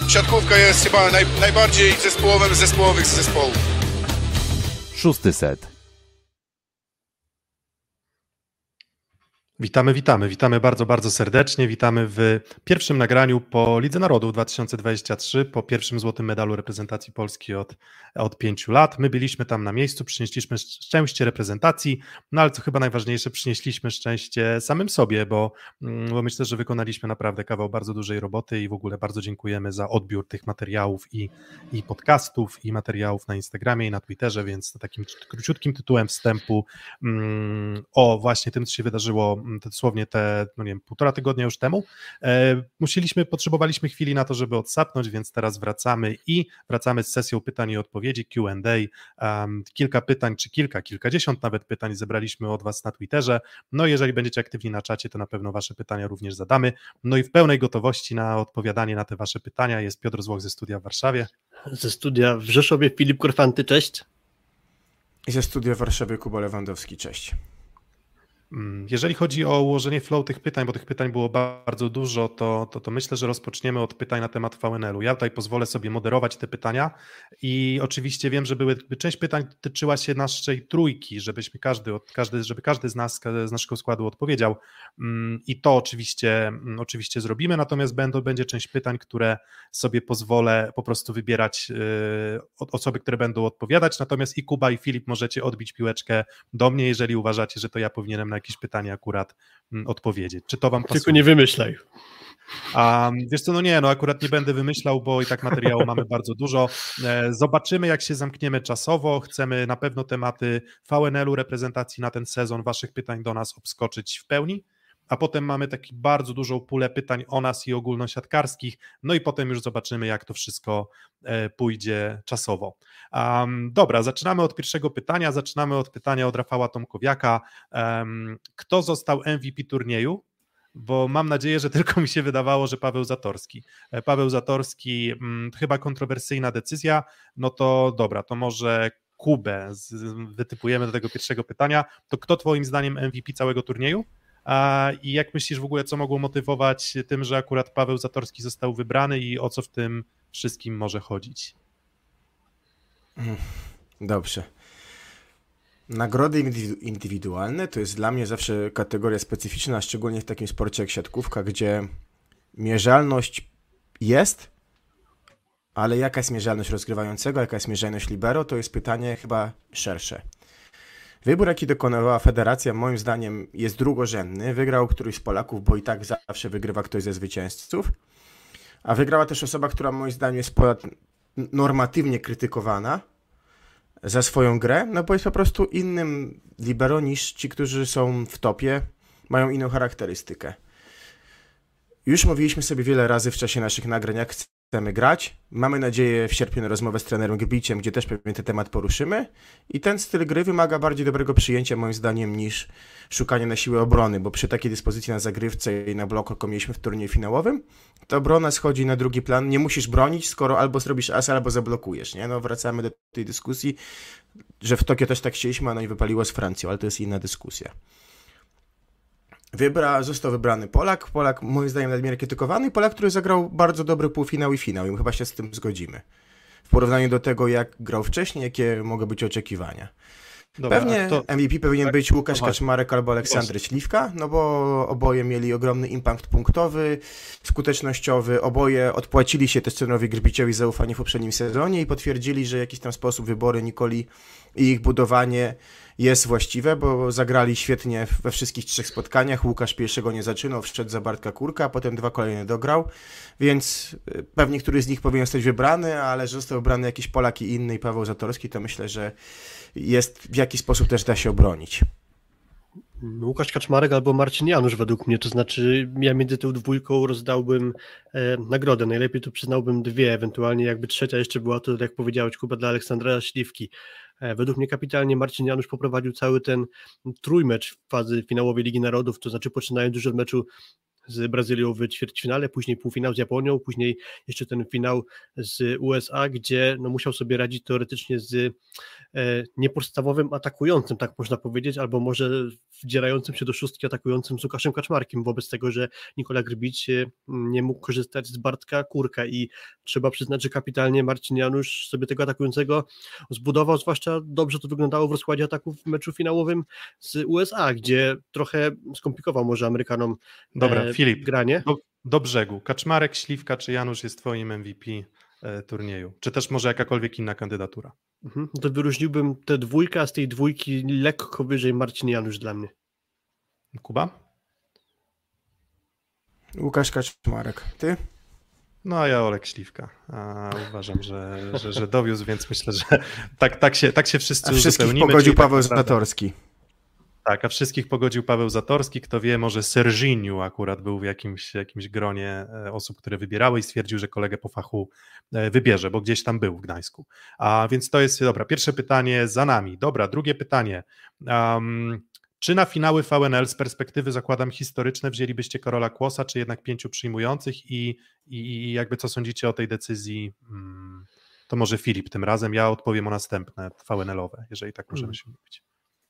Siatkówka jest chyba najbardziej zespołowym z zespołowych zespołów. Szósty set. Witamy bardzo, bardzo serdecznie. Witamy w pierwszym nagraniu po Lidze Narodów 2023, po pierwszym złotym medalu reprezentacji Polski od 5 lat. My byliśmy tam na miejscu, przynieśliśmy szczęście reprezentacji, no ale co chyba najważniejsze, przynieśliśmy szczęście samym sobie, bo myślę, że wykonaliśmy naprawdę kawał bardzo dużej roboty i w ogóle bardzo dziękujemy za odbiór tych materiałów i podcastów, i materiałów na Instagramie i na Twitterze, więc takim króciutkim tytułem wstępu o właśnie tym, co się wydarzyło dosłownie te, no nie wiem, 1,5 tygodnia już temu. Potrzebowaliśmy chwili na to, żeby odsapnąć, więc teraz wracamy z sesją pytań i odpowiedzi, Q&A. Kilka pytań, czy kilkadziesiąt nawet pytań zebraliśmy od Was na Twitterze. No jeżeli będziecie aktywni na czacie, to na pewno Wasze pytania również zadamy. No i w pełnej gotowości na odpowiadanie na te Wasze pytania jest Piotr Złoch ze studia w Warszawie. Ze studia w Rzeszowie Filip Korfanty, cześć. I ze studia w Warszawie Kuba Lewandowski, cześć. Jeżeli chodzi o ułożenie flow tych pytań, bo tych pytań było bardzo dużo, to myślę, że rozpoczniemy od pytań na temat VNL-u. Ja tutaj pozwolę sobie moderować te pytania i oczywiście wiem, że część pytań dotyczyła się naszej trójki, żeby każdy z nas, z naszego składu odpowiedział i to oczywiście zrobimy, natomiast będzie część pytań, które sobie pozwolę po prostu wybierać od osoby, które będą odpowiadać, natomiast i Kuba i Filip możecie odbić piłeczkę do mnie, jeżeli uważacie, że to ja powinienem na jakieś pytanie akurat odpowiedzieć. Czy to wam pasuje? Tylko nie wymyślaj. Wiesz co, akurat nie będę wymyślał, bo i tak materiału mamy bardzo dużo. Zobaczymy, jak się zamkniemy czasowo. Chcemy na pewno tematy VNL-u, reprezentacji na ten sezon, waszych pytań do nas obskoczyć w pełni, a potem mamy taki bardzo dużą pulę pytań o nas i ogólnosiatkarskich, no i potem już zobaczymy, jak to wszystko pójdzie czasowo. Dobra, zaczynamy od pierwszego pytania, od pytania od Rafała Tomkowiaka. Kto został MVP turnieju? Bo mam nadzieję, że tylko mi się wydawało, że Paweł Zatorski. Paweł Zatorski, chyba kontrowersyjna decyzja, no to dobra, to może Kubę wytypujemy do tego pierwszego pytania. To kto twoim zdaniem MVP całego turnieju? I jak myślisz w ogóle, co mogło motywować tym, że akurat Paweł Zatorski został wybrany i o co w tym wszystkim może chodzić? Dobrze. Nagrody indywidualne to jest dla mnie zawsze kategoria specyficzna, szczególnie w takim sporcie jak siatkówka, gdzie mierzalność jest, ale jaka jest mierzalność rozgrywającego, jaka jest mierzalność libero, to jest pytanie chyba szersze. Wybór, jaki dokonała federacja, moim zdaniem jest drugorzędny. Wygrał któryś z Polaków, bo i tak zawsze wygrywa ktoś ze zwycięzców. A wygrała też osoba, która moim zdaniem jest normatywnie krytykowana za swoją grę, no bo jest po prostu innym libero niż ci, którzy są w topie, mają inną charakterystykę. Już mówiliśmy sobie wiele razy w czasie naszych nagrań, jak chcemy grać. Mamy nadzieję w sierpniu na rozmowę z trenerem Gbiciem, gdzie też pewnie ten temat poruszymy. I ten styl gry wymaga bardziej dobrego przyjęcia, moim zdaniem, niż szukanie na siłę obrony, bo przy takiej dyspozycji na zagrywce i na bloku, jaką mieliśmy w turnieju finałowym, to obrona schodzi na drugi plan. Nie musisz bronić, skoro albo zrobisz asa, albo zablokujesz, nie? No wracamy do tej dyskusji, że w Tokio też tak chcieliśmy, a no i wypaliło z Francją, ale to jest inna dyskusja. Został wybrany Polak moim zdaniem nadmiernie krytykowany, Polak, który zagrał bardzo dobry półfinał i finał i chyba się z tym zgodzimy. W porównaniu do tego, jak grał wcześniej, jakie mogą być oczekiwania. Dobra, pewnie MVP powinien być Łukasz Kaczmarek albo Aleksander Śliwka, no bo oboje mieli ogromny impact punktowy, skutecznościowy, oboje odpłacili się też trenerowi Gbiciowi zaufanie w poprzednim sezonie i potwierdzili, że w jakiś tam sposób wybory Nikoli i ich budowanie jest właściwe, bo zagrali świetnie we wszystkich 3 spotkaniach. Łukasz pierwszego nie zaczynał, wszedł za Bartka Kurka, a potem 2 kolejne dograł, więc pewnie któryś z nich powinien zostać wybrany, ale że został wybrany jakiś Polak i inny i Paweł Zatorski, to myślę, że jest w jakiś sposób też da się obronić. Łukasz Kaczmarek albo Marcin Janusz według mnie, to znaczy ja między tą dwójką rozdałbym nagrodę, najlepiej to przyznałbym 2, ewentualnie jakby trzecia jeszcze była to, jak powiedziałeś Kuba, dla Aleksandra Śliwki. Według mnie kapitalnie Marcin Janusz poprowadził cały ten trójmecz w fazy finałowej Ligi Narodów, to znaczy poczynając już od meczu z Brazylią w ćwierćfinale, później półfinał z Japonią, później jeszcze ten finał z USA, gdzie no, musiał sobie radzić teoretycznie z niepodstawowym atakującym, tak można powiedzieć, albo może wdzierającym się do szóstki atakującym z Łukaszem Kaczmarkiem, wobec tego, że Nikola Grbić nie mógł korzystać z Bartka Kurka i trzeba przyznać, że kapitalnie Marcin Janusz sobie tego atakującego zbudował, zwłaszcza dobrze to wyglądało w rozkładzie ataków w meczu finałowym z USA, gdzie trochę skomplikował może Amerykanom Dobra, Filip, granie. Do brzegu. Kaczmarek, Śliwka czy Janusz jest twoim MVP turnieju? Czy też może jakakolwiek inna kandydatura? To wyróżniłbym tę dwójkę, a z tej dwójki lekko wyżej Marcin Janusz dla mnie. Kuba? Łukasz Kaczmarek. Ty? No a ja Olek Śliwka. Uważam, że dowiózł, więc myślę, że tak się wszyscy A wszystkich uzupełnimy. pogodził Czyli Paweł tak naprawdę- Zatorski. Tak, a wszystkich pogodził Paweł Zatorski. Kto wie, może Serginiu akurat był w jakimś gronie osób, które wybierały i stwierdził, że kolegę po fachu wybierze, bo gdzieś tam był w Gdańsku. A więc to jest, dobra, pierwsze pytanie za nami. Dobra, drugie pytanie. Czy na finały VNL z perspektywy, zakładam, historyczne wzięlibyście Karola Kłosa, czy jednak 5 przyjmujących i jakby co sądzicie o tej decyzji? To może Filip tym razem, ja odpowiem o następne VNL-owe, jeżeli tak możemy się mówić.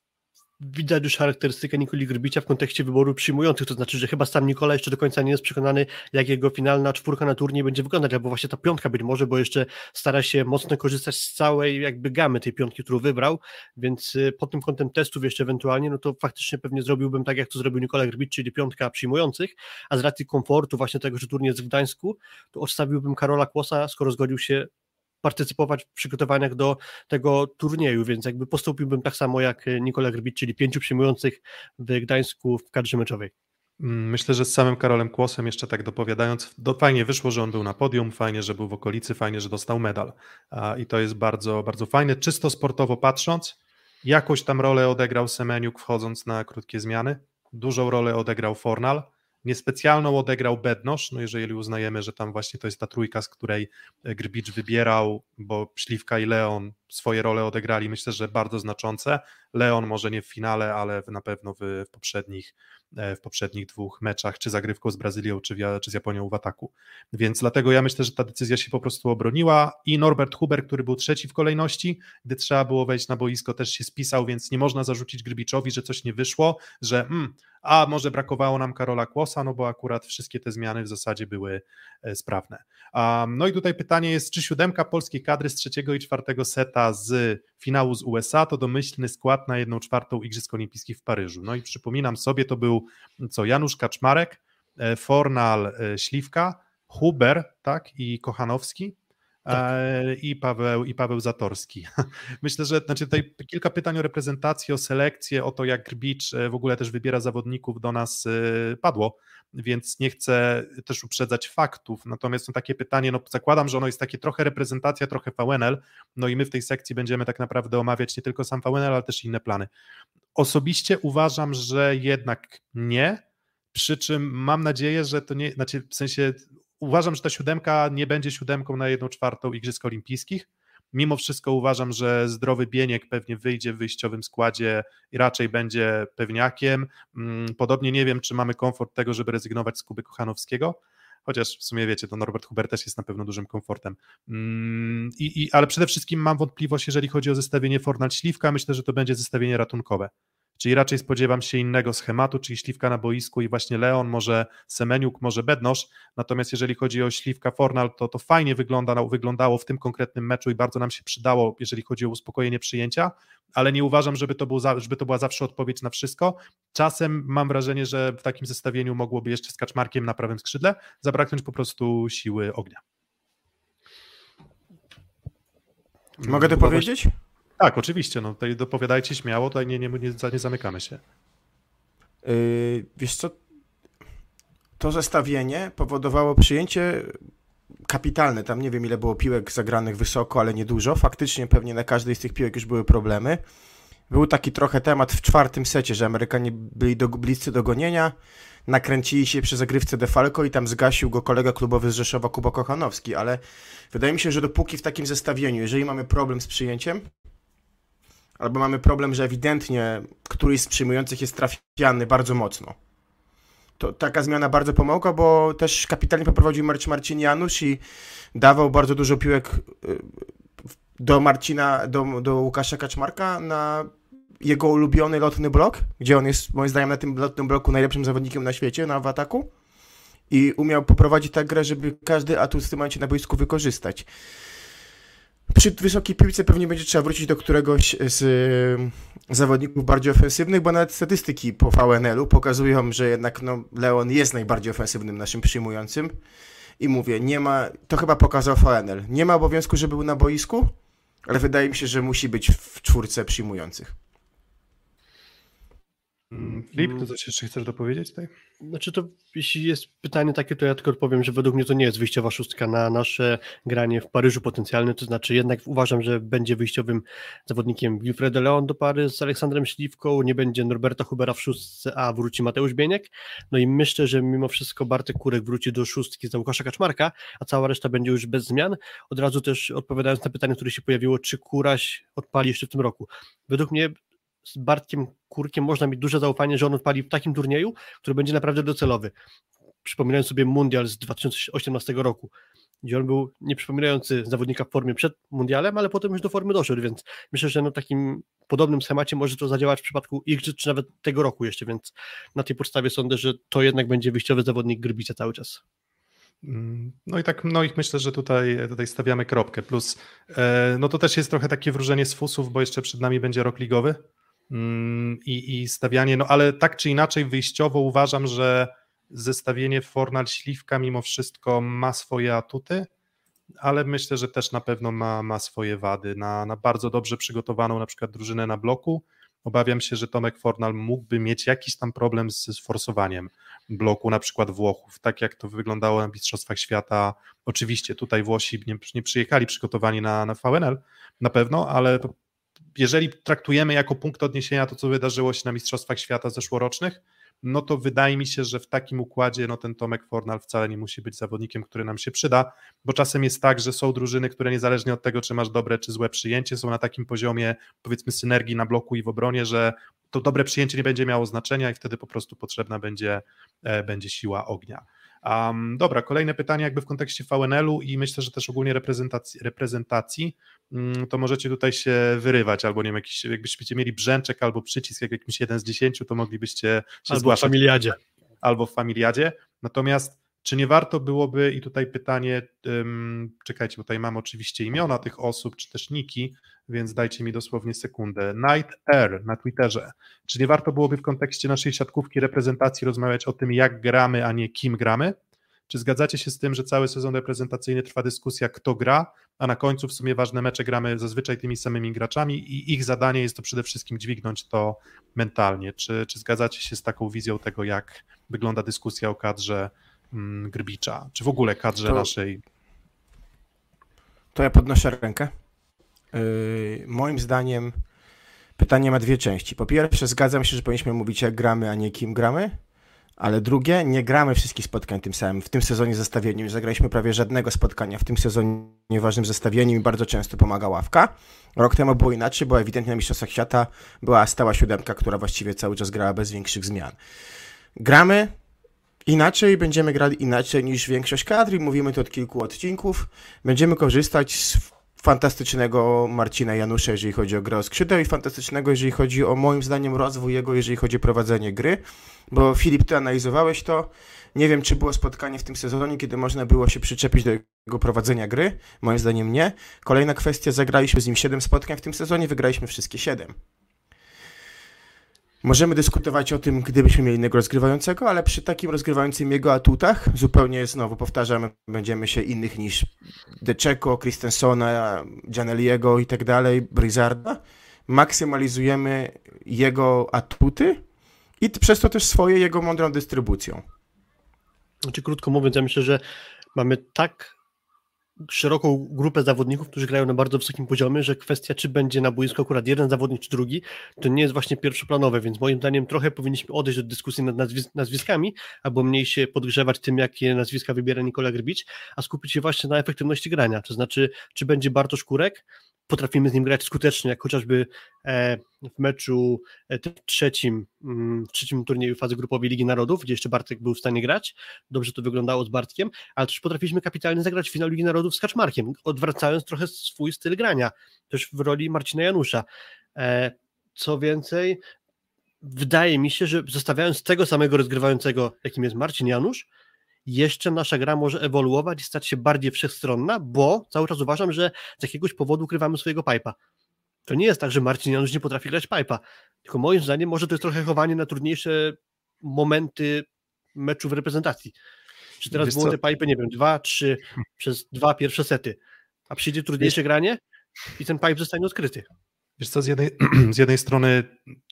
Widać już charakterystykę Nikoli Grbicia w kontekście wyboru przyjmujących, to znaczy, że chyba sam Nikola jeszcze do końca nie jest przekonany, jak jego finalna czwórka na turniej będzie wyglądać, albo właśnie ta piątka być może, bo jeszcze stara się mocno korzystać z całej jakby gamy tej piątki, którą wybrał, więc pod tym kątem testów jeszcze ewentualnie, no to faktycznie pewnie zrobiłbym tak, jak to zrobił Nikola Grbić, czyli piątka przyjmujących, a z racji komfortu właśnie tego, że turniej jest w Gdańsku, to odstawiłbym Karola Kłosa, skoro zgodził się partycypować w przygotowaniach do tego turnieju, więc jakby postąpiłbym tak samo jak Nikola Grbić, czyli 5 przyjmujących w Gdańsku w kadrze meczowej. Myślę, że z samym Karolem Kłosem jeszcze tak dopowiadając, fajnie wyszło, że on był na podium, fajnie, że był w okolicy, fajnie, że dostał medal i to jest bardzo, bardzo fajne. Czysto sportowo patrząc, jakąś tam rolę odegrał Semeniuk wchodząc na krótkie zmiany, dużą rolę odegrał Fornal, niespecjalną odegrał Bednosz, no jeżeli uznajemy, że tam właśnie to jest ta trójka, z której Grbić wybierał, bo Śliwka i Leon swoje role odegrali, myślę, że bardzo znaczące. Leon może nie w finale, ale na pewno w poprzednich dwóch meczach, czy zagrywką z Brazylią, czy z Japonią w ataku. Więc dlatego ja myślę, że ta decyzja się po prostu obroniła i Norbert Huber, który był trzeci w kolejności, gdy trzeba było wejść na boisko, też się spisał, więc nie można zarzucić Grbiczowi, że coś nie wyszło, że a może brakowało nam Karola Kłosa, no bo akurat wszystkie te zmiany w zasadzie były sprawne. No i tutaj pytanie jest, czy 7 polskiej kadry z 3. i 4. seta z finału z USA to domyślny skład na 1/4 Igrzysk Olimpijskich w Paryżu. No i przypominam sobie, to był Janusz Kaczmarek, Fornal, Śliwka, Huber, tak, i Kochanowski. Tak. I Paweł Zatorski. Myślę, że tutaj kilka pytań o reprezentację, o selekcję, o to, jak Grbić w ogóle też wybiera zawodników, do nas padło, więc nie chcę też uprzedzać faktów, natomiast takie pytanie, zakładam, że ono jest takie trochę reprezentacja, trochę VNL, no i my w tej sekcji będziemy tak naprawdę omawiać nie tylko sam VNL, ale też inne plany. Osobiście uważam, że jednak nie, przy czym mam nadzieję, że to nie, w sensie uważam, że ta 7 nie będzie 7 na 1/4 Igrzysk Olimpijskich. Mimo wszystko uważam, że zdrowy Bieniek pewnie wyjdzie w wyjściowym składzie i raczej będzie pewniakiem. Podobnie nie wiem, czy mamy komfort tego, żeby rezygnować z Kuby Kochanowskiego, chociaż w sumie wiecie, to Norbert Huber też jest na pewno dużym komfortem. Ale przede wszystkim mam wątpliwość, jeżeli chodzi o zestawienie Fornal-Śliwka, myślę, że to będzie zestawienie ratunkowe. Czyli raczej spodziewam się innego schematu, czyli Śliwka na boisku i właśnie Leon, może Semeniuk, może Bednosz, natomiast jeżeli chodzi o Śliwka Fornal, to fajnie wyglądało w tym konkretnym meczu i bardzo nam się przydało, jeżeli chodzi o uspokojenie przyjęcia, ale nie uważam, żeby to była zawsze odpowiedź na wszystko. Czasem mam wrażenie, że w takim zestawieniu mogłoby jeszcze z Kaczmarkiem na prawym skrzydle zabraknąć po prostu siły ognia. Mogę to powiedzieć? Tak, oczywiście, tutaj dopowiadajcie śmiało, tutaj nie zamykamy się. Wiesz co, to zestawienie powodowało przyjęcie kapitalne, tam nie wiem ile było piłek zagranych wysoko, ale niedużo, faktycznie pewnie na każdej z tych piłek już były problemy. Był taki trochę temat w 4. secie, że Amerykanie byli bliscy do gonienia, nakręcili się przy zagrywce Defalco i tam zgasił go kolega klubowy z Rzeszowa, Kuba Kochanowski, ale wydaje mi się, że dopóki w takim zestawieniu, jeżeli mamy problem z przyjęciem, albo mamy problem, że ewidentnie któryś z przyjmujących jest trafiany bardzo mocno, to taka zmiana bardzo pomogła, bo też kapitalnie poprowadził Marcin Janusz i dawał bardzo dużo piłek do Łukasza Kaczmarka na jego ulubiony lotny blok, gdzie on jest moim zdaniem na tym lotnym bloku najlepszym zawodnikiem na świecie w ataku i umiał poprowadzić tak grę, żeby każdy atut w tym momencie na boisku wykorzystać. Przy wysokiej piłce pewnie będzie trzeba wrócić do któregoś z zawodników bardziej ofensywnych, bo nawet statystyki po VNL-u pokazują, że jednak Leon jest najbardziej ofensywnym naszym przyjmującym. I mówię, nie ma, to chyba pokazał VNL, nie ma obowiązku, żeby był na boisku, ale wydaje mi się, że musi być w czwórce przyjmujących. Filip, to coś jeszcze chcesz dopowiedzieć tutaj? Znaczy to, jeśli jest pytanie takie, to ja tylko odpowiem, że według mnie to nie jest wyjściowa szóstka na nasze granie w Paryżu potencjalne, to znaczy jednak uważam, że będzie wyjściowym zawodnikiem Wilfred de Leon do pary z Aleksandrem Śliwką, nie będzie Norberta Hubera w szóstce, a wróci Mateusz Bieniek, no i myślę, że mimo wszystko Bartek Kurek wróci do szóstki za Łukasza Kaczmarka, a cała reszta będzie już bez zmian. Od razu też odpowiadając na pytanie, które się pojawiło, czy Kuraś odpali jeszcze w tym roku. Według mnie z Bartkiem Kurkiem można mieć duże zaufanie, że on odpali w takim turnieju, który będzie naprawdę docelowy. Przypominając sobie mundial z 2018 roku, gdzie on był nieprzypominający zawodnika w formie przed mundialem, ale potem już do formy doszedł, więc myślę, że na takim podobnym schemacie może to zadziałać w przypadku Igrzysk, czy nawet tego roku jeszcze, więc na tej podstawie sądzę, że to jednak będzie wyjściowy zawodnik Grbicia cały czas. No i myślę, że tutaj stawiamy kropkę, plus no to też jest trochę takie wróżenie z fusów, bo jeszcze przed nami będzie rok ligowy i stawianie, no ale tak czy inaczej wyjściowo uważam, że zestawienie Fornal-Śliwka mimo wszystko ma swoje atuty, ale myślę, że też na pewno ma swoje wady. Na bardzo dobrze przygotowaną na przykład drużynę na bloku obawiam się, że Tomek Fornal mógłby mieć jakiś tam problem z forsowaniem bloku, na przykład Włochów, tak jak to wyglądało na Mistrzostwach Świata. Oczywiście tutaj Włosi nie przyjechali przygotowani na VNL na pewno, ale jeżeli traktujemy jako punkt odniesienia to, co wydarzyło się na Mistrzostwach Świata zeszłorocznych, no to wydaje mi się, że w takim układzie ten Tomek Fornal wcale nie musi być zawodnikiem, który nam się przyda, bo czasem jest tak, że są drużyny, które niezależnie od tego, czy masz dobre czy złe przyjęcie, są na takim poziomie, powiedzmy, synergii na bloku i w obronie, że to dobre przyjęcie nie będzie miało znaczenia i wtedy po prostu potrzebna będzie siła ognia. Dobra, kolejne pytanie jakby w kontekście VNL-u i myślę, że też ogólnie reprezentacji, to możecie tutaj się wyrywać, albo nie wiem, jakbyście mieli brzęczek albo przycisk jak jakimś 1 z 10, to moglibyście się zgłaszać. Albo w familiadzie. Albo w familiadzie, natomiast czy nie warto byłoby, i tutaj pytanie, czekajcie, bo tutaj mam oczywiście imiona tych osób, czy też niki, więc dajcie mi dosłownie sekundę. Night Air na Twitterze. Czy nie warto byłoby w kontekście naszej siatkówki reprezentacji rozmawiać o tym, jak gramy, a nie kim gramy? Czy zgadzacie się z tym, że cały sezon reprezentacyjny trwa dyskusja, kto gra, a na końcu w sumie ważne mecze gramy zazwyczaj tymi samymi graczami i ich zadanie jest to przede wszystkim dźwignąć to mentalnie? Czy zgadzacie się z taką wizją tego, jak wygląda dyskusja o kadrze Grbicza, czy w ogóle kadrze naszej? To ja podnoszę rękę. Moim zdaniem pytanie ma dwie części. Po pierwsze, zgadzam się, że powinniśmy mówić, jak gramy, a nie kim gramy, ale drugie, nie gramy wszystkich spotkań tym samym. W tym sezonie zestawieniem nie zagraliśmy prawie żadnego spotkania. W tym sezonie ważnym zestawieniem i bardzo często pomaga ławka. Rok temu było inaczej, bo ewidentnie na Mistrzostwach Świata była stała siódemka, która właściwie cały czas grała bez większych zmian. Gramy inaczej, będziemy grali inaczej niż większość kadr i mówimy to od kilku odcinków. Będziemy korzystać z fantastycznego Marcina Janusza, jeżeli chodzi o grę o skrzydeł i fantastycznego, jeżeli chodzi o, moim zdaniem, rozwój jego, jeżeli chodzi o prowadzenie gry, bo Filip, ty analizowałeś to. Nie wiem, czy było spotkanie w tym sezonie, kiedy można było się przyczepić do jego prowadzenia gry. Moim zdaniem nie. Kolejna kwestia, zagraliśmy z nim 7 spotkań w tym sezonie, wygraliśmy wszystkie 7. Możemy dyskutować o tym, gdybyśmy mieli innego rozgrywającego, ale przy takim rozgrywającym jego atutach, zupełnie znowu powtarzam, będziemy się innych niż Deczeko, Christensona, Gianelliego i tak dalej, Brizarda, maksymalizujemy jego atuty i przez to też jego mądrą dystrybucją. Znaczy, krótko mówiąc, ja myślę, że mamy tak szeroką grupę zawodników, którzy grają na bardzo wysokim poziomie, że kwestia, czy będzie na boisku akurat jeden zawodnik, czy drugi, to nie jest właśnie pierwszoplanowe, więc moim zdaniem trochę powinniśmy odejść od dyskusji nad nazwiskami, albo mniej się podgrzewać tym, jakie nazwiska wybiera Nikola Grbić, a skupić się właśnie na efektywności grania, to znaczy, czy będzie Bartosz Kurek, potrafimy z nim grać skutecznie, jak chociażby w meczu trzecim turnieju fazy grupowej Ligi Narodów, gdzie jeszcze Bartek był w stanie grać, dobrze to wyglądało z Bartkiem, ale też potrafiliśmy kapitalnie zagrać finał Ligi Narodów z Kaczmarkiem, odwracając trochę swój styl grania, też w roli Marcina Janusza. Co więcej, wydaje mi się, że zostawiając tego samego rozgrywającego, jakim jest Marcin Janusz, jeszcze nasza gra może ewoluować i stać się bardziej wszechstronna, bo cały czas uważam, że z jakiegoś powodu ukrywamy swojego pipe'a. To nie jest tak, że Marcin Janusz nie potrafi grać pipe'a, tylko moim zdaniem może to jest trochę chowanie na trudniejsze momenty meczu w reprezentacji. Czy teraz było te pipe'y, nie wiem, 2-3 przez 2 pierwsze sety, a przyjdzie trudniejsze granie i ten pipe zostanie odkryty. Wiesz co, z jednej strony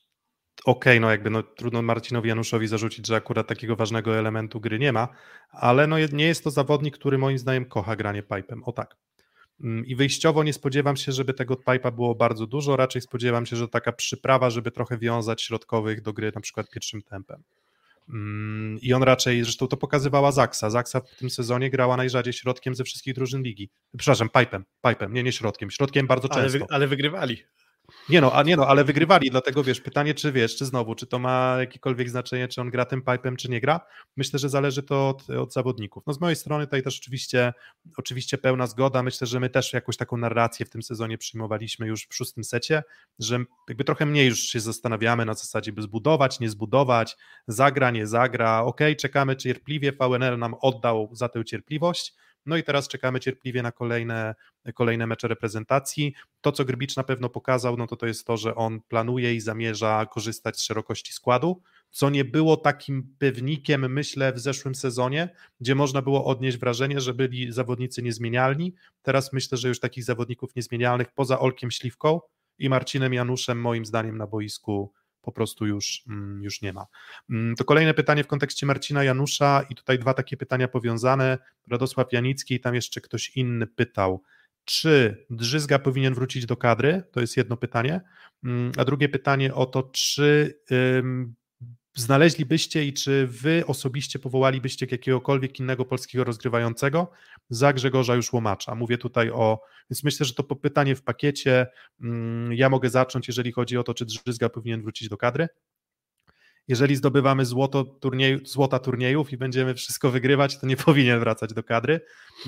trudno Marcinowi Januszowi zarzucić, że akurat takiego ważnego elementu gry nie ma, ale nie jest to zawodnik, który moim zdaniem kocha granie pipe'em, o tak. I wyjściowo nie spodziewam się, żeby tego pipe'a było bardzo dużo, raczej spodziewam się, że taka przyprawa, żeby trochę wiązać środkowych do gry na przykład pierwszym tempem. I on raczej, zresztą to pokazywała Zaksa. Zaksa w tym sezonie grała najrzadziej środkiem ze wszystkich drużyn ligi. Przepraszam, pipe'em, nie środkiem. Środkiem bardzo często. Ale wygrywali. Ale wygrywali, dlatego pytanie, czy to ma jakiekolwiek znaczenie, czy on gra tym pipe'em, czy nie gra. Myślę, że zależy to od zawodników. No z mojej strony tutaj też oczywiście pełna zgoda. Myślę, że my też jakąś taką narrację w tym sezonie przyjmowaliśmy już w 6. secie, że jakby trochę mniej już się zastanawiamy na zasadzie, by zbudować, nie zbudować, zagra, nie zagra, czekamy cierpliwie, VNL nam oddał za tę cierpliwość. No i teraz czekamy cierpliwie na kolejne mecze reprezentacji. To, co Grbicz na pewno pokazał, no to jest to, że on planuje i zamierza korzystać z szerokości składu, co nie było takim pewnikiem, myślę, w zeszłym sezonie, gdzie można było odnieść wrażenie, że byli zawodnicy niezmienialni. Teraz myślę, że już takich zawodników niezmienialnych poza Olkiem Śliwką i Marcinem Januszem, moim zdaniem, na boisku po prostu już nie ma. To kolejne pytanie w kontekście Marcina Janusza i tutaj 2 takie pytania powiązane. Radosław Janicki i tam jeszcze ktoś inny pytał, czy Drzyzga powinien wrócić do kadry? To jest jedno pytanie. A drugie pytanie o to, czy znaleźlibyście i czy wy osobiście powołalibyście jakiegokolwiek innego polskiego rozgrywającego za Grzegorza Łomacza. Mówię tutaj więc myślę, że to pytanie w pakiecie. Ja mogę zacząć, jeżeli chodzi o to, czy Drzyzga powinien wrócić do kadry. Jeżeli zdobywamy złota turniejów i będziemy wszystko wygrywać, to nie powinien wracać do kadry.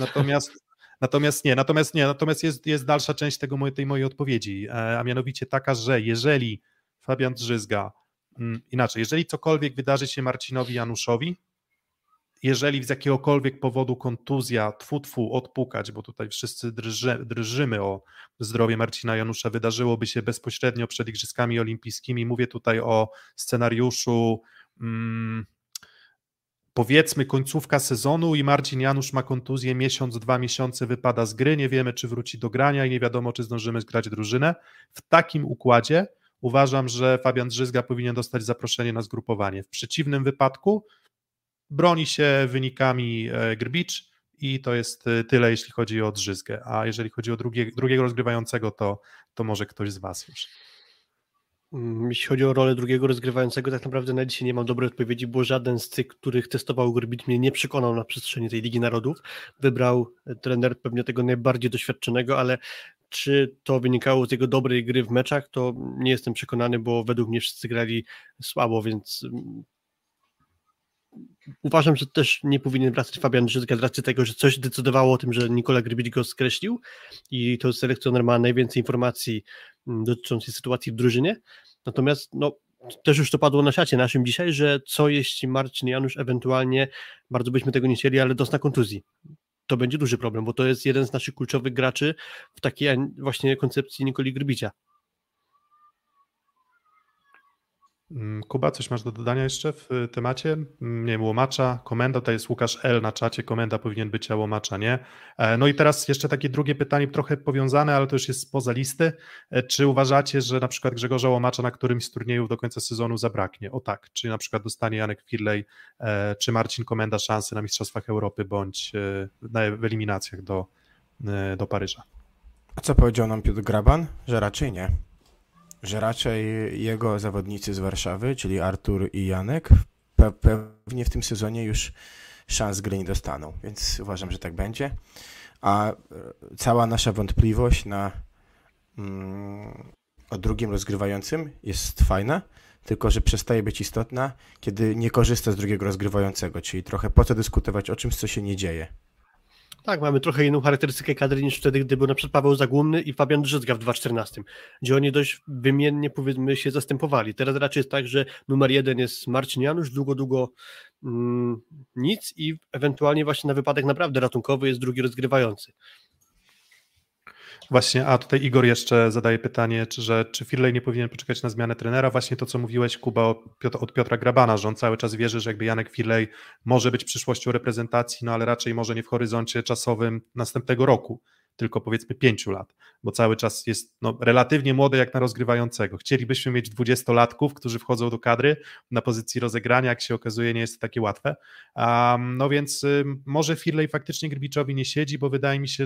Natomiast jest dalsza część tej mojej odpowiedzi, a mianowicie taka, że jeżeli Fabian Drzyzga jeżeli cokolwiek wydarzy się Marcinowi Januszowi, jeżeli z jakiegokolwiek powodu kontuzja, odpukać, bo tutaj wszyscy drżymy o zdrowie Marcina Janusza, wydarzyłoby się bezpośrednio przed Igrzyskami Olimpijskimi, mówię tutaj o scenariuszu powiedzmy końcówka sezonu i Marcin Janusz ma kontuzję, 1-2 miesiące wypada z gry, nie wiemy, czy wróci do grania i nie wiadomo, czy zdążymy zgrać drużynę. W takim układzie uważam, że Fabian Drzyzga powinien dostać zaproszenie na zgrupowanie. W przeciwnym wypadku broni się wynikami Grbicz i to jest tyle, jeśli chodzi o Drzyzgę. A jeżeli chodzi o drugiego rozgrywającego, to może ktoś z was już. Jeśli chodzi o rolę drugiego rozgrywającego, tak naprawdę na dzisiaj nie mam dobrej odpowiedzi, bo żaden z tych, których testował Grbicz, mnie nie przekonał na przestrzeni tej Ligi Narodów. Wybrał trener pewnie tego najbardziej doświadczonego, ale czy to wynikało z jego dobrej gry w meczach, to nie jestem przekonany, bo według mnie wszyscy grali słabo, więc uważam, że też nie powinien wracać Fabian Drzyzga z racji tego, że coś decydowało o tym, że Nikola Grbicz go skreślił i to selekcjoner ma najwięcej informacji dotyczących sytuacji w drużynie. Natomiast też już to padło na czacie naszym dzisiaj, że co jeśli Marcin Janusz ewentualnie, bardzo byśmy tego nie chcieli, ale dostanie kontuzji. To będzie duży problem, bo to jest jeden z naszych kluczowych graczy w takiej właśnie koncepcji Nikoli Grbicza. Kuba, coś masz do dodania jeszcze w temacie? Nie wiem, Łomacza, Komenda, tutaj jest Łukasz L na czacie, Komenda powinien być, a Łomacza nie. No i teraz jeszcze takie drugie pytanie, trochę powiązane, ale to już jest spoza listy. Czy uważacie, że na przykład Grzegorza Łomacza na którymś z turniejów do końca sezonu zabraknie? O tak, czy na przykład dostanie Janek Firlej, czy Marcin Komenda szansę na Mistrzostwach Europy, bądź w eliminacjach do Paryża? A co powiedział nam Piotr Graban? Że raczej nie. Że raczej jego zawodnicy z Warszawy, czyli Artur i Janek, pewnie w tym sezonie już szans gry nie dostaną, więc uważam, że tak będzie. A cała nasza wątpliwość na o drugim rozgrywającym jest fajna, tylko że przestaje być istotna, kiedy nie korzysta z drugiego rozgrywającego, czyli trochę po co dyskutować o czymś, co się nie dzieje. Tak, mamy trochę inną charakterystykę kadry niż wtedy, gdy był na przykład Paweł Zagłumny i Fabian Drzyzga w 2014, gdzie oni dość wymiennie, powiedzmy, się zastępowali. Teraz raczej jest tak, że numer 1 jest Marcin Janusz, długo nic i ewentualnie właśnie na wypadek naprawdę ratunkowy jest drugi rozgrywający. Właśnie, a tutaj Igor jeszcze zadaje pytanie, czy Firlej nie powinien poczekać na zmianę trenera? Właśnie to, co mówiłeś, Kuba, od Piotra Grabana, że on cały czas wierzy, że jakby Janek Firlej może być przyszłością reprezentacji, no ale raczej może nie w horyzoncie czasowym następnego roku, tylko powiedzmy 5 lat, bo cały czas jest relatywnie młody jak na rozgrywającego. Chcielibyśmy mieć 20-latków, którzy wchodzą do kadry na pozycji rozegrania, jak się okazuje, nie jest to takie łatwe. No więc może Firlej faktycznie Grbiczowi nie siedzi, bo wydaje mi się,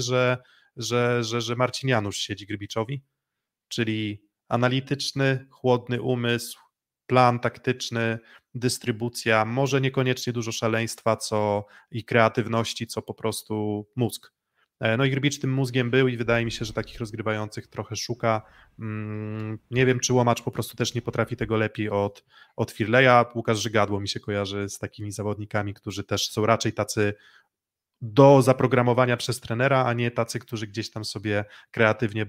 że Marcin Janusz siedzi Grbiczowi, czyli analityczny, chłodny umysł, plan taktyczny, dystrybucja, może niekoniecznie dużo szaleństwa i kreatywności, co po prostu mózg. No i Grbicz tym mózgiem był i wydaje mi się, że takich rozgrywających trochę szuka. Nie wiem, czy Łomacz po prostu też nie potrafi tego lepiej od Firleja. Łukasz Żygadło mi się kojarzy z takimi zawodnikami, którzy też są raczej tacy do zaprogramowania przez trenera, a nie tacy, którzy gdzieś tam sobie kreatywnie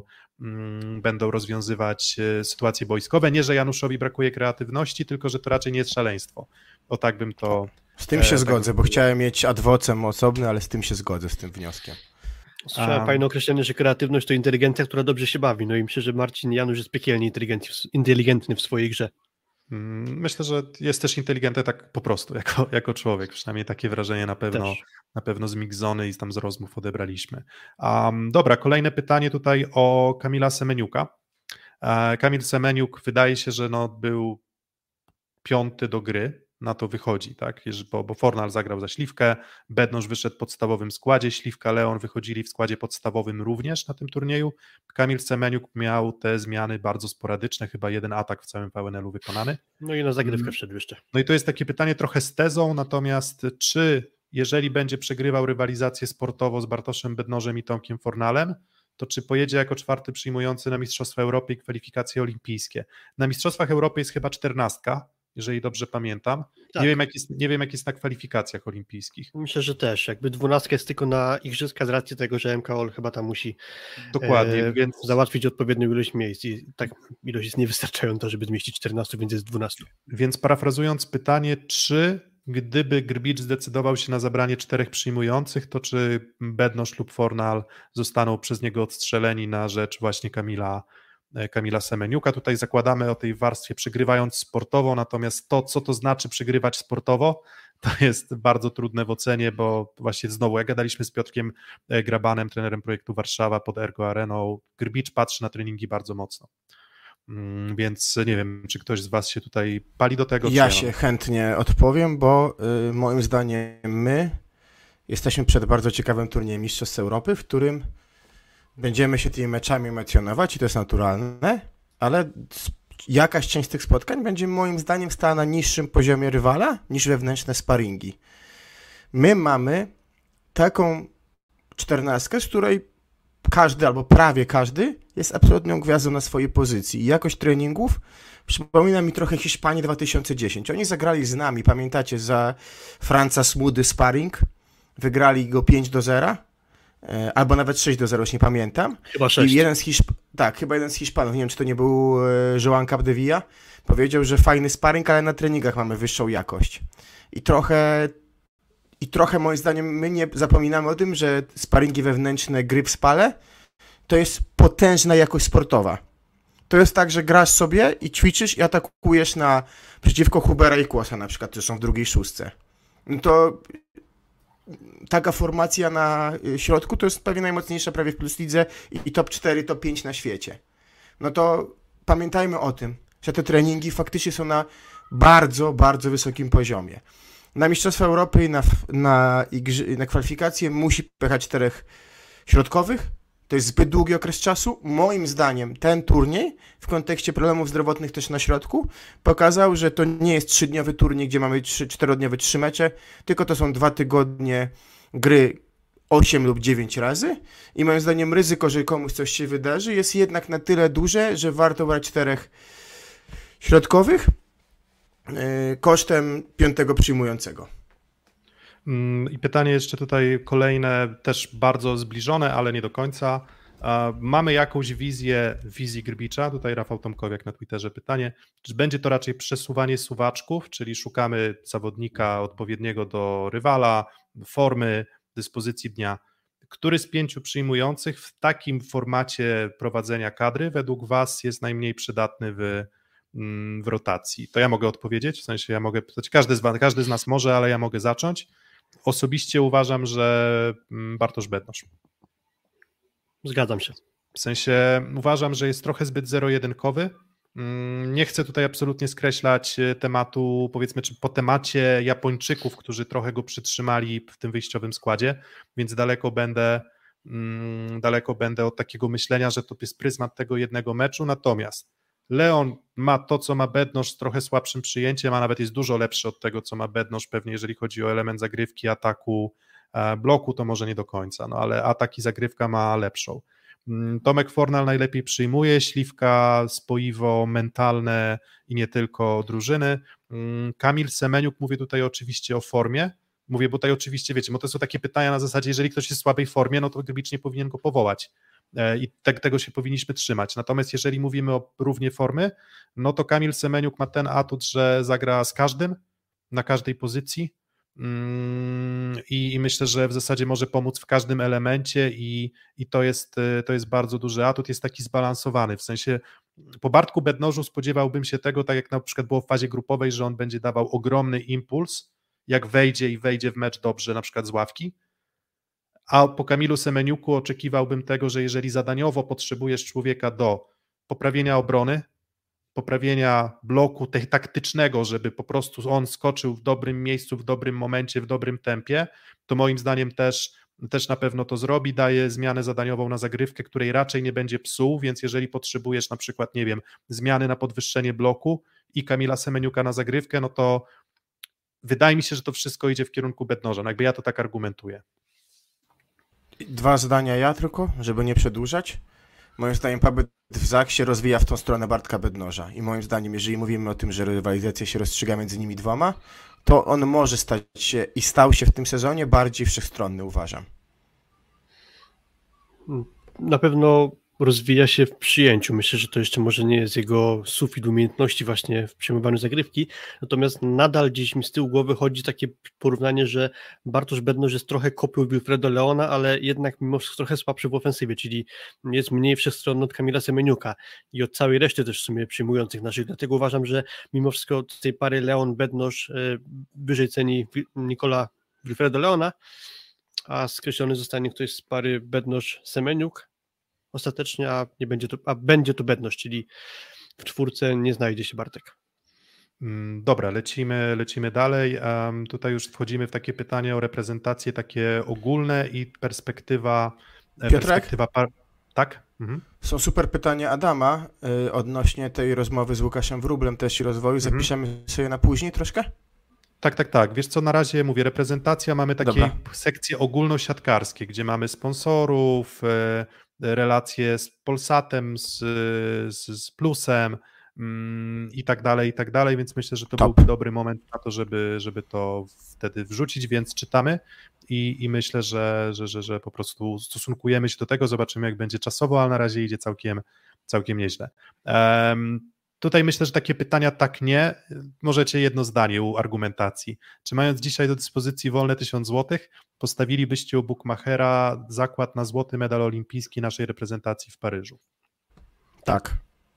będą rozwiązywać sytuacje boiskowe. Nie, że Januszowi brakuje kreatywności, tylko że to raczej nie jest szaleństwo. O tak bym to... Z tym się zgodzę, bo chciałem mieć ad vocem osobny, ale z tym się zgodzę, z tym wnioskiem. Słyszałem fajne określenie, że kreatywność to inteligencja, która dobrze się bawi. No i myślę, że Marcin Janusz jest piekielnie inteligentny w swojej grze. Myślę, że jest też inteligentny tak po prostu, jako człowiek. Przynajmniej takie wrażenie na pewno z Mixzony i tam z rozmów odebraliśmy. Dobra, kolejne pytanie tutaj o Kamila Semeniuka. Kamil Semeniuk wydaje się, że był 5. do gry, na to wychodzi, tak? Bo Fornal zagrał za Śliwkę, Bednosz wyszedł w podstawowym składzie, Śliwka, Leon wychodzili w składzie podstawowym również na tym turnieju. Kamil Semeniuk miał te zmiany bardzo sporadyczne, chyba 1 atak w całym VNL-u wykonany. No i na zagrywkę wszedł jeszcze. No i to jest takie pytanie trochę z tezą, natomiast czy jeżeli będzie przegrywał rywalizację sportowo z Bartoszem Bednożem i Tomkiem Fornalem, to czy pojedzie jako 4. przyjmujący na Mistrzostwa Europy i kwalifikacje olimpijskie? Na Mistrzostwach Europy jest chyba 14, jeżeli dobrze pamiętam. Tak. Nie wiem, jak jest na kwalifikacjach olimpijskich. Myślę, że też. Jakby 12 jest tylko na igrzyska z racji tego, że MKOL chyba tam musi Dokładnie, więc załatwić odpowiednią ilość miejsc i tak ilość jest niewystarczająca, żeby zmieścić 14, więc jest 12. Więc parafrazując pytanie, czy gdyby Grbicz zdecydował się na zabranie 4 przyjmujących, to czy Bednosz lub Fornal zostaną przez niego odstrzeleni na rzecz właśnie Kamila Semeniuka? Tutaj zakładamy o tej warstwie przegrywając sportowo, natomiast to, co to znaczy przegrywać sportowo, to jest bardzo trudne w ocenie, bo właśnie znowu, jak gadaliśmy z Piotrkiem Grabanem, trenerem projektu Warszawa pod Ergo Areną, Grbicz patrzy na treningi bardzo mocno. Więc nie wiem, czy ktoś z was się tutaj pali do tego? Ja się chętnie odpowiem, bo moim zdaniem my jesteśmy przed bardzo ciekawym turniejem Mistrzostw Europy, w którym będziemy się tymi meczami emocjonować i to jest naturalne, ale jakaś część z tych spotkań będzie moim zdaniem stała na niższym poziomie rywala niż wewnętrzne sparingi. My mamy taką 14, z której każdy albo prawie każdy jest absolutną gwiazdą na swojej pozycji. I jakość treningów przypomina mi trochę Hiszpanii 2010. Oni zagrali z nami, pamiętacie, za Franca Smudy sparring, wygrali go 5-0. Albo nawet 6-0, już nie pamiętam. Chyba 6. I chyba jeden z Hiszpanów, nie wiem, czy to nie był Joan Capdevilla, powiedział, że fajny sparring, ale na treningach mamy wyższą jakość. I trochę moim zdaniem my nie zapominamy o tym, że sparingi wewnętrzne, gry w spale, to jest potężna jakość sportowa. To jest tak, że grasz sobie i ćwiczysz i atakujesz przeciwko Hubera i Kłosa na przykład, którzy są w drugiej szóstce. No to taka formacja na środku to jest prawie najmocniejsza prawie w Plus Lidze i top 4, top 5 na świecie. No to pamiętajmy o tym, że te treningi faktycznie są na bardzo, bardzo wysokim poziomie. Na Mistrzostwa Europy i na kwalifikacje musi pojechać 4 środkowych. To jest zbyt długi okres czasu. Moim zdaniem ten turniej w kontekście problemów zdrowotnych też na środku pokazał, że to nie jest 3-dniowy turniej, gdzie mamy 4-dniowe 3 mecze, tylko to są 2 tygodnie gry 8 lub 9 razy i moim zdaniem ryzyko, że komuś coś się wydarzy, jest jednak na tyle duże, że warto brać 4 środkowych kosztem 5 przyjmującego. I pytanie jeszcze tutaj kolejne, też bardzo zbliżone, ale nie do końca. Mamy jakąś wizji Grbicza, tutaj Rafał Tomkowiak na Twitterze pytanie, czy będzie to raczej przesuwanie suwaczków, czyli szukamy zawodnika odpowiedniego do rywala, formy, dyspozycji dnia. Który z 5 przyjmujących w takim formacie prowadzenia kadry według Was jest najmniej przydatny w rotacji? To ja mogę odpowiedzieć, w sensie ja mogę pytać, każdy z nas może, ale ja mogę zacząć. Osobiście uważam, że Bartosz Bednosz. Zgadzam się. W sensie uważam, że jest trochę zbyt zero-jedynkowy. Nie chcę tutaj absolutnie skreślać tematu, powiedzmy, czy po temacie Japończyków, którzy trochę go przytrzymali w tym wyjściowym składzie, więc daleko będę od takiego myślenia, że to jest pryzmat tego jednego meczu, natomiast Leon ma to, co ma Bednosz z trochę słabszym przyjęciem, a nawet jest dużo lepszy od tego, co ma Bednosz, pewnie jeżeli chodzi o element zagrywki, ataku, bloku, to może nie do końca, no ale atak i zagrywka ma lepszą. Tomek Fornal najlepiej przyjmuje, Śliwka, spoiwo mentalne i nie tylko drużyny. Kamil Semeniuk, mówię tutaj oczywiście o formie, mówię, bo tutaj oczywiście, wiecie, bo to są takie pytania na zasadzie, jeżeli ktoś jest w słabej formie, no to Grbic nie powinien go powołać i tego się powinniśmy trzymać. Natomiast jeżeli mówimy o równie formy, no to Kamil Semeniuk ma ten atut, że zagra z każdym, na każdej pozycji, i myślę, że w zasadzie może pomóc w każdym elemencie i to jest bardzo duży atut, jest taki zbalansowany, w sensie po Bartku Bednożu spodziewałbym się tego, tak jak na przykład było w fazie grupowej, że on będzie dawał ogromny impuls, jak wejdzie w mecz dobrze, na przykład z ławki, a po Kamilu Semeniuku oczekiwałbym tego, że jeżeli zadaniowo potrzebujesz człowieka do poprawienia obrony, poprawienia bloku taktycznego, żeby po prostu on skoczył w dobrym miejscu, w dobrym momencie, w dobrym tempie, to moim zdaniem też na pewno to zrobi, daje zmianę zadaniową na zagrywkę, której raczej nie będzie psuł, więc jeżeli potrzebujesz na przykład, nie wiem, zmiany na podwyższenie bloku i Kamila Semeniuka na zagrywkę, no to wydaje mi się, że to wszystko idzie w kierunku Bednoża, no jakby ja to tak argumentuję. 2 zdania ja tylko, żeby nie przedłużać. Moim zdaniem Paweł Wzak się rozwija w tą stronę Bartka Bednoża i moim zdaniem, jeżeli mówimy o tym, że rywalizacja się rozstrzyga między nimi dwoma, to on może stać się i stał się w tym sezonie bardziej wszechstronny, uważam. Na pewno rozwija się w przyjęciu. Myślę, że to jeszcze może nie jest jego sufit umiejętności właśnie w przyjmowaniu zagrywki, natomiast nadal gdzieś mi z tyłu głowy chodzi takie porównanie, że Bartosz Bednoż jest trochę kopią Wilfredo Leona, ale jednak mimo wszystko trochę słabszy w ofensywie, czyli jest mniej wszechstronny od Kamila Semeniuka i od całej reszty też w sumie przyjmujących naszych, dlatego uważam, że mimo wszystko od tej pary Leon-Bednoż wyżej ceni Nikola Wilfredo Leona, a skreślony zostanie ktoś z pary Bednoż-Semeniuk ostatecznie, a będzie to Bednoż, czyli w 4 nie znajdzie się Bartek. Dobra, lecimy dalej. Tutaj już wchodzimy w takie pytanie o reprezentację takie ogólne i perspektywa tak? Mhm. Są super pytania Adama odnośnie tej rozmowy z Łukaszem Wróblem też i rozwoju. Zapiszemy sobie na później troszkę? Tak. Wiesz co, na razie mówię, reprezentacja, mamy takie sekcje ogólnosiatkarskie, gdzie mamy sponsorów, relacje z Polsatem, z Plusem i tak dalej, więc myślę, że to byłby dobry moment na to, żeby to wtedy wrzucić, więc czytamy i myślę, że po prostu stosunkujemy się do tego, zobaczymy jak będzie czasowo, ale na razie idzie całkiem nieźle. Tutaj myślę, że takie pytania tak nie, możecie jedno zdanie u argumentacji. Czy mając dzisiaj do dyspozycji wolne 1000 zł, postawilibyście u Bookmachera zakład na złoty medal olimpijski naszej reprezentacji w Paryżu? Tak.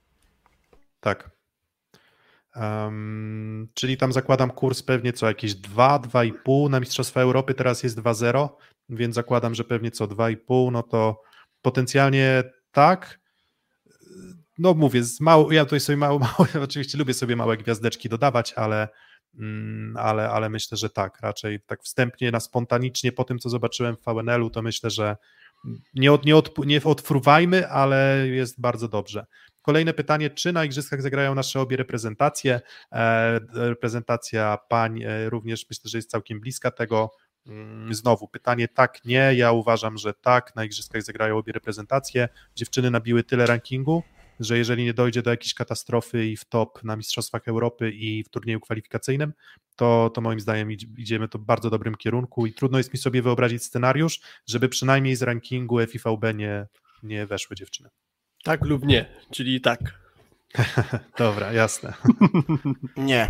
Czyli tam zakładam kurs pewnie co jakieś 2,5, na Mistrzostwa Europy teraz jest 2,0, więc zakładam, że pewnie co 2,5, no to potencjalnie tak. No mówię, ja tutaj sobie mało, oczywiście lubię sobie małe gwiazdeczki dodawać, ale myślę, że tak, raczej tak wstępnie, spontanicznie po tym, co zobaczyłem w VNL-u, to myślę, że nie odfruwajmy, ale jest bardzo dobrze. Kolejne pytanie, czy na Igrzyskach zagrają nasze obie reprezentacje? Reprezentacja pań również myślę, że jest całkiem bliska tego. Znowu pytanie tak, nie, ja uważam, że tak, na igrzyskach zagrają obie reprezentacje, dziewczyny nabiły tyle rankingu, że jeżeli nie dojdzie do jakiejś katastrofy i w top na Mistrzostwach Europy i w turnieju kwalifikacyjnym, to moim zdaniem idziemy to w bardzo dobrym kierunku i trudno jest mi sobie wyobrazić scenariusz, żeby przynajmniej z rankingu FIVB nie weszły dziewczyny. Tak lub nie, czyli tak. Dobra, jasne. Nie.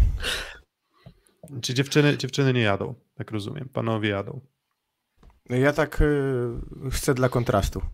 Czy dziewczyny nie jadą, tak rozumiem, panowie jadą. Ja tak chcę dla kontrastu.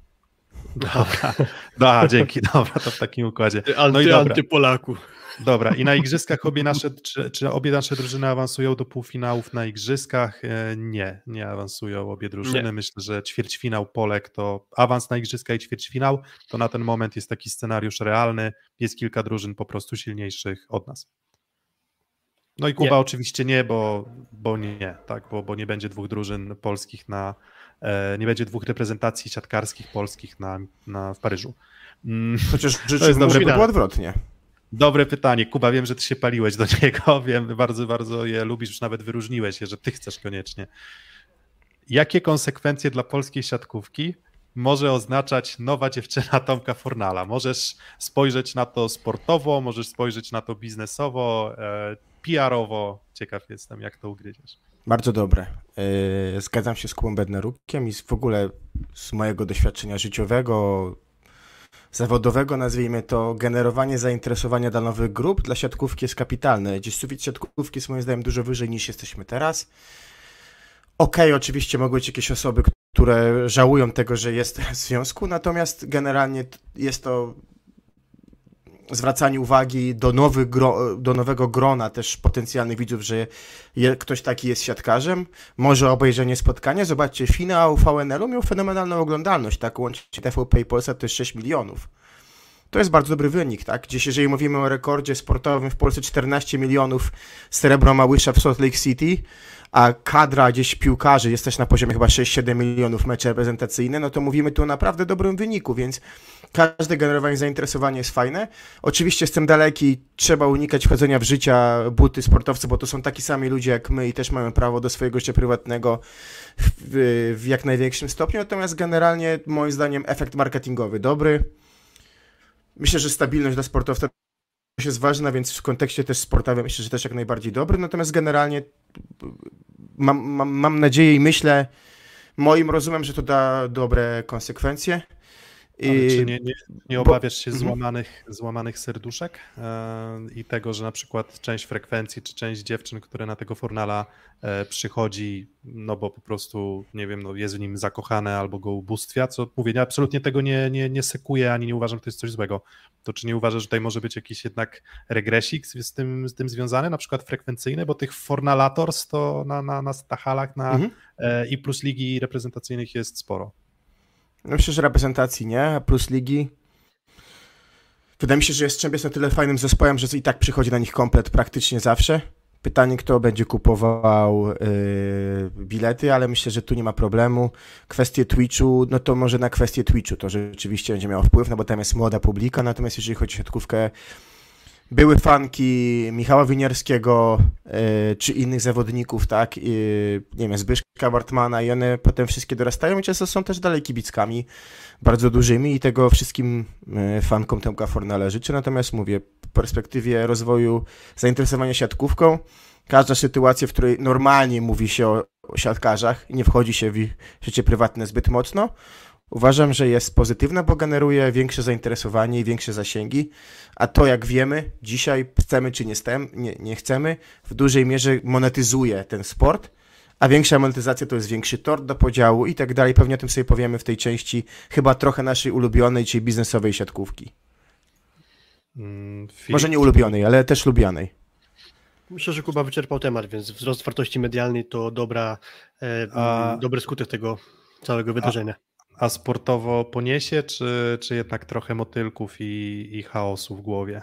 Dobra, dzięki, dobra, to w takim układzie. No i dobra. Antypolaku. Dobra, i na igrzyskach czy obie nasze drużyny awansują do półfinałów na igrzyskach? Nie awansują obie drużyny. Nie. Myślę, że ćwierćfinał Polek to awans na igrzyska i ćwierćfinał, to na ten moment jest taki scenariusz realny, jest kilka drużyn po prostu silniejszych od nas. No i Kuba oczywiście nie, bo nie, tak, bo nie będzie dwóch drużyn polskich nie będzie dwóch reprezentacji siatkarskich polskich w Paryżu. Chociaż może by było odwrotnie. Dobre pytanie. Kuba, wiem, że ty się paliłeś do niego, wiem, bardzo, bardzo je lubisz, już nawet wyróżniłeś je, że ty chcesz koniecznie. Jakie konsekwencje dla polskiej siatkówki może oznaczać nowa dziewczyna Tomka Fornala? Możesz spojrzeć na to sportowo, możesz spojrzeć na to biznesowo, PR-owo. Ciekaw jestem, jak to ugryziesz. Bardzo dobre. Zgadzam się z Kubą Bednarukiem i w ogóle z mojego doświadczenia życiowego, zawodowego, nazwijmy to, generowanie zainteresowania dla nowych grup, dla siatkówki jest kapitalne. Dziś sufit siatkówki jest moim zdaniem dużo wyżej niż jesteśmy teraz. Okej, oczywiście mogą być jakieś osoby, które żałują tego, że jest w związku, natomiast generalnie jest to zwracanie uwagi do nowego grona też potencjalnych widzów, że ktoś taki jest siatkarzem, może obejrzenie spotkania, zobaczcie, finał VNL-u miał fenomenalną oglądalność, tak, łącznie TVP i Polsat to jest 6 milionów. To jest bardzo dobry wynik, tak, gdzieś jeżeli mówimy o rekordzie sportowym w Polsce 14 milionów Srebro Małysza w Salt Lake City, a kadra gdzieś piłkarzy jest też na poziomie chyba 6-7 milionów mecze reprezentacyjne, no to mówimy tu o naprawdę dobrym wyniku, więc każde generowanie zainteresowania jest fajne. Oczywiście jestem daleki, trzeba unikać wchodzenia w życia buty sportowców, bo to są taki sami ludzie jak my i też mamy prawo do swojego życia prywatnego w jak największym stopniu, natomiast generalnie moim zdaniem efekt marketingowy dobry. Myślę, że stabilność dla sportowca jest ważna, więc w kontekście też sportowym myślę, że też jak najbardziej dobry, natomiast generalnie mam nadzieję i myślę moim rozumem, że to da dobre konsekwencje. Ale czy nie obawiasz się złamanych serduszek i tego, że na przykład część frekwencji, czy część dziewczyn, które na tego Fornala przychodzi, no bo po prostu, nie wiem, no jest w nim zakochane albo go ubóstwia, co mówię, ja absolutnie tego nie sekuję, ani nie uważam, że to jest coś złego. To czy nie uważasz, że tutaj może być jakiś jednak regresik z tym związany, na przykład frekwencyjny, bo tych Fornalators to na stachalach i plus ligi reprezentacyjnych jest sporo. No myślę, że reprezentacji nie, a plus ligi. Wydaje mi się, że Jastrzębie jest na tyle fajnym zespołem, że i tak przychodzi na nich komplet praktycznie zawsze. Pytanie, kto będzie kupował bilety, ale myślę, że tu nie ma problemu. Kwestie Twitchu, no to może na kwestię Twitchu to rzeczywiście będzie miało wpływ, no bo tam jest młoda publika, natomiast jeżeli chodzi o siatkówkę, były fanki Michała Winiarskiego czy innych zawodników, tak, nie wiem, Zbyszka Bartmana i one potem wszystkie dorastają i często są też dalej kibickami bardzo dużymi i tego wszystkim fankom Tomka Fornala życzę. Natomiast mówię, w perspektywie rozwoju zainteresowania siatkówką, każda sytuacja, w której normalnie mówi się o siatkarzach i nie wchodzi się w ich życie prywatne zbyt mocno, uważam, że jest pozytywna, bo generuje większe zainteresowanie i większe zasięgi, a to jak wiemy, dzisiaj chcemy czy nie chcemy, w dużej mierze monetyzuje ten sport, a większa monetyzacja to jest większy tort do podziału i tak dalej. Pewnie o tym sobie powiemy w tej części chyba trochę naszej ulubionej, czyli biznesowej siatkówki. Może nie ulubionej, ale też lubianej. Myślę, że Kuba wyczerpał temat, więc wzrost wartości medialnej to dobry skutek tego całego wydarzenia. A sportowo poniesie, czy jednak trochę motylków i chaosu w głowie?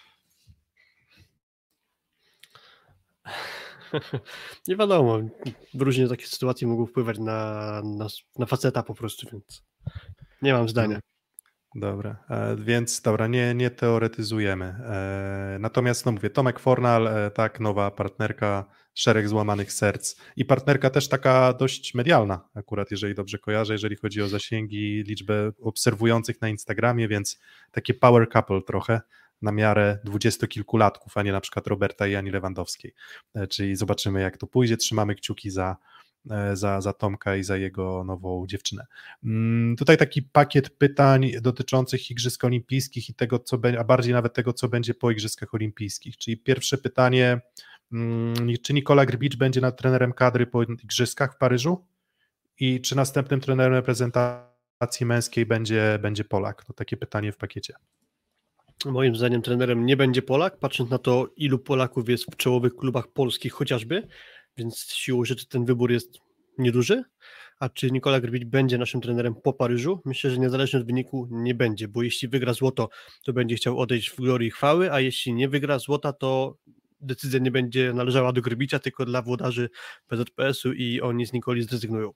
Nie wiadomo, różnie takie sytuacje mogą wpływać na faceta po prostu, więc nie mam zdania. Dobra, więc dobra, nie teoretyzujemy. Natomiast no mówię, Tomek Fornal, tak, nowa partnerka szereg złamanych serc. I partnerka też taka dość medialna akurat, jeżeli dobrze kojarzę, jeżeli chodzi o zasięgi, liczbę obserwujących na Instagramie, więc takie power couple trochę na miarę dwudziestokilkulatków, a nie na przykład Roberta i Ani Lewandowskiej. Czyli zobaczymy, jak to pójdzie. Trzymamy kciuki za Tomka i za jego nową dziewczynę. Tutaj taki pakiet pytań dotyczących Igrzysk Olimpijskich i tego, a bardziej nawet tego, co będzie po Igrzyskach Olimpijskich. Czyli pierwsze pytanie, czy Nikola Grbić będzie trenerem kadry po Igrzyskach w Paryżu i czy następnym trenerem reprezentacji męskiej będzie Polak? To takie pytanie w pakiecie. Moim zdaniem trenerem nie będzie Polak, patrząc na to, ilu Polaków jest w czołowych klubach polskich chociażby, więc siłą rzeczy ten wybór jest nieduży. A czy Nikola Grbić będzie naszym trenerem po Paryżu? Myślę, że niezależnie od wyniku nie będzie, bo jeśli wygra złoto, to będzie chciał odejść w glorii i chwały, a jeśli nie wygra złota, to decyzja nie będzie należała do Grbicia, tylko dla włodarzy PZPS-u i oni z Nikoli zrezygnują.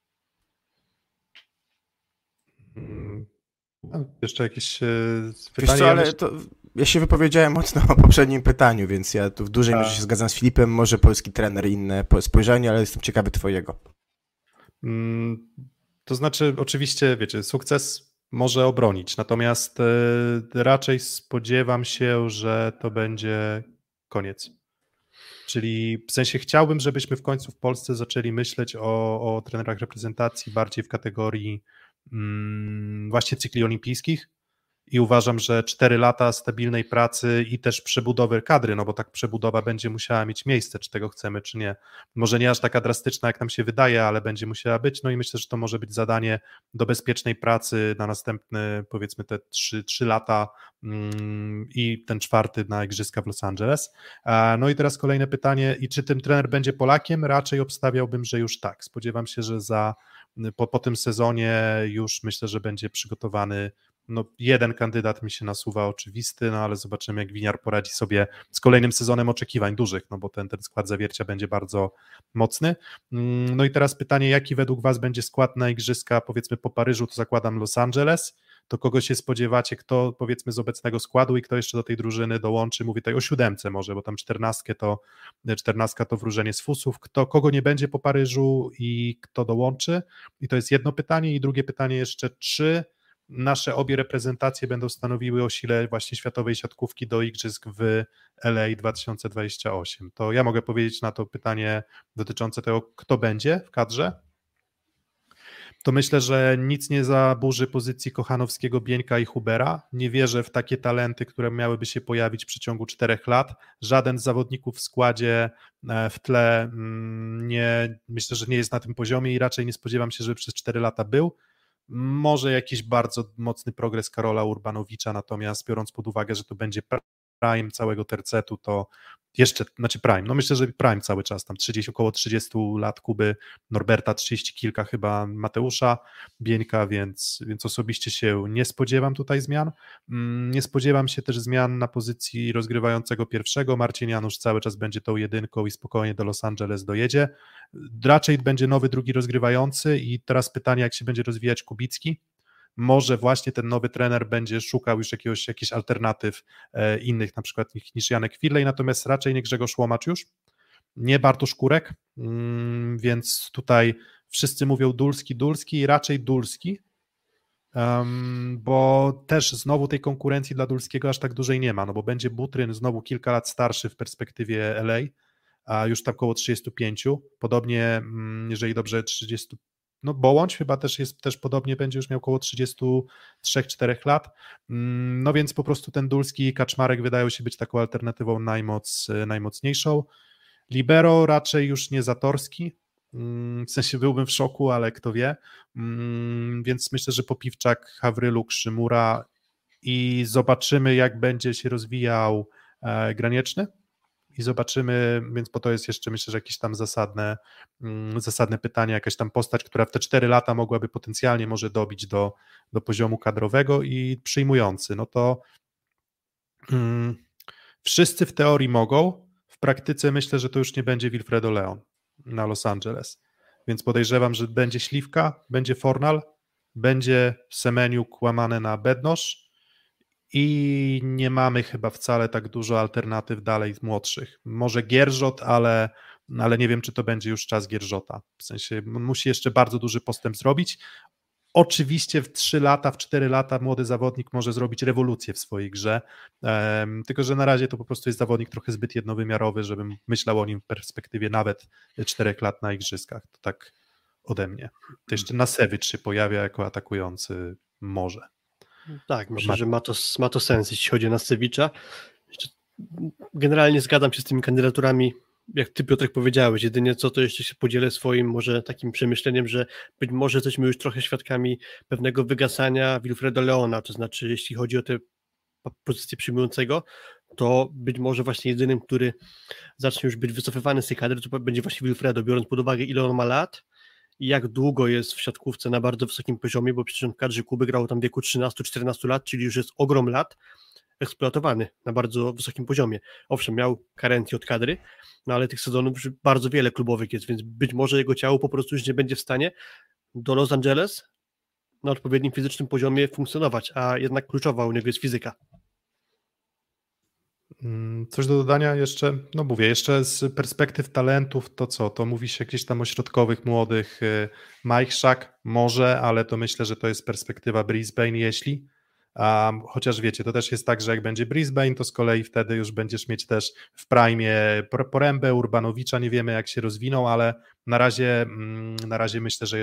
Jeszcze jakieś pytanie? Wiesz co, ale to ja się wypowiedziałem mocno o poprzednim pytaniu, więc ja tu w dużej mierze się zgadzam z Filipem, może polski trener inne spojrzenie, ale jestem ciekawy twojego. To znaczy, oczywiście, wiecie, sukces może obronić, natomiast raczej spodziewam się, że to będzie koniec. Czyli w sensie chciałbym, żebyśmy w końcu w Polsce zaczęli myśleć o trenerach reprezentacji bardziej w kategorii właśnie cykli olimpijskich i uważam, że 4 lata stabilnej pracy i też przebudowy kadry, no bo tak przebudowa będzie musiała mieć miejsce, czy tego chcemy, czy nie. Może nie aż taka drastyczna, jak nam się wydaje, ale będzie musiała być, no i myślę, że to może być zadanie do bezpiecznej pracy na następny, powiedzmy te 3 lata i ten 4 na Igrzyska w Los Angeles. No i teraz kolejne pytanie, i czy ten trener będzie Polakiem? Raczej obstawiałbym, że już tak. Spodziewam się, że po tym sezonie już myślę, że będzie przygotowany. No, jeden kandydat mi się nasuwa oczywisty, no ale zobaczymy, jak Winiar poradzi sobie z kolejnym sezonem oczekiwań dużych, no bo ten skład zawiercia będzie bardzo mocny. No i teraz pytanie, jaki według Was będzie skład na Igrzyska, powiedzmy po Paryżu, to zakładam Los Angeles, to kogo się spodziewacie, kto powiedzmy z obecnego składu i kto jeszcze do tej drużyny dołączy, mówię tutaj o 7 może, bo tam 14 to wróżenie z fusów, kogo nie będzie po Paryżu i kto dołączy, i to jest jedno pytanie, i drugie pytanie jeszcze, czy nasze obie reprezentacje będą stanowiły o sile właśnie światowej siatkówki do Igrzysk w LA 2028. To ja mogę powiedzieć na to pytanie dotyczące tego, kto będzie w kadrze. To myślę, że nic nie zaburzy pozycji Kochanowskiego, Bieńka i Hubera. Nie wierzę w takie talenty, które miałyby się pojawić w przeciągu 4 lat. Żaden z zawodników w składzie w tle myślę, że nie jest na tym poziomie i raczej nie spodziewam się, żeby przez 4 lata był. Może jakiś bardzo mocny progres Karola Urbanowicza, natomiast biorąc pod uwagę, że to będzie prime całego tercetu, to jeszcze, znaczy prime, no myślę, że prime cały czas, tam około 30 lat Kuby, Norberta, 30 kilka chyba Mateusza, Bieńka, więc osobiście się nie spodziewam tutaj zmian. Nie spodziewam się też zmian na pozycji rozgrywającego pierwszego. Marcin Janusz cały czas będzie tą jedynką i spokojnie do Los Angeles dojedzie. Raczej będzie nowy drugi rozgrywający i teraz pytanie, jak się będzie rozwijać Kubicki. Może właśnie ten nowy trener będzie szukał już jakichś alternatyw innych, na przykład niż Janek Firlej, natomiast raczej nie Grzegorz Łomacz już, nie Bartosz Kurek, więc tutaj wszyscy mówią Dulski i raczej Dulski, bo też znowu tej konkurencji dla Dulskiego aż tak dużej nie ma, no bo będzie Butryn znowu kilka lat starszy w perspektywie LA, a już tam około 35, podobnie jeżeli dobrze 30, no Bołądź chyba też podobnie będzie już miał około 33-4 lat, no więc po prostu ten Dulski i Kaczmarek wydają się być taką alternatywą najmocniejszą. Libero raczej już nie Zatorski, w sensie byłbym w szoku, ale kto wie, więc myślę, że Popiwczak, Hawryluk, Szymura i zobaczymy, jak będzie się rozwijał Granieczny. I zobaczymy, więc po to jest jeszcze, myślę, że jakieś tam zasadne pytanie, jakaś tam postać, która w te 4 lata mogłaby potencjalnie może dobić do poziomu kadrowego i przyjmujący, no to wszyscy w teorii mogą, w praktyce myślę, że to już nie będzie Wilfredo Leon na Los Angeles, więc podejrzewam, że będzie Śliwka, będzie Fornal, będzie Semeniuk łamane na Bednosz, i nie mamy chyba wcale tak dużo alternatyw dalej młodszych. Może Gierżot, ale ale nie wiem, czy to będzie już czas Gierżota. W sensie on musi jeszcze bardzo duży postęp zrobić. Oczywiście w 3 lata, w 4 lata młody zawodnik może zrobić rewolucję w swojej grze, tylko że na razie to po prostu jest zawodnik trochę zbyt jednowymiarowy, żebym myślał o nim w perspektywie nawet 4 lat na igrzyskach. To tak ode mnie. To jeszcze Nasewicz się pojawia jako atakujący może. Tak, myślę, że ma to sens, jeśli chodzi o Nasewicza. Generalnie zgadzam się z tymi kandydaturami, jak ty, Piotrek, powiedziałeś. Jedynie co, to jeszcze się podzielę swoim może takim przemyśleniem, że być może jesteśmy już trochę świadkami pewnego wygasania Wilfredo Leona, to znaczy jeśli chodzi o tę pozycję przyjmującego, to być może właśnie jedynym, który zacznie już być wycofywany z tej kadry, to będzie właśnie Wilfredo, biorąc pod uwagę, ile on ma lat i jak długo jest w siatkówce na bardzo wysokim poziomie, bo przecież on w kadrze Kuby grał tam w wieku 13-14 lat, czyli już jest ogrom lat eksploatowany na bardzo wysokim poziomie. Owszem, miał karencję od kadry, no ale tych sezonów już bardzo wiele klubowych jest, więc być może jego ciało po prostu już nie będzie w stanie do Los Angeles na odpowiednim fizycznym poziomie funkcjonować, a jednak kluczowa u niego jest fizyka. Coś do dodania jeszcze? No mówię, jeszcze z perspektyw talentów, to co? To mówi się gdzieś tam o środkowych, młodych, Majchrzak może, ale to myślę, że to jest perspektywa Brisbane, jeśli. Chociaż wiecie, to też jest tak, że jak będzie Brisbane, to z kolei wtedy już będziesz mieć też w prime Porębę, Urbanowicza, nie wiemy jak się rozwiną, ale na razie myślę, że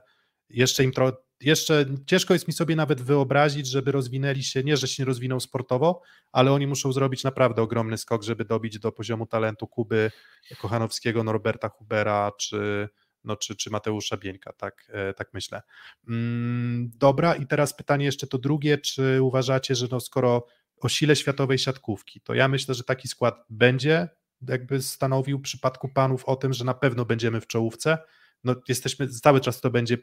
jeszcze ciężko jest mi sobie nawet wyobrazić, żeby rozwinęli się, nie, że się nie rozwiną sportowo, ale oni muszą zrobić naprawdę ogromny skok, żeby dobić do poziomu talentu Kuby Kochanowskiego, Norberta Hubera czy Mateusza Bieńka, tak myślę. Dobra, i teraz pytanie jeszcze to drugie, czy uważacie, że skoro o sile światowej siatkówki, to ja myślę, że taki skład będzie jakby stanowił w przypadku panów o tym, że na pewno będziemy w czołówce, cały czas to będzie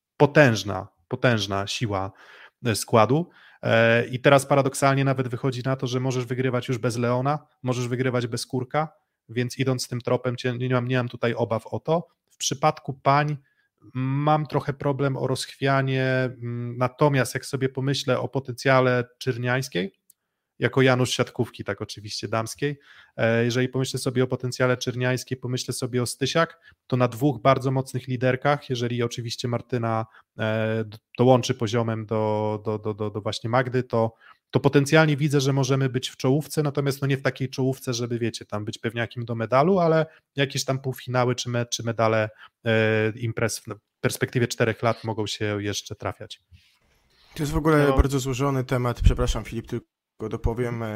potężna siła składu i teraz paradoksalnie nawet wychodzi na to, że możesz wygrywać już bez Leona, możesz wygrywać bez Kurka, więc idąc tym tropem nie mam tutaj obaw o to. W przypadku pań mam trochę problem o rozchwianie, natomiast jak sobie pomyślę o potencjale Czyrniańskiej, jako Janusz siatkówki, tak oczywiście damskiej, jeżeli pomyślę sobie o potencjale Czyrniańskiej, pomyślę sobie o Stysiak, to na 2 bardzo mocnych liderkach, jeżeli oczywiście Martyna dołączy poziomem do właśnie Magdy, to potencjalnie widzę, że możemy być w czołówce, natomiast nie w takiej czołówce, żeby wiecie, tam być pewniakiem do medalu, ale jakieś tam półfinały czy medale imprez w perspektywie 4 lat mogą się jeszcze trafiać. To jest w ogóle bardzo złożony temat, przepraszam Filip, tylko dopowiem,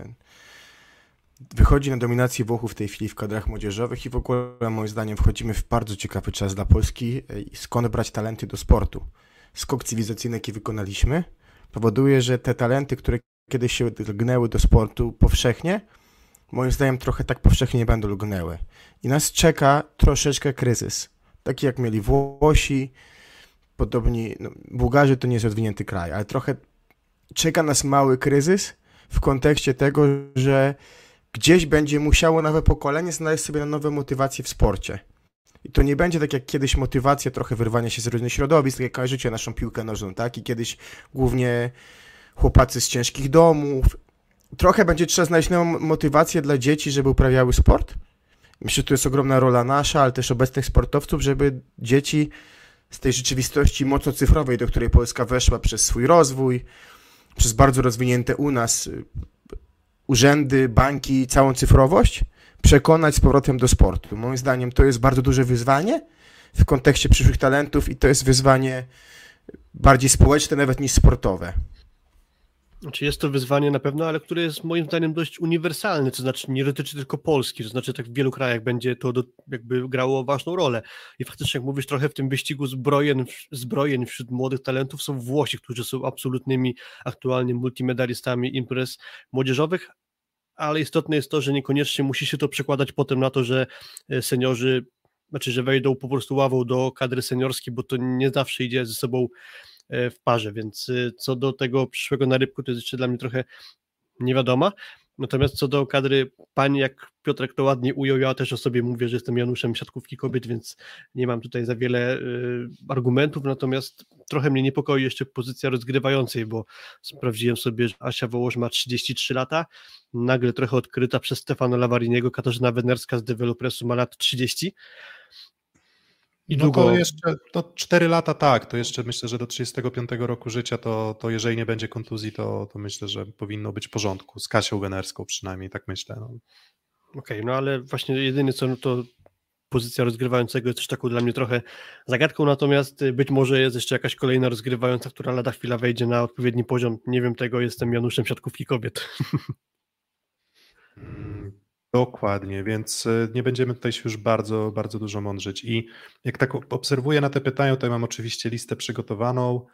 wychodzi na dominację Włochów w tej chwili w kadrach młodzieżowych i w ogóle moim zdaniem wchodzimy w bardzo ciekawy czas dla Polski, skąd brać talenty do sportu. Skok cywilizacyjny, jaki wykonaliśmy, powoduje, że te talenty, które kiedyś się lgnęły do sportu powszechnie, moim zdaniem trochę tak powszechnie nie będą lgnęły. I nas czeka troszeczkę kryzys. Taki jak mieli Włosi, podobni, Bułgarzy to nie jest rozwinięty kraj, ale trochę czeka nas mały kryzys w kontekście tego, że gdzieś będzie musiało nowe pokolenie znaleźć sobie na nowe motywacje w sporcie. I to nie będzie tak jak kiedyś motywacja trochę wyrwania się z różnych środowisk, tak jak kojarzycie naszą piłkę nożną, tak? I kiedyś głównie chłopacy z ciężkich domów. Trochę będzie trzeba znaleźć nową motywację dla dzieci, żeby uprawiały sport. Myślę, że to jest ogromna rola nasza, ale też obecnych sportowców, żeby dzieci z tej rzeczywistości mocno cyfrowej, do której Polska weszła przez swój rozwój, przez bardzo rozwinięte u nas urzędy, banki, całą cyfrowość, przekonać z powrotem do sportu. Moim zdaniem to jest bardzo duże wyzwanie w kontekście przyszłych talentów i to jest wyzwanie bardziej społeczne nawet niż sportowe. Znaczy jest to wyzwanie na pewno, ale które jest moim zdaniem dość uniwersalne, to znaczy nie dotyczy tylko Polski, to znaczy tak w wielu krajach będzie to jakby grało ważną rolę. I faktycznie jak mówisz trochę w tym wyścigu zbrojeń wśród młodych talentów są Włosi, którzy są absolutnymi aktualnie multimedalistami imprez młodzieżowych, ale istotne jest to, że niekoniecznie musi się to przekładać potem na to, że seniorzy, znaczy że wejdą po prostu ławą do kadry seniorskiej, bo to nie zawsze idzie ze sobą w parze, więc co do tego przyszłego na rybku to jest jeszcze dla mnie trochę nie wiadoma, natomiast co do kadry pań, jak Piotrek to ładnie ujął, ja też o sobie mówię, że jestem Januszem siatkówki kobiet, więc nie mam tutaj za wiele argumentów, natomiast trochę mnie niepokoi jeszcze pozycja rozgrywającej, bo sprawdziłem sobie, że Asia Wołosz ma 33 lata, nagle trochę odkryta przez Stefano Lavariniego, Katarzyna Wenerska z Developresu ma lat 30. I No to jeszcze 4 lata tak, to jeszcze myślę, że do 35 roku życia to jeżeli nie będzie kontuzji, to myślę, że powinno być w porządku, z Kasią Wenerską przynajmniej, tak myślę. No. Okej, no ale właśnie jedyne co, no to pozycja rozgrywającego jest też taką dla mnie trochę zagadką, natomiast być może jest jeszcze jakaś kolejna rozgrywająca, która lada chwila wejdzie na odpowiedni poziom. Nie wiem tego, jestem Januszem siatkówki kobiet. Dokładnie, więc nie będziemy tutaj się już bardzo, bardzo dużo mądrzyć. I jak tak obserwuję na te pytania, to ja mam oczywiście listę przygotowaną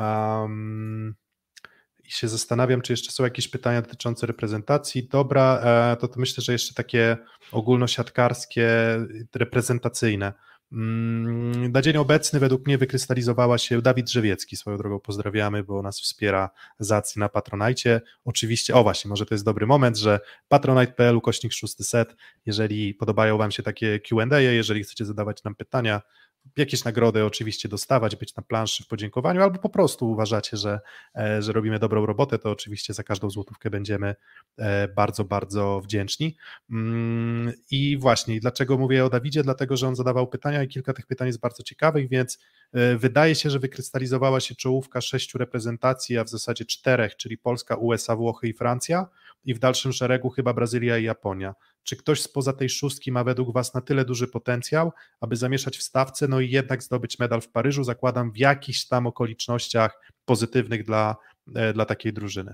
i się zastanawiam, czy jeszcze są jakieś pytania dotyczące reprezentacji. Dobra, to myślę, że jeszcze takie ogólnosiatkarskie, reprezentacyjne. Na dzień obecny według mnie wykrystalizowała się Dawid Drzewiecki, swoją drogą pozdrawiamy, bo nas wspiera z akcji na Patronite. Oczywiście, właśnie, może to jest dobry moment, że patronite.pl/600, jeżeli podobają Wam się takie Q&A, jeżeli chcecie zadawać nam pytania, jakieś nagrody oczywiście dostawać, być na planszy w podziękowaniu, albo po prostu uważacie, że robimy dobrą robotę, to oczywiście za każdą złotówkę będziemy bardzo, bardzo wdzięczni. I właśnie, dlaczego mówię o Dawidzie? Dlatego, że on zadawał pytania i kilka tych pytań jest bardzo ciekawych, więc wydaje się, że wykrystalizowała się czołówka 6 reprezentacji, a w zasadzie 4, czyli Polska, USA, Włochy i Francja, i w dalszym szeregu chyba Brazylia i Japonia. Czy ktoś spoza tej 6 ma według Was na tyle duży potencjał, aby zamieszać w stawce, no i jednak zdobyć medal w Paryżu, zakładam w jakichś tam okolicznościach pozytywnych dla takiej drużyny?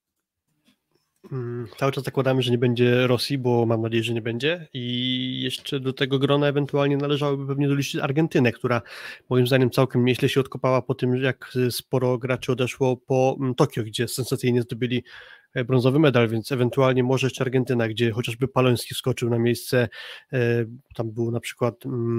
Cały czas zakładamy, że nie będzie Rosji, bo mam nadzieję, że nie będzie, i jeszcze do tego grona ewentualnie należałoby pewnie doliczyć Argentynę, która moim zdaniem całkiem nieźle się odkopała po tym, jak sporo graczy odeszło po Tokio, gdzie sensacyjnie zdobyli brązowy medal, więc ewentualnie może jeszcze Argentyna, gdzie chociażby Paloński wskoczył na miejsce, tam był na przykład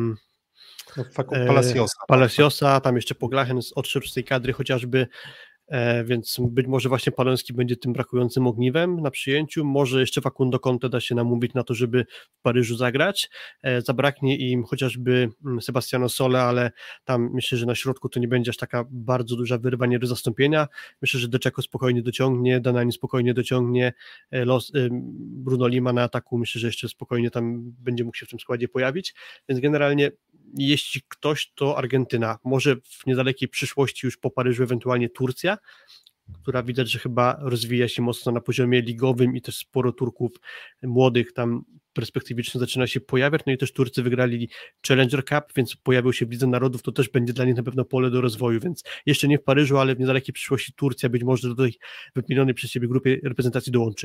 Palaciosa, tam jeszcze Poglachen odszedł z tej kadry chociażby, więc być może właśnie Paloński będzie tym brakującym ogniwem na przyjęciu, może jeszcze Facundo Conte da się namówić na to, żeby w Paryżu zagrać, zabraknie im chociażby Sebastiano Sole, ale tam myślę, że na środku to nie będzie aż taka bardzo duża wyrwa nie do zastąpienia, myślę, że De Cecco spokojnie dociągnie, Danani spokojnie dociągnie, Bruno Lima na ataku myślę, że jeszcze spokojnie tam będzie mógł się w tym składzie pojawić, więc generalnie jeśli ktoś, to Argentyna, może w niedalekiej przyszłości już po Paryżu ewentualnie Turcja, która widać, że chyba rozwija się mocno na poziomie ligowym i też sporo Turków młodych tam perspektywicznie zaczyna się pojawiać, no i też Turcy wygrali Challenger Cup, więc pojawił się w Lidze Narodów, to też będzie dla nich na pewno pole do rozwoju, więc jeszcze nie w Paryżu, ale w niedalekiej przyszłości Turcja być może do tej wymienionej przez siebie grupy reprezentacji dołączy.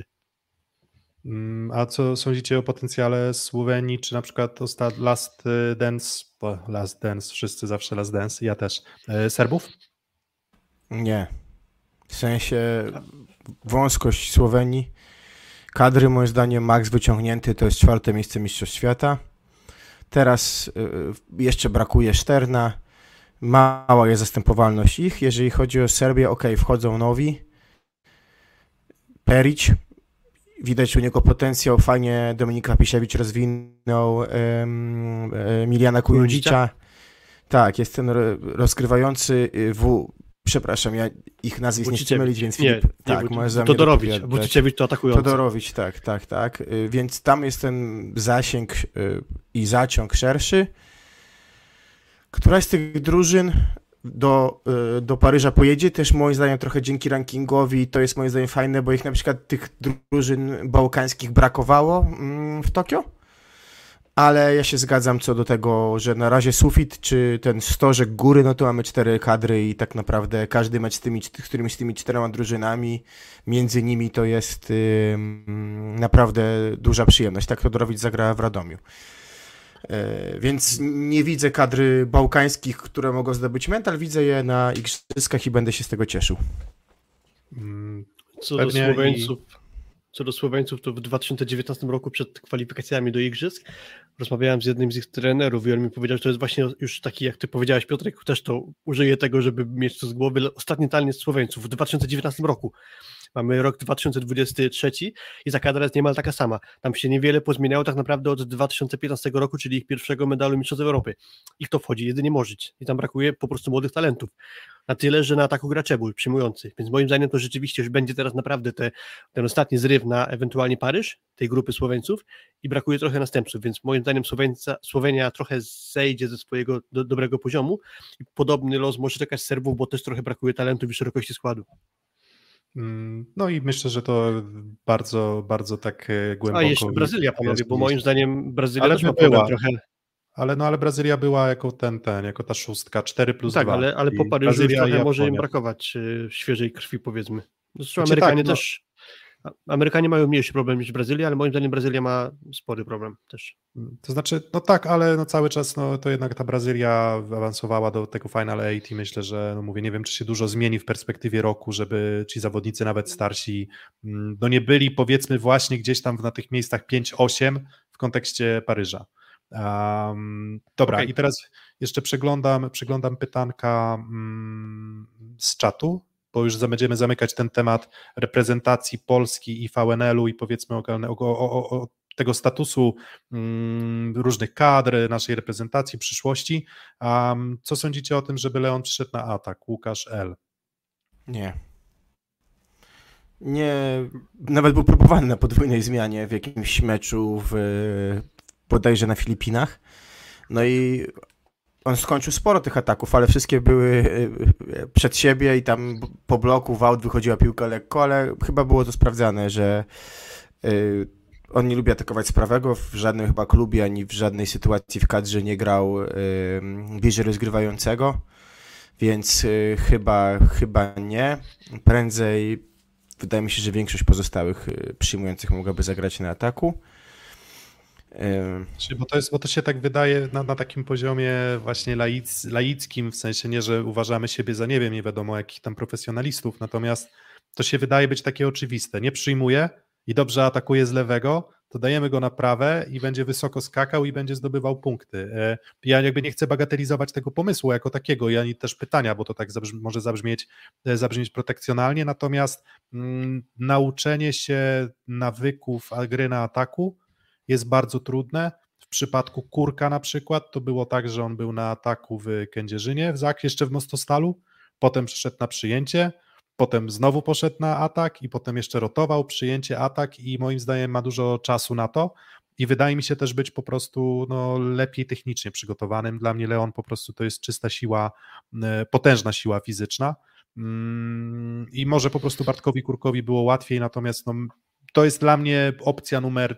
A co sądzicie o potencjale Słowenii, czy na przykład Last Dance, wszyscy zawsze Last Dance, ja też, Serbów? Nie. W sensie wąskość Słowenii, kadry moim zdaniem max wyciągnięty, to jest 4. miejsce Mistrzostw Świata. Teraz jeszcze brakuje Szterna, mała jest zastępowalność ich. Jeżeli chodzi o Serbię, wchodzą nowi. Perić, widać u niego potencjał, fajnie Dominik Lapisiewicz rozwinął Milijana Kujundžića. Tak, jest ten rozgrywający przepraszam, ja ich nazwisk nie chcę mylić, więc Filip, Todorowicz, Vucicevich to atakujący. Todorowicz, tak, więc tam jest ten zasięg i zaciąg szerszy. Któraś z tych drużyn do Paryża pojedzie, też moim zdaniem trochę dzięki rankingowi, to jest moim zdaniem fajne, bo ich na przykład tych drużyn bałkańskich brakowało w Tokio, ale ja się zgadzam co do tego, że na razie sufit, czy ten stożek góry, no to mamy 4 kadry i tak naprawdę każdy mecz którymiś z tymi 4 drużynami, między nimi to jest naprawdę duża przyjemność. Tak Todorowicz zagra w Radomiu. Więc nie widzę kadry bałkańskich, które mogą zdobyć medal, widzę je na igrzyskach i będę się z tego cieszył. Co do Słoweńców, to w 2019 roku przed kwalifikacjami do igrzysk rozmawiałem z jednym z ich trenerów i on mi powiedział, że to jest właśnie już taki, jak ty powiedziałeś, Piotrek, też to użyję tego, żeby mieć to z głowy, ostatni talent Słoweńców w 2019 roku. Mamy rok 2023 i ta kadra jest niemal taka sama. Tam się niewiele pozmieniało tak naprawdę od 2015 roku, czyli ich pierwszego medalu Mistrzostw Europy. I kto wchodzi? Jedynie Morzyć. I tam brakuje po prostu młodych talentów. na tyle, że na ataku gra Czebul przyjmujący, więc moim zdaniem to rzeczywiście już będzie teraz naprawdę ten ostatni zryw na ewentualnie Paryż, tej grupy Słoweńców i brakuje trochę następców, więc moim zdaniem Słowenia trochę zejdzie ze swojego dobrego poziomu i podobny los może czekać Serbów, bo też trochę brakuje talentów i szerokości składu. No i myślę, że to bardzo, bardzo tak głęboko... A jeszcze Brazylia, panowie, bo moim zdaniem Brazylia ale też ma problem trochę. Ale Brazylia była jako jako ta szóstka, 4+2. Tak, ale po Paryżu już trochę może im brakować świeżej krwi, powiedzmy. Zresztą Amerykanie też... Amerykanie mają mniejszy problem niż Brazylia, ale moim zdaniem Brazylia ma spory problem też. To znaczy, no tak, ale cały czas to jednak ta Brazylia awansowała do tego Final Eight i myślę, że mówię, nie wiem, czy się dużo zmieni w perspektywie roku, żeby ci zawodnicy, nawet starsi, nie byli, powiedzmy, właśnie gdzieś tam na tych miejscach 5-8 w kontekście Paryża. Dobra, okay. I teraz jeszcze przeglądam pytanka z czatu, bo już będziemy zamykać ten temat reprezentacji Polski i VNL-u i powiedzmy o tego statusu różnych kadr, naszej reprezentacji, przyszłości. Co sądzicie o tym, żeby Leon przyszedł na atak? Łukasz L. Nie, nawet był próbowany na podwójnej zmianie w jakimś meczu bodajże na Filipinach. No i on skończył sporo tych ataków, ale wszystkie były przed siebie i tam po bloku w aut wychodziła piłka lekko, ale chyba było to sprawdzane, że on nie lubi atakować z prawego, w żadnym chyba klubie, ani w żadnej sytuacji w kadrze nie grał bliżej rozgrywającego, więc chyba nie. Prędzej wydaje mi się, że większość pozostałych przyjmujących mogłaby zagrać na ataku. Bo to się tak wydaje na takim poziomie właśnie laickim, w sensie nie, że uważamy siebie za nie wiadomo jakich tam profesjonalistów, natomiast to się wydaje być takie oczywiste. Nie przyjmuje i dobrze atakuje z lewego, to dajemy go na prawe i będzie wysoko skakał i będzie zdobywał punkty. Ja jakby nie chcę bagatelizować tego pomysłu jako takiego i ani też pytania, bo to tak może zabrzmieć protekcjonalnie, natomiast nauczenie się nawyków gry na ataku jest bardzo trudne. W przypadku Kurka na przykład to było tak, że on był na ataku w Kędzierzynie, w ZAK, jeszcze w Mostostalu, potem przeszedł na przyjęcie, potem znowu poszedł na atak i potem jeszcze rotował, przyjęcie, atak i moim zdaniem ma dużo czasu na to i wydaje mi się też być po prostu lepiej technicznie przygotowanym. Dla mnie Leon po prostu to jest czysta siła, potężna siła fizyczna i może po prostu Bartkowi Kurkowi było łatwiej, natomiast to jest dla mnie opcja numer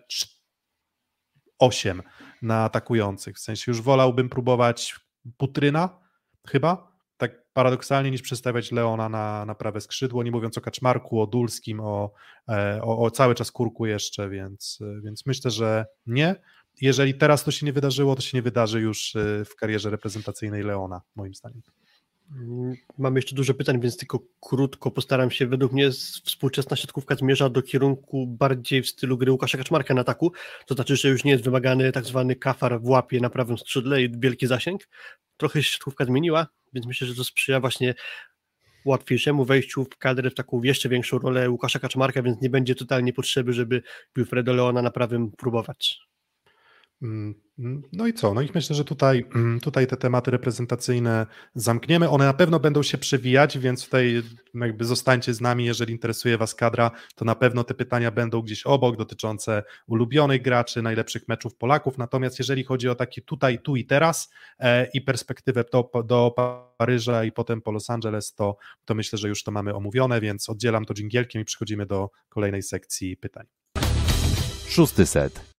8 na atakujących, w sensie już wolałbym próbować Butryna chyba, tak paradoksalnie, niż przestawiać Leona na prawe skrzydło, nie mówiąc o Kaczmarku, o Dulskim, o cały czas Kurku jeszcze, więc myślę, że nie. Jeżeli teraz to się nie wydarzyło, to się nie wydarzy już w karierze reprezentacyjnej Leona, moim zdaniem. Mamy jeszcze dużo pytań, więc tylko krótko postaram się. Według mnie współczesna siatkówka zmierza do kierunku bardziej w stylu gry Łukasza Kaczmarka na ataku, to znaczy, że już nie jest wymagany tak zwany kafar w łapie na prawym skrzydle i wielki zasięg. Trochę się siatkówka zmieniła, więc myślę, że to sprzyja właśnie łatwiejszemu wejściu w kadrę, w taką jeszcze większą rolę Łukasza Kaczmarka, więc nie będzie totalnie potrzeby, żeby Wilfredo Leona na prawym próbować. No i co? No i myślę, że tutaj te tematy reprezentacyjne zamkniemy. One na pewno będą się przewijać, więc tutaj jakby zostańcie z nami, jeżeli interesuje Was kadra, to na pewno te pytania będą gdzieś obok, dotyczące ulubionych graczy, najlepszych meczów Polaków. Natomiast jeżeli chodzi o takie tutaj, tu i teraz i perspektywę do Paryża i potem po Los Angeles, to myślę, że już to mamy omówione, więc oddzielam to dżingielkiem i przechodzimy do kolejnej sekcji pytań. 6. set.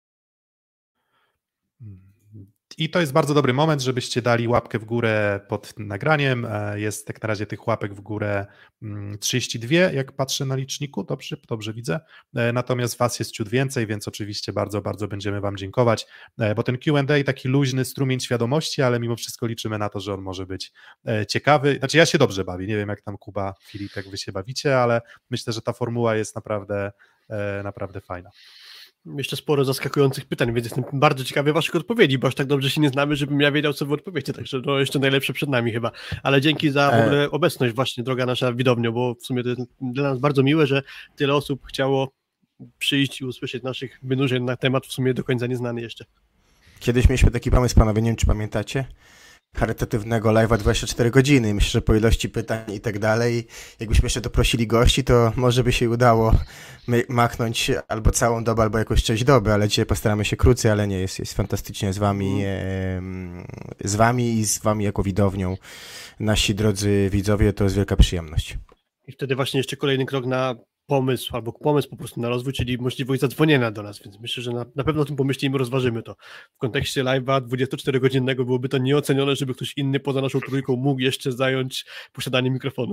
I to jest bardzo dobry moment, żebyście dali łapkę w górę pod nagraniem. Jest jak na razie tych łapek w górę 32, jak patrzę na liczniku, dobrze widzę. Natomiast Was jest ciut więcej, więc oczywiście bardzo, bardzo będziemy Wam dziękować, bo ten Q&A taki luźny strumień świadomości, ale mimo wszystko liczymy na to, że on może być ciekawy. Znaczy ja się dobrze bawię, nie wiem jak tam Kuba, Filip, jak Wy się bawicie, ale myślę, że ta formuła jest naprawdę fajna. Jeszcze sporo zaskakujących pytań, więc jestem bardzo ciekawy Waszych odpowiedzi, bo aż tak dobrze się nie znamy, żebym ja wiedział, co Wy odpowiecie, także to jeszcze najlepsze przed nami chyba. Ale dzięki za w ogóle obecność właśnie, droga nasza widownio, bo w sumie to jest dla nas bardzo miłe, że tyle osób chciało przyjść i usłyszeć naszych wynurzeń na temat w sumie do końca nieznany jeszcze. Kiedyś mieliśmy taki pomysł, panowie, nie wiem, czy pamiętacie, charytatywnego live'a 24 godziny. Myślę, że po ilości pytań i tak dalej, jakbyśmy jeszcze doprosili gości, to może by się udało machnąć albo całą dobę, albo jakąś część doby, ale dzisiaj postaramy się krócej, ale nie, jest fantastycznie z wami i z wami jako widownią. Nasi drodzy widzowie, to jest wielka przyjemność. I wtedy właśnie jeszcze kolejny krok na pomysł, albo pomysł po prostu na rozwój, czyli możliwość zadzwonienia do nas, więc myślę, że na pewno o tym pomyślimy, rozważymy to. W kontekście live'a 24-godzinnego byłoby to nieocenione, żeby ktoś inny poza naszą trójką mógł jeszcze zająć posiadanie mikrofonu.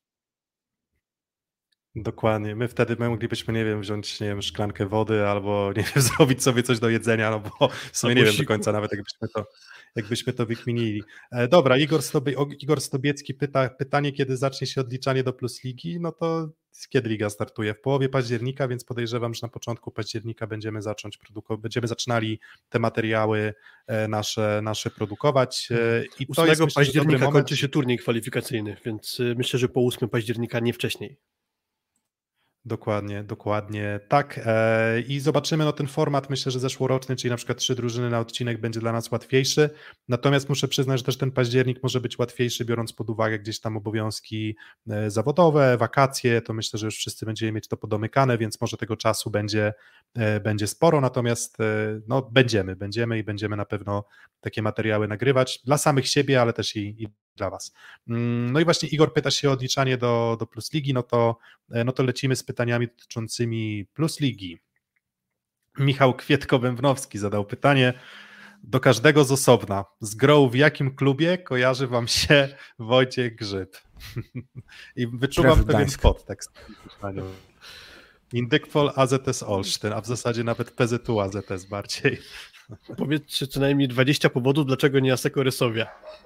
Dokładnie. My wtedy moglibyśmy, nie wiem, wziąć, nie wiem, szklankę wody albo, nie wiem, zrobić sobie coś do jedzenia, no bo w sumie nie wiem do końca nawet, jakbyśmy to wykminili. Dobra, Igor Stobiecki pytanie, kiedy zacznie się odliczanie do Plus Ligi, no to kiedy liga startuje? W połowie października, więc podejrzewam, że na początku października będziemy zaczynali te materiały nasze produkować. I 8 to jest, myślę, października kończy się turniej kwalifikacyjny, więc myślę, że po 8 października, nie wcześniej. Dokładnie tak. I zobaczymy ten format, myślę, że zeszłoroczny, czyli na przykład 3 drużyny na odcinek będzie dla nas łatwiejszy, natomiast muszę przyznać, że też ten październik może być łatwiejszy, biorąc pod uwagę gdzieś tam obowiązki zawodowe, wakacje, to myślę, że już wszyscy będziemy mieć to podomykane, więc może tego czasu będzie sporo, natomiast no, będziemy na pewno takie materiały nagrywać dla samych siebie, ale też i dla was. No i właśnie Igor pyta się o odliczanie do Plus Ligi, no to lecimy z pytaniami dotyczącymi Plus Ligi. Michał Kwietko-Bębnowski zadał pytanie do każdego z osobna. Z grą w jakim klubie kojarzy wam się Wojciech Grzyb? I wyczuwam pewien podtekst. Indykpol AZS Olsztyn, a w zasadzie nawet PZU AZS bardziej. Powiedzcie co najmniej 20 powodów, dlaczego nie Asseco Resovia.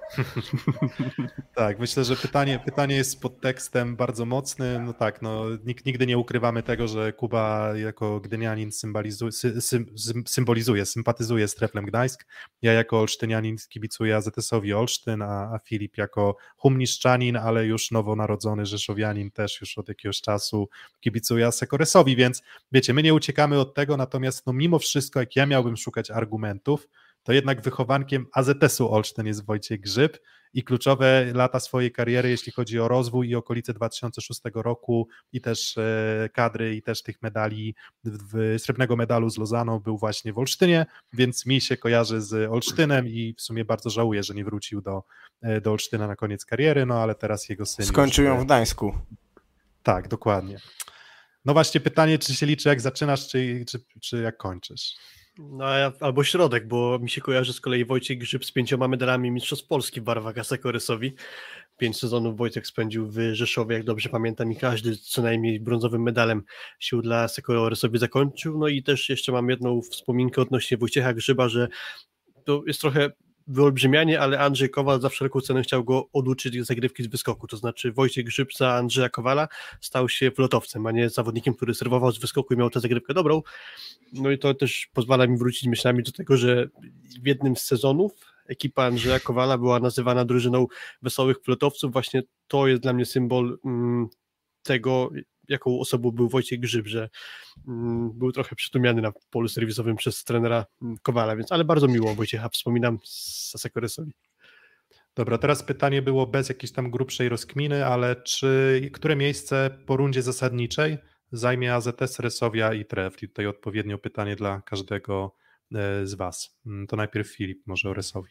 Tak, myślę, że pytanie jest z podtekstem bardzo mocnym. No tak, nigdy nie ukrywamy tego, że Kuba jako gdynianin sympatyzuje z Treflem Gdańsk. Ja jako olsztynianin kibicuję AZS-owi Olsztyn, a Filip jako humniszczanin, ale już nowonarodzony rzeszowianin też już od jakiegoś czasu kibicuje Asseco Resowi, więc wiecie, my nie uciekamy od tego, natomiast mimo wszystko, jak ja miałbym szukać argumentów, to jednak wychowankiem AZS-u Olsztyn jest Wojciech Grzyb i kluczowe lata swojej kariery, jeśli chodzi o rozwój i okolice 2006 roku i też kadry i też tych medali, srebrnego medalu z Lozano był właśnie w Olsztynie, więc mi się kojarzy z Olsztynem i w sumie bardzo żałuję, że nie wrócił do Olsztyna na koniec kariery, no ale teraz jego syn skończył ją w Gdańsku. Tak, dokładnie. No właśnie pytanie, czy się liczy jak zaczynasz, czy jak kończysz? No albo środek, bo mi się kojarzy z kolei Wojciech Grzyb z 5 medalami mistrzostw Polski w barwach Asseco Resowi. 5 sezonów Wojciech spędził w Rzeszowie, jak dobrze pamiętam, i każdy co najmniej brązowym medalem się dla Asseco Resowi zakończył. No i też jeszcze mam jedną wspominkę odnośnie Wojciecha Grzyba, że to jest trochę wyolbrzymianie, ale Andrzej Kowal za wszelką cenę chciał go oduczyć zagrywki z wyskoku, to znaczy Wojciech Grzyb za Andrzeja Kowala stał się flotowcem, a nie zawodnikiem, który serwował z wyskoku i miał tę zagrywkę dobrą. No i to też pozwala mi wrócić myślami do tego, że w jednym z sezonów ekipa Andrzeja Kowala była nazywana drużyną wesołych flotowców. Właśnie to jest dla mnie symbol tego, jaką osobą był Wojciech Grzyb, że był trochę przytłumiany na polu serwisowym przez trenera Kowala, więc ale bardzo miło Wojciecha wspominam z Asseco Resowi. Dobra, teraz pytanie było bez jakiejś tam grubszej rozkminy, ale które miejsce po rundzie zasadniczej zajmie AZS, Resovia i Tref? I tutaj odpowiednio pytanie dla każdego z was. To najpierw Filip, może o Resowi.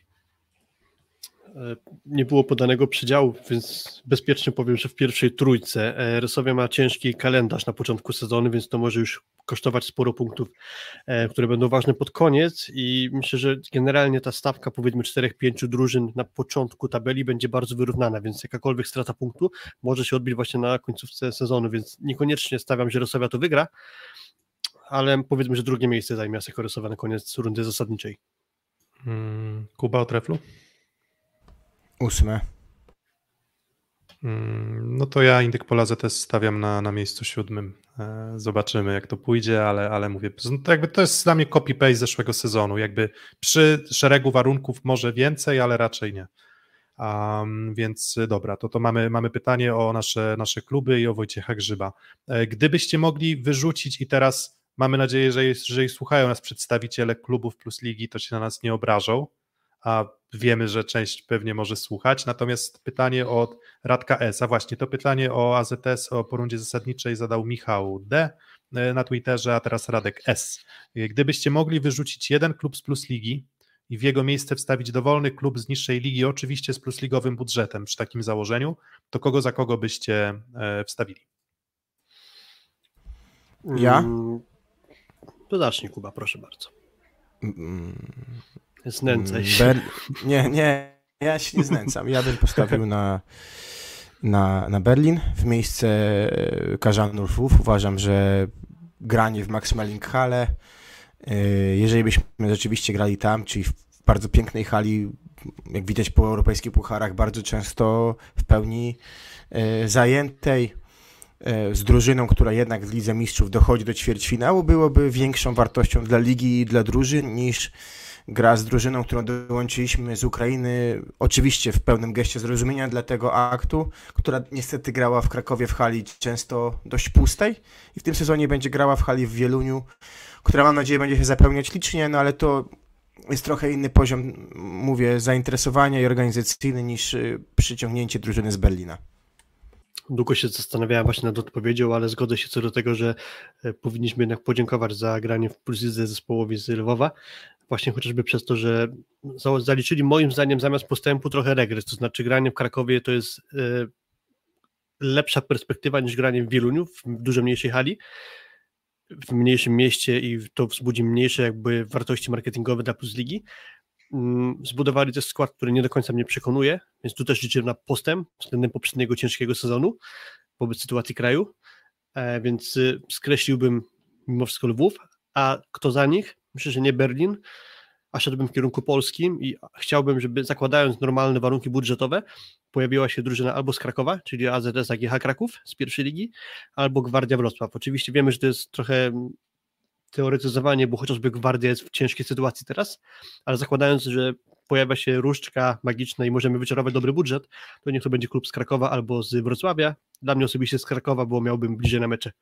Nie było podanego przedziału, więc bezpiecznie powiem, że w pierwszej trójce. Resovia ma ciężki kalendarz na początku sezonu, więc to może już kosztować sporo punktów, które będą ważne pod koniec i myślę, że generalnie ta stawka powiedzmy 4-5 drużyn na początku tabeli będzie bardzo wyrównana, więc jakakolwiek strata punktu może się odbić właśnie na końcówce sezonu, więc niekoniecznie stawiam, że Resovia to wygra, ale powiedzmy, że drugie miejsce zajmie Asseco Resowa na koniec rundy zasadniczej. Kuba o Treflu? 8. No to ja Indykpol AZS stawiam na miejscu 7. Zobaczymy jak to pójdzie, ale mówię, to jakby to jest dla mnie copy-paste zeszłego sezonu, jakby przy szeregu warunków może więcej, ale raczej nie. Więc dobra, to mamy pytanie o nasze kluby i o Wojciecha Grzyba. Gdybyście mogli wyrzucić i teraz mamy nadzieję, że jeżeli słuchają nas przedstawiciele klubów Plus Ligi, to się na nas nie obrażą, a wiemy, że część pewnie może słuchać. Natomiast pytanie od Radka S. A właśnie, to pytanie o AZS, o po rundzie zasadniczej zadał Michał D. na Twitterze, a teraz Radek S. Gdybyście mogli wyrzucić jeden klub z Plus Ligi i w jego miejsce wstawić dowolny klub z niższej ligi, oczywiście z plusligowym budżetem przy takim założeniu, to kogo za kogo byście wstawili? Ja? To zacznij, Kuba, proszę bardzo. Znęcaj się. Nie, ja się nie znęcam. Ja bym postawił na Berlin w miejsce Każanów. Uważam, że granie w Max Malling-Halle, jeżeli byśmy rzeczywiście grali tam, czyli w bardzo pięknej hali, jak widać po europejskich pucharach, bardzo często w pełni zajętej, z drużyną, która jednak w Lidze Mistrzów dochodzi do ćwierćfinału, byłoby większą wartością dla ligi i dla drużyn niż gra z drużyną, którą dołączyliśmy z Ukrainy, oczywiście w pełnym geście zrozumienia dla tego aktu, która niestety grała w Krakowie w hali często dość pustej i w tym sezonie będzie grała w hali w Wieluniu, która mam nadzieję będzie się zapełniać licznie, no ale to jest trochę inny poziom, mówię, zainteresowania i organizacyjny niż przyciągnięcie drużyny z Berlina. Długo się zastanawiałem właśnie nad odpowiedzią, ale zgodzę się co do tego, że powinniśmy jednak podziękować za granie w Plus Lidze zespołowi z Lwowa, właśnie chociażby przez to, że zaliczyli moim zdaniem zamiast postępu trochę regres, to znaczy granie w Krakowie to jest lepsza perspektywa niż granie w Wieluniu, w dużo mniejszej hali, w mniejszym mieście i to wzbudzi mniejsze jakby wartości marketingowe dla Plus Ligi. Zbudowali też skład, który nie do końca mnie przekonuje, więc tu też liczę na postęp względem poprzedniego ciężkiego sezonu wobec sytuacji kraju, więc skreśliłbym mimo wszystko Lwów, a kto za nich? Myślę, że nie Berlin, a szedłbym w kierunku polskim i chciałbym, żeby zakładając normalne warunki budżetowe, pojawiła się drużyna albo z Krakowa, czyli AZS AGH Kraków z pierwszej ligi, albo Gwardia Wrocław. Oczywiście wiemy, że to jest trochę teoretyzowanie, bo chociażby Gwardia jest w ciężkiej sytuacji teraz, ale zakładając, że pojawia się różdżka magiczna i możemy wyczarować dobry budżet, to niech to będzie klub z Krakowa albo z Wrocławia. Dla mnie osobiście z Krakowa, bo miałbym bliżej na mecze.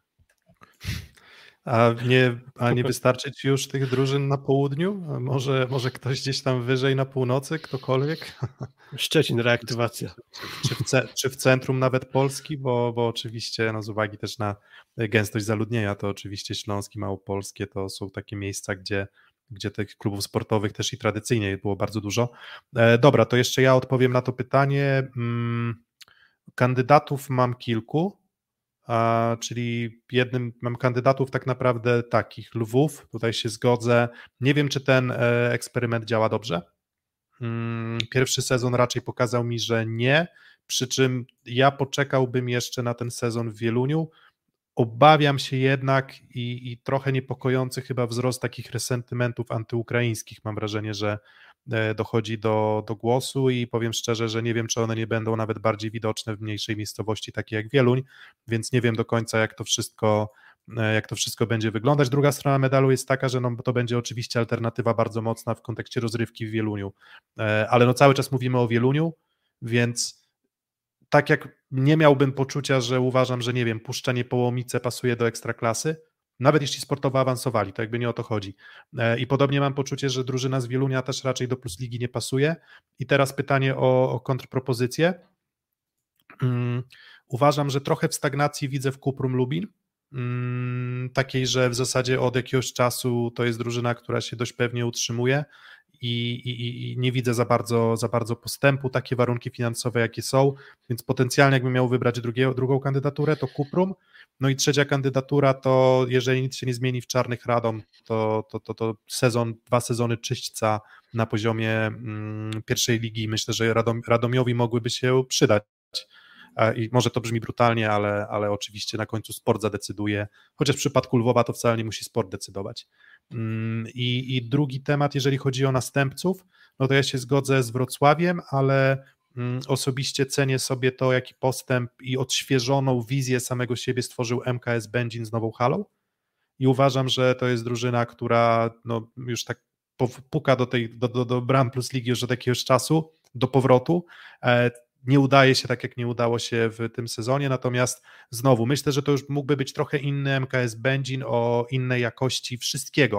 A nie wystarczy ci już tych drużyn na południu? A może ktoś gdzieś tam wyżej na północy, ktokolwiek? Szczecin, reaktywacja. Czy w centrum nawet Polski, bo oczywiście no, z uwagi też na gęstość zaludnienia, to oczywiście śląskie, małopolskie to są takie miejsca, gdzie tych klubów sportowych też i tradycyjnie było bardzo dużo. Dobra, to jeszcze ja odpowiem na to pytanie. Kandydatów mam kilku. Czyli mam kandydatów tak naprawdę takich, Lwów, tutaj się zgodzę. Nie wiem, czy ten eksperyment działa dobrze. Pierwszy sezon raczej pokazał mi, że nie, przy czym ja poczekałbym jeszcze na ten sezon w Wieluniu. Obawiam się jednak i trochę niepokojący chyba wzrost takich resentymentów antyukraińskich. Mam wrażenie, że dochodzi do głosu i powiem szczerze, że nie wiem, czy one nie będą nawet bardziej widoczne w mniejszej miejscowości, takiej jak Wieluń, więc nie wiem do końca, jak to wszystko będzie wyglądać. Druga strona medalu jest taka, że no, to będzie oczywiście alternatywa bardzo mocna w kontekście rozrywki w Wieluniu, ale no cały czas mówimy o Wieluniu, więc tak jak nie miałbym poczucia, że uważam, że nie wiem, Puszczanie Połomice pasuje do Ekstraklasy, nawet jeśli sportowo awansowali, to jakby nie o to chodzi. I podobnie mam poczucie, że drużyna z Wielunia też raczej do Plus Ligi nie pasuje. I teraz pytanie o kontrpropozycję. Uważam, że trochę w stagnacji widzę w Kuprum Lubin, takiej, że w zasadzie od jakiegoś czasu to jest drużyna, która się dość pewnie utrzymuje i nie widzę za bardzo postępu, takie warunki finansowe jakie są, więc potencjalnie jakbym miał wybrać drugą kandydaturę, to Kuprum. No i trzecia kandydatura to, jeżeli nic się nie zmieni w Czarnych Radom, to 2 sezony Czyśćca na poziomie pierwszej ligi. Myślę, że Radomiowi mogłyby się przydać. I może to brzmi brutalnie, ale oczywiście na końcu sport zadecyduje, chociaż w przypadku Lwowa to wcale nie musi sport decydować. I drugi temat, jeżeli chodzi o następców, no to ja się zgodzę z Wrocławiem, ale osobiście cenię sobie to, jaki postęp i odświeżoną wizję samego siebie stworzył MKS Będzin z nową halą i uważam, że to jest drużyna, która no, już tak puka do bram Plus Ligi już od jakiegoś czasu, do powrotu. Nie udaje się tak, jak nie udało się w tym sezonie, natomiast znowu myślę, że to już mógłby być trochę inny MKS Będzin o innej jakości wszystkiego.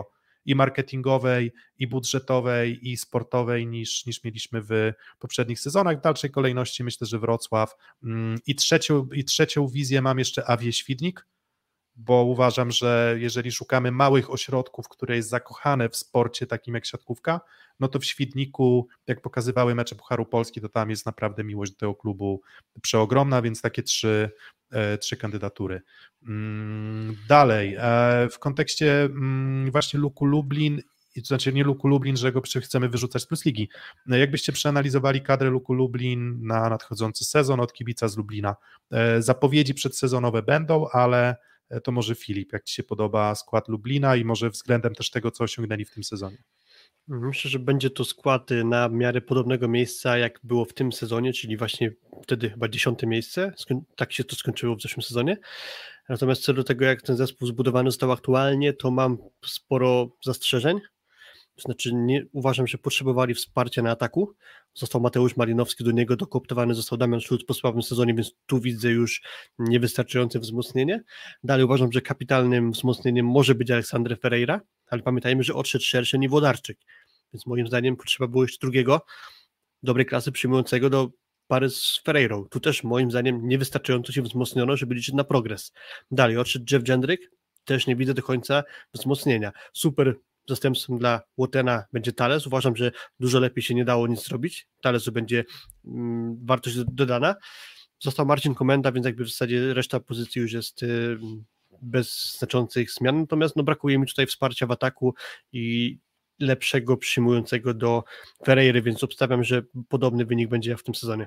i marketingowej, i budżetowej, i sportowej niż mieliśmy w poprzednich sezonach. W dalszej kolejności myślę, że Wrocław. I trzecią wizję mam jeszcze Awie Świdnik, bo uważam, że jeżeli szukamy małych ośrodków, które jest zakochane w sporcie takim jak siatkówka, no to w Świdniku, jak pokazywały mecze Pucharu Polski, to tam jest naprawdę miłość do tego klubu przeogromna, więc takie trzy kandydatury. Dalej, w kontekście właśnie Luku Lublin, to znaczy nie Luku Lublin, że go chcemy wyrzucać z Plus Ligi. Jakbyście przeanalizowali kadrę Luku Lublin na nadchodzący sezon od kibica z Lublina? Zapowiedzi przedsezonowe będą, ale to może Filip, jak Ci się podoba skład Lublina i może względem też tego, co osiągnęli w tym sezonie? Myślę, że będzie to skład na miarę podobnego miejsca, jak było w tym sezonie, czyli właśnie wtedy chyba 10. miejsce, tak się to skończyło w zeszłym sezonie. Natomiast co do tego, jak ten zespół zbudowany został aktualnie, to mam sporo zastrzeżeń. To znaczy uważam, że potrzebowali wsparcia na ataku. Został Mateusz Malinowski, do niego dokooptowany został Damian Szulc po słabym sezonie, więc tu widzę już niewystarczające wzmocnienie. Dalej uważam, że kapitalnym wzmocnieniem może być Aleksander Ferreira, ale pamiętajmy, że odszedł Szerszeń i Włodarczyk, więc moim zdaniem potrzeba było jeszcze drugiego dobrej klasy przyjmującego do pary z Ferreirą. Tu też moim zdaniem niewystarczająco się wzmocniono, żeby liczyć na progres. Dalej odszedł Jeff Jędryk, też nie widzę do końca wzmocnienia. Super zastępstwem dla Łotena będzie Thales. Uważam, że dużo lepiej się nie dało nic zrobić. Thalesu będzie wartość dodana. Został Marcin Komenda, więc jakby w zasadzie reszta pozycji już jest bez znaczących zmian. Natomiast brakuje mi tutaj wsparcia w ataku i lepszego przyjmującego do Ferreiry, więc obstawiam, że podobny wynik będzie jak w tym sezonie.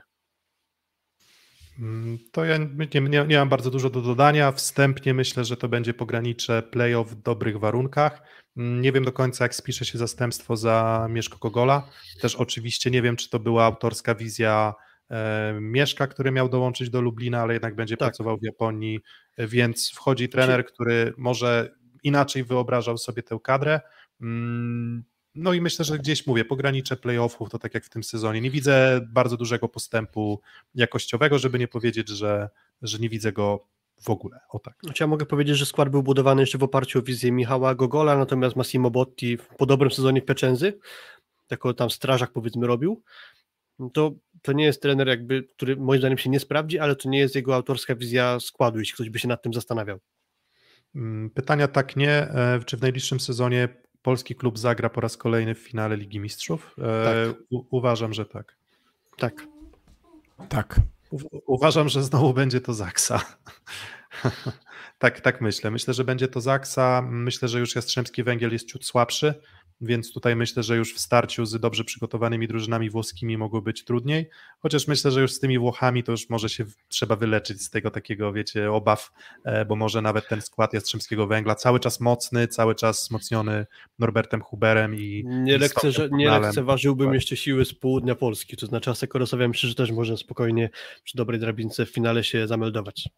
To ja nie mam bardzo dużo do dodania. Wstępnie myślę, że to będzie pogranicze play-off w dobrych warunkach. Nie wiem do końca, jak spisze się zastępstwo za Mieszko Kogola. Też oczywiście nie wiem, czy to była autorska wizja Mieszka, który miał dołączyć do Lublina, ale jednak będzie pracował w Japonii, więc wchodzi trener, który może inaczej wyobrażał sobie tę kadrę. No i myślę, że gdzieś pogranicze play-offów, to tak jak w tym sezonie. Nie widzę bardzo dużego postępu jakościowego, żeby nie powiedzieć, że nie widzę go w ogóle. O tak. Ja mogę powiedzieć, że skład był budowany jeszcze w oparciu o wizję Michała Gogola, natomiast Massimo Botti po dobrym sezonie w Piacenzy, jako tam strażak powiedzmy robił, to nie jest trener jakby, który moim zdaniem się nie sprawdzi, ale to nie jest jego autorska wizja składu, jeśli ktoś by się nad tym zastanawiał. Pytania tak nie. Czy w najbliższym sezonie polski klub zagra po raz kolejny w finale Ligi Mistrzów? Tak. Uważam, że tak. Tak. Uważam, że znowu będzie to Zaksa. Tak myślę. Myślę, że będzie to Zaksa. Myślę, że już Jastrzębski Węgiel jest ciut słabszy, więc tutaj myślę, że już w starciu z dobrze przygotowanymi drużynami włoskimi mogło być trudniej, chociaż myślę, że już z tymi Włochami to już może się trzeba wyleczyć z tego takiego, wiecie, obaw, bo może nawet ten skład Jastrzębskiego Węgla cały czas mocny, cały czas wzmocniony Norbertem Huberem i nie lekceważyłbym jeszcze siły z południa Polski, to znaczy Asekorosowia myślę, że też może spokojnie przy dobrej drabince w finale się zameldować.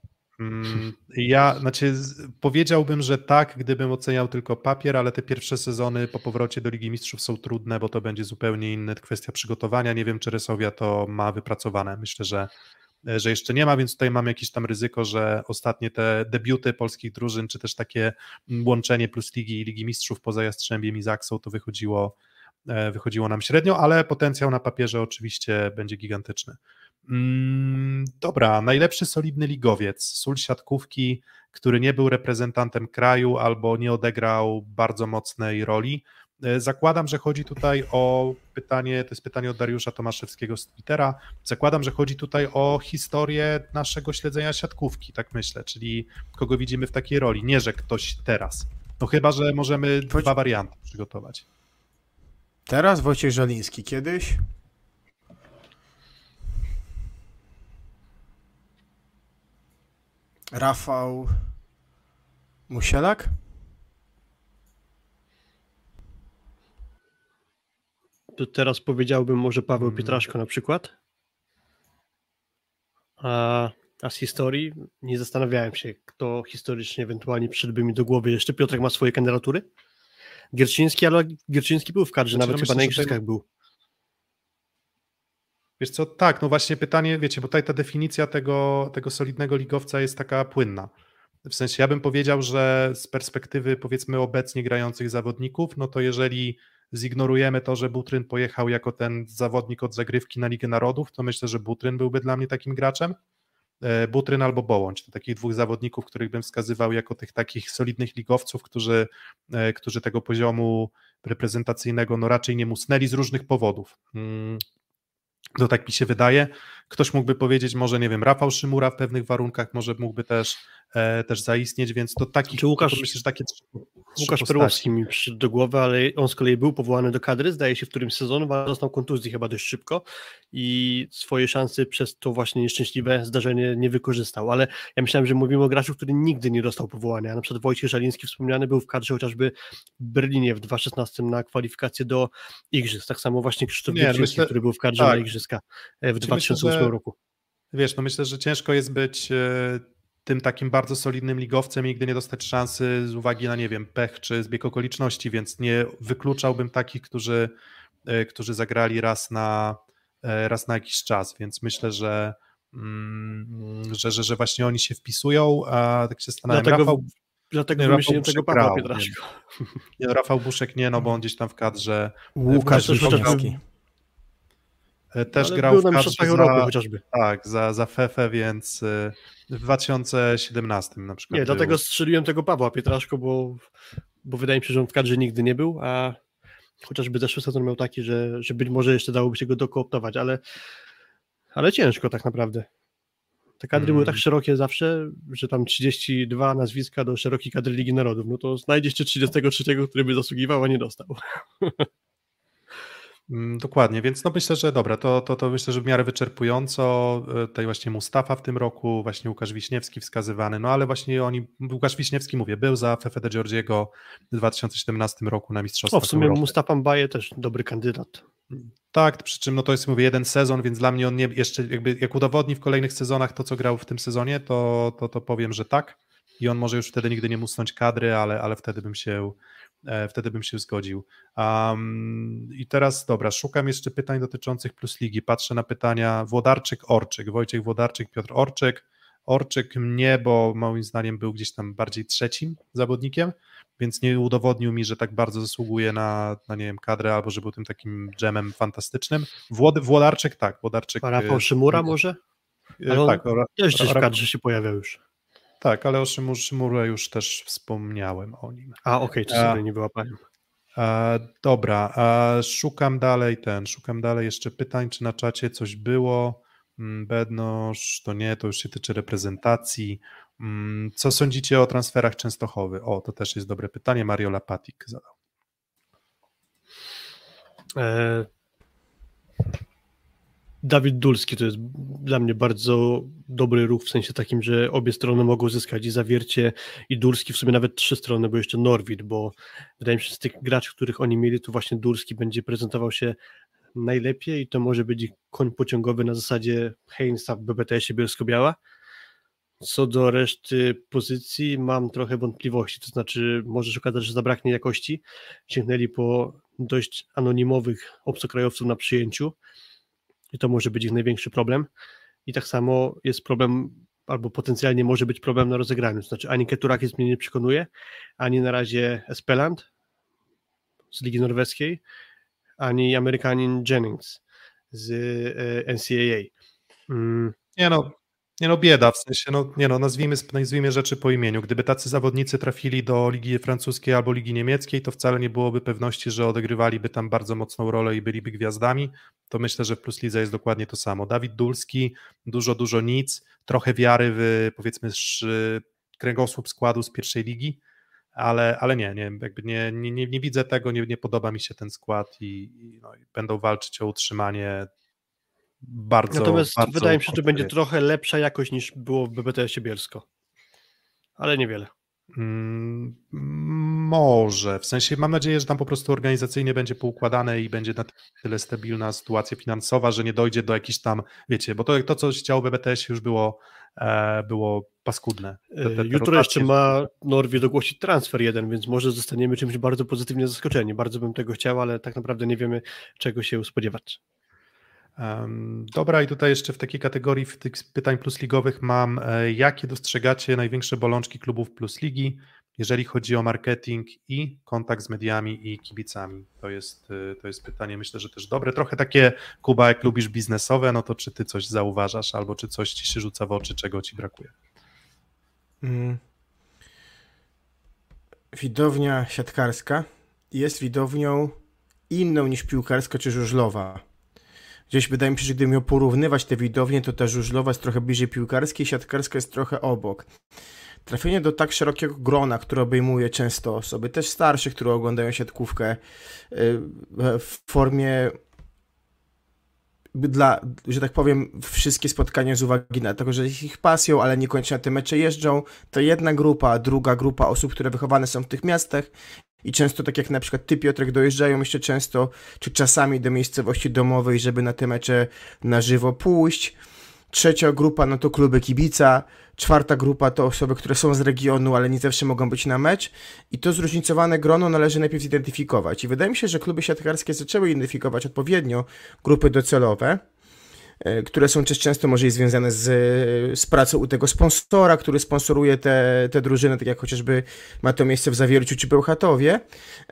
Powiedziałbym, że tak, gdybym oceniał tylko papier, ale te pierwsze sezony po powrocie do Ligi Mistrzów są trudne, bo to będzie zupełnie inna kwestia przygotowania. Nie wiem, czy Resowia to ma wypracowane. Myślę, że jeszcze nie ma, więc tutaj mam jakieś tam ryzyko, że ostatnie te debiuty polskich drużyn, czy też takie łączenie Plus Ligi i Ligi Mistrzów poza Jastrzębiem i Zaksą, to wychodziło nam średnio, ale potencjał na papierze oczywiście będzie gigantyczny. Dobra, najlepszy solidny ligowiec, sól siatkówki, który nie był reprezentantem kraju albo nie odegrał bardzo mocnej roli. Zakładam, że chodzi tutaj o pytanie, to jest pytanie od Dariusza Tomaszewskiego z Twittera, zakładam, że chodzi tutaj o historię naszego śledzenia siatkówki, tak myślę, czyli kogo widzimy w takiej roli, nie że ktoś teraz, no chyba, że możemy dwa warianty przygotować. Teraz Wojciech Żaliński, kiedyś? Rafał Musielak? To teraz powiedziałbym może Paweł Pietraszko na przykład. A z historii nie zastanawiałem się, kto historycznie ewentualnie przyszedłby mi do głowy. Jeszcze Piotrek ma swoje kandydatury? Gierczyński, ale Gierczyński był w kadrze, nawet chyba na igrzyskach był. Wiesz co, tak, no właśnie pytanie, wiecie, bo tutaj ta definicja tego solidnego ligowca jest taka płynna. W sensie ja bym powiedział, że z perspektywy powiedzmy obecnie grających zawodników, no to jeżeli zignorujemy to, że Butryn pojechał jako ten zawodnik od zagrywki na Ligę Narodów, to myślę, że Butryn byłby dla mnie takim graczem. Butryn albo Bołądź, to takich dwóch zawodników, których bym wskazywał jako tych takich solidnych ligowców, którzy tego poziomu reprezentacyjnego no raczej nie musnęli z różnych powodów. To tak mi się wydaje. Ktoś mógłby powiedzieć, może nie wiem, Rafał Szymura w pewnych warunkach może mógłby też zaistnieć, więc to takich, Czy Łukasz, to myślę, że takie trzy Łukasz Perłowski mi przyszedł do głowy, ale on z kolei był powołany do kadry, zdaje się w którymś sezonu, ale dostał kontuzji chyba dość szybko i swoje szanse przez to właśnie nieszczęśliwe zdarzenie nie wykorzystał, ale ja myślałem, że mówimy o graczu, który nigdy nie dostał powołania, na przykład Wojciech Żaliński wspomniany był w kadrze chociażby w Berlinie w 2016 na kwalifikacje do Igrzysk, tak samo właśnie Krzysztof Wierciński, który był w kadrze na Igrzyska w 2008 roku. Wiesz, no myślę, że ciężko jest być tym takim bardzo solidnym ligowcem i nigdy nie dostać szansy z uwagi na, nie wiem, pech czy zbieg okoliczności, więc nie wykluczałbym takich, którzy zagrali raz na jakiś czas, więc myślę, że właśnie oni się wpisują, a tak się zastanawiam. Dlatego wymyśliłem tego Pawła Pietraszko. Nie, Rafał Buszek nie, no bo on gdzieś tam w kadrze. Łukasz Wiśniewski. Też ale grał był w na kadrze Mistrzostwach Europy chociażby. Tak, za Fefę, więc w 2017 na przykład. Nie, dlatego strzeliłem tego Pawła Pietraszko, bo wydaje mi się, że on w kadrze nigdy nie był, a chociażby zeszły sezon miał taki, że być może jeszcze dałoby się go dokooptować, ale ciężko tak naprawdę. Te kadry były tak szerokie zawsze, że tam 32 nazwiska do szerokiej kadry Ligi Narodów, no to znajdzie się 33, który by zasługiwał, a nie dostał. Dokładnie, więc no myślę, że dobra, to myślę, że w miarę wyczerpująco, tutaj właśnie Mustafa w tym roku, właśnie Łukasz Wiśniewski wskazywany, no ale właśnie Łukasz Wiśniewski, mówię, był za Fefe de Giorgiego w 2017 roku na Mistrzostwach W sumie Europy. Mustafa Mbaye też dobry kandydat. Tak, przy czym no to jest, mówię, jeden sezon, więc dla mnie on nie, jeszcze jakby jak udowodni w kolejnych sezonach to, co grał w tym sezonie, to powiem, że tak i on może już wtedy nigdy nie musnąć kadry, ale wtedy bym się zgodził. I teraz, dobra, szukam jeszcze pytań dotyczących Plus Ligi. Patrzę na pytania Włodarczyk-Orczyk, Wojciech Włodarczyk, Piotr Orczyk. Orczyk mnie, bo moim zdaniem był gdzieś tam bardziej trzecim zawodnikiem, więc nie udowodnił mi, że tak bardzo zasługuje na nie wiem, kadrę, albo że był tym takim dżemem fantastycznym. Włodarczyk tak. A Rafał Szymura może? Ale on też gdzieś w kadrze się pojawiał już. Tak, ale o Szymurze już też wspomniałem o nim. Okej, to sobie nie wyłapałem. Dobra, szukam dalej jeszcze pytań, czy na czacie coś było. Bednosz, to nie, to już się tyczy reprezentacji. Co sądzicie o transferach Częstochowy? To też jest dobre pytanie, Mario Lapatik zadał. Dawid Dulski to jest dla mnie bardzo dobry ruch, w sensie takim, że obie strony mogą zyskać, i Zawiercie, i Dulski, w sumie nawet 3 strony, bo jeszcze Norwid, bo wydaje mi się, że z tych graczy, których oni mieli, to właśnie Dulski będzie prezentował się najlepiej i to może być ich koń pociągowy na zasadzie Heinza w BBTS-ie Bielsko-Biała. Co do reszty pozycji mam trochę wątpliwości, to znaczy może się okazać, że zabraknie jakości. Sięgnęli po dość anonimowych obcokrajowców na przyjęciu i to może być ich największy problem. I tak samo jest problem, albo potencjalnie może być problem na rozegraniu, to znaczy ani Keturakis mnie nie przekonuje, ani na razie Espeland z Ligi Norweskiej, ani Amerykanin Jennings z NCAA. Nie no, bieda, w sensie, nazwijmy rzeczy po imieniu. Gdyby tacy zawodnicy trafili do Ligi Francuskiej albo Ligi Niemieckiej, to wcale nie byłoby pewności, że odegrywaliby tam bardzo mocną rolę i byliby gwiazdami. To myślę, że w Plus Lidze jest dokładnie to samo. Dawid Dulski, dużo nic, trochę wiary w, powiedzmy, kręgosłup składu z pierwszej ligi, ale nie widzę tego, nie podoba mi się ten skład i będą walczyć o utrzymanie. Natomiast bardzo wydaje mi się, że będzie trochę lepsza jakość niż było w BBTS-ie Bielsko. Ale niewiele. Może. W sensie mam nadzieję, że tam po prostu organizacyjnie będzie poukładane i będzie na tyle stabilna sytuacja finansowa, że nie dojdzie do jakichś tam, wiecie, bo to co się działo w BBTS-ie już było paskudne. Jutro jeszcze ma Norwid ogłosić transfer jeden, więc może zostaniemy czymś bardzo pozytywnie zaskoczeni. Bardzo bym tego chciał, ale tak naprawdę nie wiemy, czego się spodziewać. Dobra, i tutaj jeszcze w takiej kategorii w tych pytań plusligowych mam, jakie dostrzegacie największe bolączki klubów Plus Ligi, jeżeli chodzi o marketing i kontakt z mediami i kibicami? To jest pytanie, myślę, że też dobre. Trochę takie, Kuba, jak lubisz biznesowe, no to czy ty coś zauważasz, albo czy coś ci się rzuca w oczy, czego ci brakuje? Widownia siatkarska jest widownią inną niż piłkarska czy żużlowa. Gdzieś wydaje mi się, że gdybym miał porównywać te widownie, to ta żużlowa jest trochę bliżej piłkarskiej, siatkarska jest trochę obok. Trafienie do tak szerokiego grona, które obejmuje często osoby też starsze, które oglądają siatkówkę w formie że tak powiem, wszystkie spotkania z uwagi na to, że jest ich pasją, ale niekoniecznie na te mecze jeżdżą, to jedna grupa, a druga grupa osób, które wychowane są w tych miastach i często, tak jak na przykład ty, Piotrek, dojeżdżają jeszcze często, czy czasami do miejscowości domowej, żeby na te mecze na żywo pójść. Trzecia grupa, no to kluby kibica. Czwarta grupa to osoby, które są z regionu, ale nie zawsze mogą być na mecz. I to zróżnicowane grono należy najpierw zidentyfikować. I wydaje mi się, że kluby siatkarskie zaczęły identyfikować odpowiednio grupy docelowe, które są też często może i związane z pracą u tego sponsora, który sponsoruje te drużyny, tak jak chociażby ma to miejsce w Zawierciu czy Bełchatowie.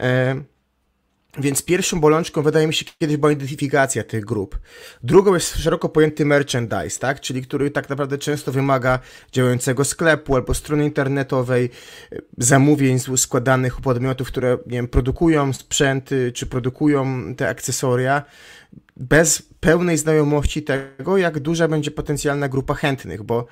Więc pierwszą bolączką wydaje mi się kiedyś była identyfikacja tych grup. Drugą jest szeroko pojęty merchandise, tak? Czyli który tak naprawdę często wymaga działającego sklepu albo strony internetowej, zamówień składanych u podmiotów, które, nie wiem, produkują sprzęty czy produkują te akcesoria, bez pełnej znajomości tego, jak duża będzie potencjalna grupa chętnych, bo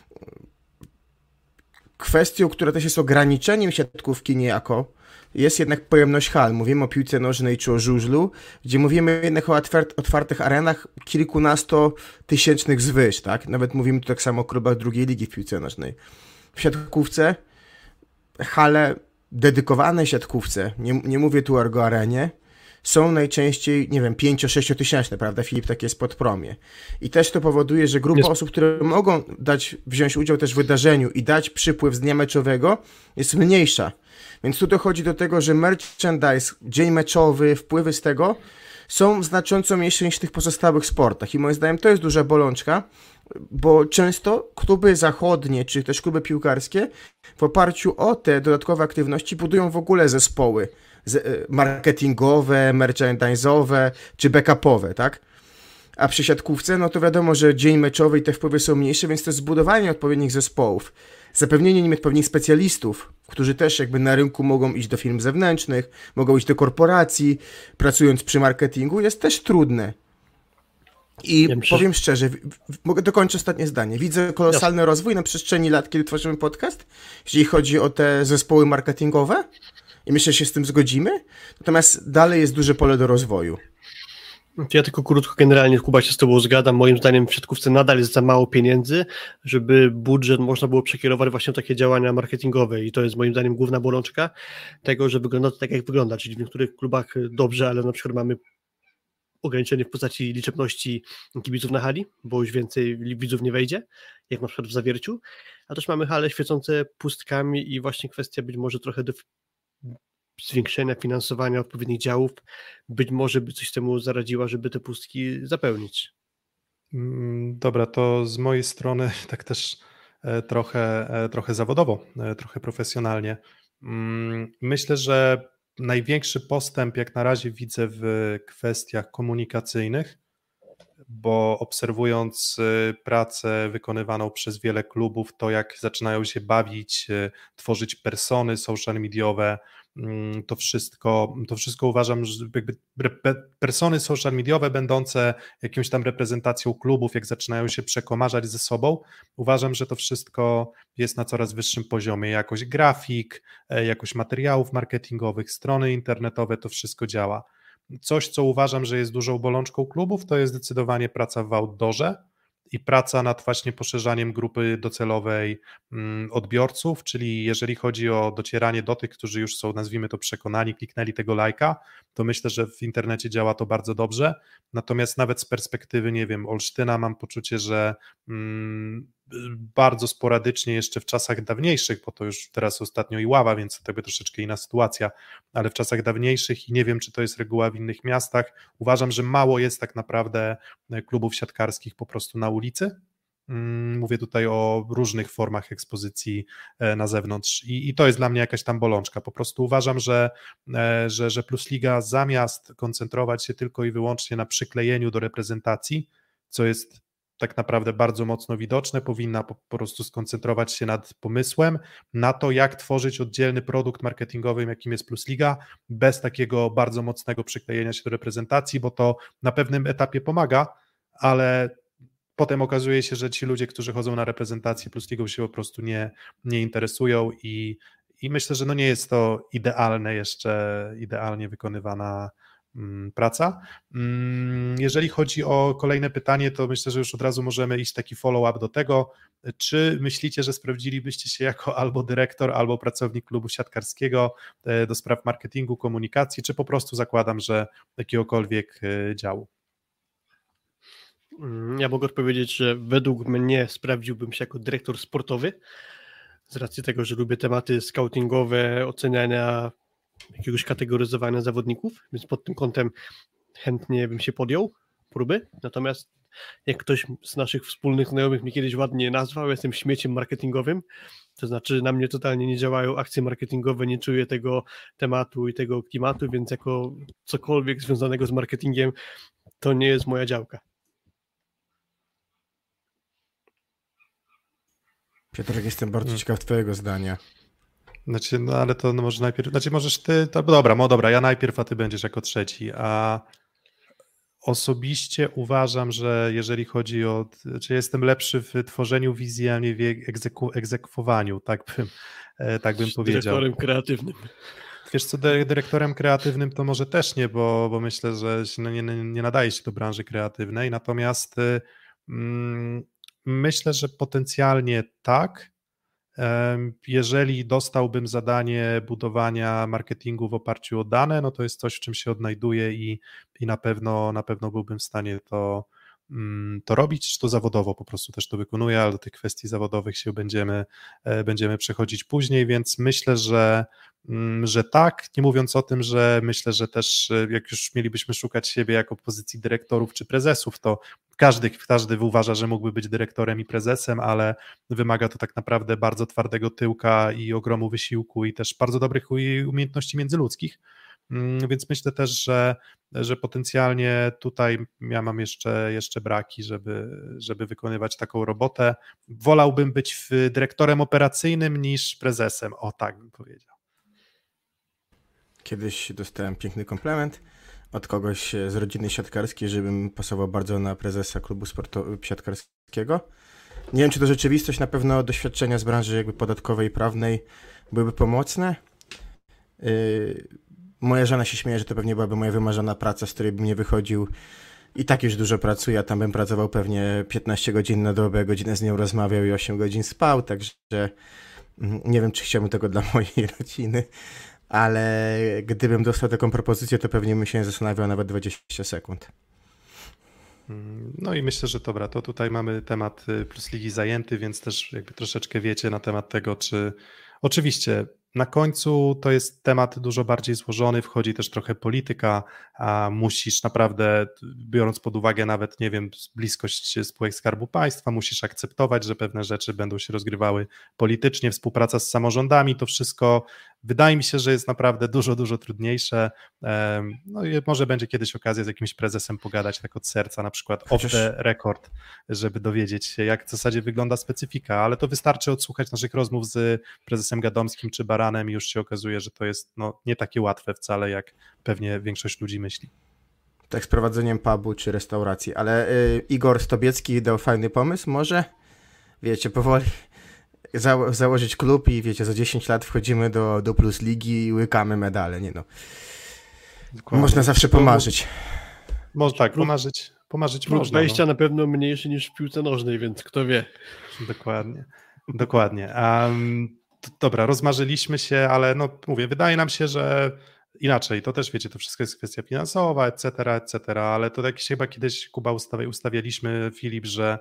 kwestią, która też jest ograniczeniem siatkówki niejako, jest jednak pojemność hal. Mówimy o piłce nożnej czy o żużlu, gdzie mówimy jednak o otwartych arenach kilkunastotysięcznych zwyż, tak? Nawet mówimy tu tak samo o klubach drugiej ligi w piłce nożnej. W siatkówce hale dedykowane siatkówce, nie mówię tu o Ergo Arenie, są najczęściej, nie wiem, 5-6 tysięczne, prawda, Filip, takie jest podpromie. I też to powoduje, że grupa osób, które mogą wziąć udział też w wydarzeniu i dać przypływ z dnia meczowego, jest mniejsza. Więc tu dochodzi do tego, że merchandise, dzień meczowy, wpływy z tego są znacząco mniejsze niż w tych pozostałych sportach. I moim zdaniem to jest duża bolączka, bo często kluby zachodnie, czy też kluby piłkarskie w oparciu o te dodatkowe aktywności budują w ogóle zespoły marketingowe, merchandise'owe czy backupowe, tak? A przy siatkówce, no to wiadomo, że dzień meczowy i te wpływy są mniejsze, więc to jest zbudowanie odpowiednich zespołów. Zapewnienie nim odpowiednich specjalistów, którzy też jakby na rynku mogą iść do firm zewnętrznych, mogą iść do korporacji, pracując przy marketingu, jest też trudne. I powiem szczerze, mogę dokończyć ostatnie zdanie. Widzę kolosalny rozwój na przestrzeni lat, kiedy tworzymy podcast, jeżeli chodzi o te zespoły marketingowe i myślę, że się z tym zgodzimy, natomiast dalej jest duże pole do rozwoju. Ja tylko krótko, generalnie, Kuba, się z tobą zgadzam. Moim zdaniem w siatkówce nadal jest za mało pieniędzy, żeby budżet można było przekierować właśnie w takie działania marketingowe i to jest moim zdaniem główna bolączka tego, że wygląda to tak, jak wygląda, czyli w niektórych klubach dobrze, ale na przykład mamy ograniczenie w postaci liczebności kibiców na hali, bo już więcej widzów nie wejdzie, jak na przykład w Zawierciu, a też mamy hale świecące pustkami i właśnie kwestia być może trochę zwiększenia finansowania odpowiednich działów, być może by coś temu zaradziła, żeby te pustki zapełnić. Dobra, to z mojej strony tak też trochę zawodowo, trochę profesjonalnie. Myślę, że największy postęp jak na razie widzę w kwestiach komunikacyjnych, bo obserwując pracę wykonywaną przez wiele klubów, to jak zaczynają się bawić, tworzyć persony social mediowe, to wszystko uważam, że jakby persony social mediowe będące jakąś tam reprezentacją klubów, jak zaczynają się przekomarzać ze sobą, uważam, że to wszystko jest na coraz wyższym poziomie. Jakość grafik, jakość materiałów marketingowych, strony internetowe, to wszystko działa. Coś, co uważam, że jest dużą bolączką klubów, to jest zdecydowanie praca w outdoorze i praca nad właśnie poszerzaniem grupy docelowej odbiorców, czyli jeżeli chodzi o docieranie do tych, którzy już są, nazwijmy to, przekonani, kliknęli tego lajka, to myślę, że w internecie działa to bardzo dobrze, natomiast nawet z perspektywy, nie wiem, Olsztyna mam poczucie, że bardzo sporadycznie jeszcze w czasach dawniejszych, bo to już teraz ostatnio i Ława, więc to jakby troszeczkę inna sytuacja, ale w czasach dawniejszych i nie wiem, czy to jest reguła w innych miastach, uważam, że mało jest tak naprawdę klubów siatkarskich po prostu na ulicy. Mówię tutaj o różnych formach ekspozycji na zewnątrz i to jest dla mnie jakaś tam bolączka. Po prostu uważam, że Plus Liga zamiast koncentrować się tylko i wyłącznie na przyklejeniu do reprezentacji, co jest tak naprawdę bardzo mocno widoczne, powinna po prostu skoncentrować się nad pomysłem na to, jak tworzyć oddzielny produkt marketingowy, jakim jest Plus Liga, bez takiego bardzo mocnego przyklejenia się do reprezentacji, bo to na pewnym etapie pomaga, ale potem okazuje się, że ci ludzie, którzy chodzą na reprezentację Plus Ligą, się po prostu nie interesują i myślę, że no nie jest to idealnie wykonywana praca. Jeżeli chodzi o kolejne pytanie, to myślę, że już od razu możemy iść taki follow-up do tego, czy myślicie, że sprawdzilibyście się jako albo dyrektor, albo pracownik klubu siatkarskiego do spraw marketingu, komunikacji, czy po prostu zakładam, że jakiegokolwiek działu? Ja mogę odpowiedzieć, że według mnie sprawdziłbym się jako dyrektor sportowy, z racji tego, że lubię tematy scoutingowe, oceniania, jakiegoś kategoryzowania zawodników, więc pod tym kątem chętnie bym się podjął próby, natomiast jak ktoś z naszych wspólnych znajomych mnie kiedyś ładnie nazwał, jestem śmieciem marketingowym, to znaczy na mnie totalnie nie działają akcje marketingowe, nie czuję tego tematu i tego klimatu, więc jako cokolwiek związanego z marketingiem to nie jest moja działka. Piotrek, jestem bardzo ciekaw twojego zdania. Znaczy, no ale to no może najpierw, znaczy możesz ty, to dobra, ja najpierw, a ty będziesz jako trzeci, a osobiście uważam, że jeżeli chodzi o, czy jestem lepszy w tworzeniu wizji, a nie w egzekwowaniu, tak bym powiedział. Dyrektorem kreatywnym. Wiesz co, dyrektorem kreatywnym to może też nie, bo myślę, że nie nadaje się do branży kreatywnej, natomiast myślę, że potencjalnie tak. Jeżeli dostałbym zadanie budowania marketingu w oparciu o dane, no to jest coś, w czym się odnajduję i na pewno byłbym w stanie to robić, czy to zawodowo po prostu też to wykonuję, ale do tych kwestii zawodowych się będziemy przechodzić później, więc myślę, że tak, nie mówiąc o tym, że myślę, że też jak już mielibyśmy szukać siebie jako pozycji dyrektorów czy prezesów, to każdy uważa, że mógłby być dyrektorem i prezesem, ale wymaga to tak naprawdę bardzo twardego tyłka i ogromu wysiłku i też bardzo dobrych umiejętności międzyludzkich, więc myślę też, że potencjalnie tutaj ja mam jeszcze braki, żeby wykonywać taką robotę. Wolałbym być dyrektorem operacyjnym niż prezesem, o tak bym powiedział. Kiedyś dostałem piękny komplement od kogoś z rodziny siatkarskiej, żebym pasował bardzo na prezesa klubu siatkarskiego. Nie wiem, czy to rzeczywistość, na pewno doświadczenia z branży jakby podatkowej i prawnej byłyby pomocne. Moja żona się śmieje, że to pewnie byłaby moja wymarzona praca, z której bym nie wychodził. I tak już dużo pracuję, a tam bym pracował pewnie 15 godzin na dobę, godzinę z nią rozmawiał i 8 godzin spał, także nie wiem, czy chciałbym tego dla mojej rodziny, ale gdybym dostał taką propozycję, to pewnie bym się nie zastanawiał nawet 20 sekund. No i myślę, że dobra, to tutaj mamy temat Plus Ligi zajęty, więc też jakby troszeczkę wiecie na temat tego, czy oczywiście na końcu to jest temat dużo bardziej złożony, wchodzi też trochę polityka, a musisz naprawdę, biorąc pod uwagę nawet, nie wiem, bliskość spółek Skarbu Państwa, musisz akceptować, że pewne rzeczy będą się rozgrywały politycznie, współpraca z samorządami, to wszystko wydaje mi się, że jest naprawdę dużo trudniejsze. No i może będzie kiedyś okazja z jakimś prezesem pogadać tak od serca, na przykład off the record, żeby dowiedzieć się, jak w zasadzie wygląda specyfika, ale to wystarczy odsłuchać naszych rozmów z prezesem Gadomskim czy Baranem i już się okazuje, że to jest nie takie łatwe wcale, jak pewnie większość ludzi myśli. Tak z prowadzeniem pubu czy restauracji, ale Igor Stobiecki dał fajny pomysł, może wiecie, powoli założyć klub i wiecie, za 10 lat wchodzimy do Plus Ligi i łykamy medale, nie no. Dokładnie. Można zawsze pomarzyć. Może tak, pomarzyć można. Wejścia na pewno mniejszy niż w piłce nożnej, więc kto wie. Dokładnie. Dobra, rozmarzyliśmy się, ale mówię, wydaje nam się, że inaczej, to też wiecie, to wszystko jest kwestia finansowa, etc., ale to jakieś chyba kiedyś, Kuba, ustawialiśmy, Filip, że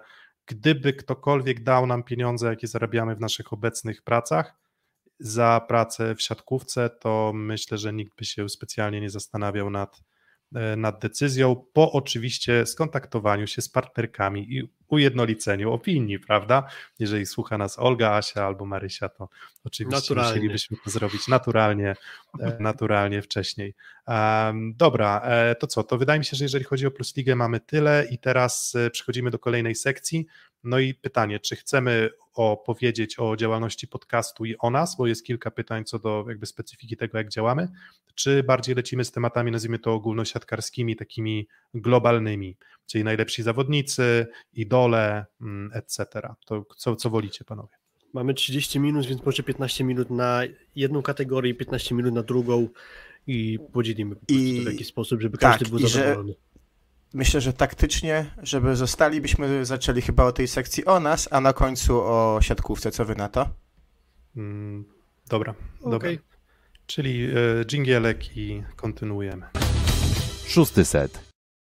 gdyby ktokolwiek dał nam pieniądze, jakie zarabiamy w naszych obecnych pracach, za pracę w siatkówce, to myślę, że nikt by się specjalnie nie zastanawiał nad decyzją, po oczywiście skontaktowaniu się z partnerkami i ujednoliceniu opinii, prawda? Jeżeli słucha nas Olga, Asia albo Marysia, to oczywiście musielibyśmy to zrobić naturalnie wcześniej. Dobra, to co? To wydaje mi się, że jeżeli chodzi o Plus Ligę, mamy tyle i teraz przechodzimy do kolejnej sekcji. No i pytanie, czy chcemy powiedzieć o działalności podcastu i o nas, bo jest kilka pytań co do jakby specyfiki tego, jak działamy, czy bardziej lecimy z tematami, nazwijmy to ogólnosiatkarskimi, takimi globalnymi, czyli najlepsi zawodnicy, idole, etc. To co wolicie, panowie? Mamy 30 minut, więc może 15 minut na jedną kategorię, 15 minut na drugą i podzielimy po prostu w jakiś sposób, żeby każdy był zadowolony. Myślę, że taktycznie, żeby byśmy zaczęli chyba o tej sekcji o nas, a na końcu o siatkówce. Co wy na to? Dobra. Czyli dżingielek i kontynuujemy. 6. set.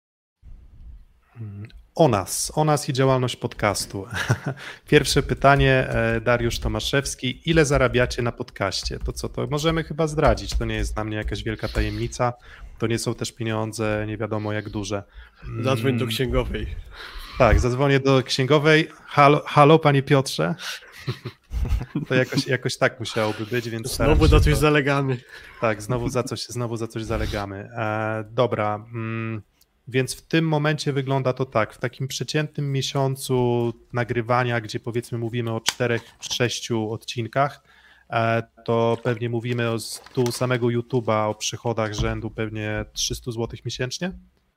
O nas i działalność podcastu. Pierwsze pytanie, Dariusz Tomaszewski. Ile zarabiacie na podcaście? To co, to możemy chyba zdradzić. To nie jest dla mnie jakaś wielka tajemnica. To nie są też pieniądze nie wiadomo jak duże. Zadzwoń do księgowej. Tak, zadzwonię do księgowej. Halo, panie Piotrze. To jakoś tak musiałoby być, więc znowu za coś zalegamy. Tak, znowu za coś zalegamy. Dobra, więc w tym momencie wygląda to tak, w takim przeciętnym miesiącu nagrywania, gdzie powiedzmy mówimy o 4-6 odcinkach, to pewnie mówimy tu samego YouTube'a o przychodach rzędu pewnie 300 zł miesięcznie.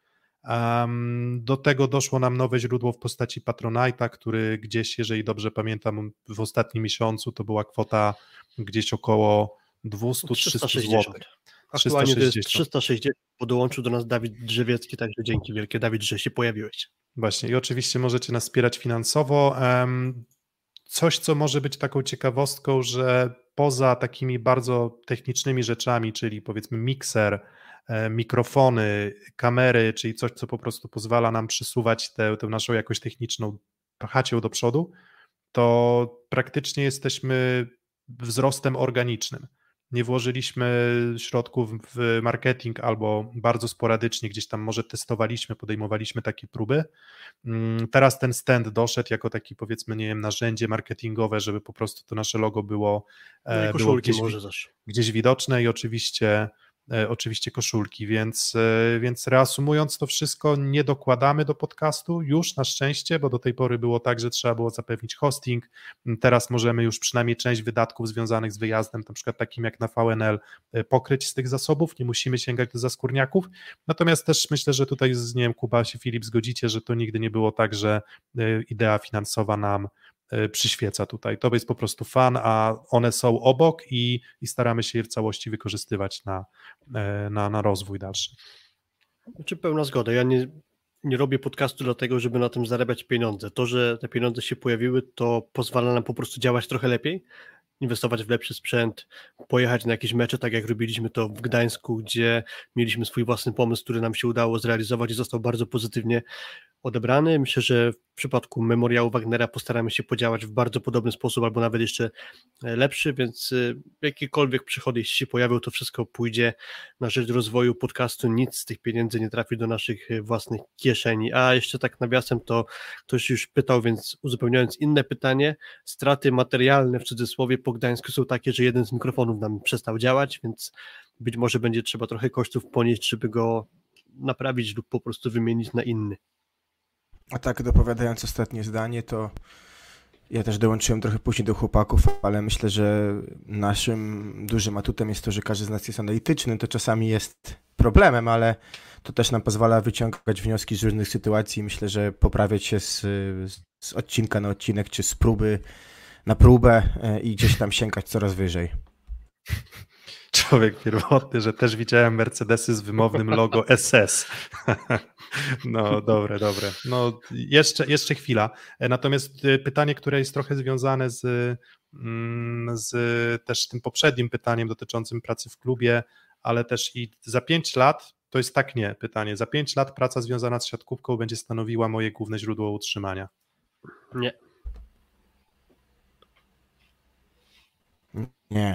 Do tego doszło nam nowe źródło w postaci Patronite'a, który gdzieś, jeżeli dobrze pamiętam, w ostatnim miesiącu to była kwota gdzieś około 200-300 zł. Aktualnie to jest 360, bo dołączył do nas Dawid Drzewiecki, także dzięki wielkie, Dawid, że się pojawiłeś. Właśnie i oczywiście możecie nas wspierać finansowo. Coś, co może być taką ciekawostką, że poza takimi bardzo technicznymi rzeczami, czyli powiedzmy mikser, mikrofony, kamery, czyli coś, co po prostu pozwala nam przesuwać tę naszą jakość techniczną, pchać ją do przodu, to praktycznie jesteśmy wzrostem organicznym. Nie włożyliśmy środków w marketing albo bardzo sporadycznie gdzieś tam może testowaliśmy, podejmowaliśmy takie próby. Teraz ten stand doszedł jako taki powiedzmy, nie wiem, narzędzie marketingowe, żeby po prostu to nasze logo było gdzieś widoczne i oczywiście koszulki, więc reasumując to wszystko, nie dokładamy do podcastu już na szczęście, bo do tej pory było tak, że trzeba było zapewnić hosting, teraz możemy już przynajmniej część wydatków związanych z wyjazdem, na przykład takim jak na VNL, pokryć z tych zasobów, nie musimy sięgać do zaskórniaków, natomiast też myślę, że tutaj nie wiem, Kuba się Filip zgodzicie, że to nigdy nie było tak, że idea finansowa nam przyświeca tutaj. To jest po prostu fan, a one są obok i staramy się je w całości wykorzystywać na rozwój dalszy. Znaczy pełna zgoda. Ja nie robię podcastu dlatego, żeby na tym zarabiać pieniądze. To, że te pieniądze się pojawiły, to pozwala nam po prostu działać trochę lepiej, inwestować w lepszy sprzęt, pojechać na jakieś mecze, tak jak robiliśmy to w Gdańsku, gdzie mieliśmy swój własny pomysł, który nam się udało zrealizować i został bardzo pozytywnie odebrany. Myślę, że w przypadku Memoriału Wagnera postaramy się podziałać w bardzo podobny sposób, albo nawet jeszcze lepszy, więc jakiekolwiek przychody, jeśli się pojawią, to wszystko pójdzie na rzecz rozwoju podcastu, nic z tych pieniędzy nie trafi do naszych własnych kieszeni. A jeszcze tak nawiasem, to ktoś już pytał, więc uzupełniając inne pytanie, straty materialne w cudzysłowie po Gdańsku są takie, że jeden z mikrofonów nam przestał działać, więc być może będzie trzeba trochę kosztów ponieść, żeby go naprawić lub po prostu wymienić na inny. A tak, dopowiadając ostatnie zdanie, to ja też dołączyłem trochę później do chłopaków, ale myślę, że naszym dużym atutem jest to, że każdy z nas jest analityczny, to czasami jest problemem, ale to też nam pozwala wyciągać wnioski z różnych sytuacji. Myślę, że poprawiać się z odcinka na odcinek, czy z próby na próbę i gdzieś tam sięgać coraz wyżej. Człowiek pierwotny, że też widziałem Mercedesy z wymownym logo SS. No dobre. No jeszcze chwila. Natomiast pytanie, które jest trochę związane z też tym poprzednim pytaniem dotyczącym pracy w klubie, ale też i za 5 lat, to jest pytanie, za 5 lat praca związana z siatkówką będzie stanowiła moje główne źródło utrzymania. Nie. Nie.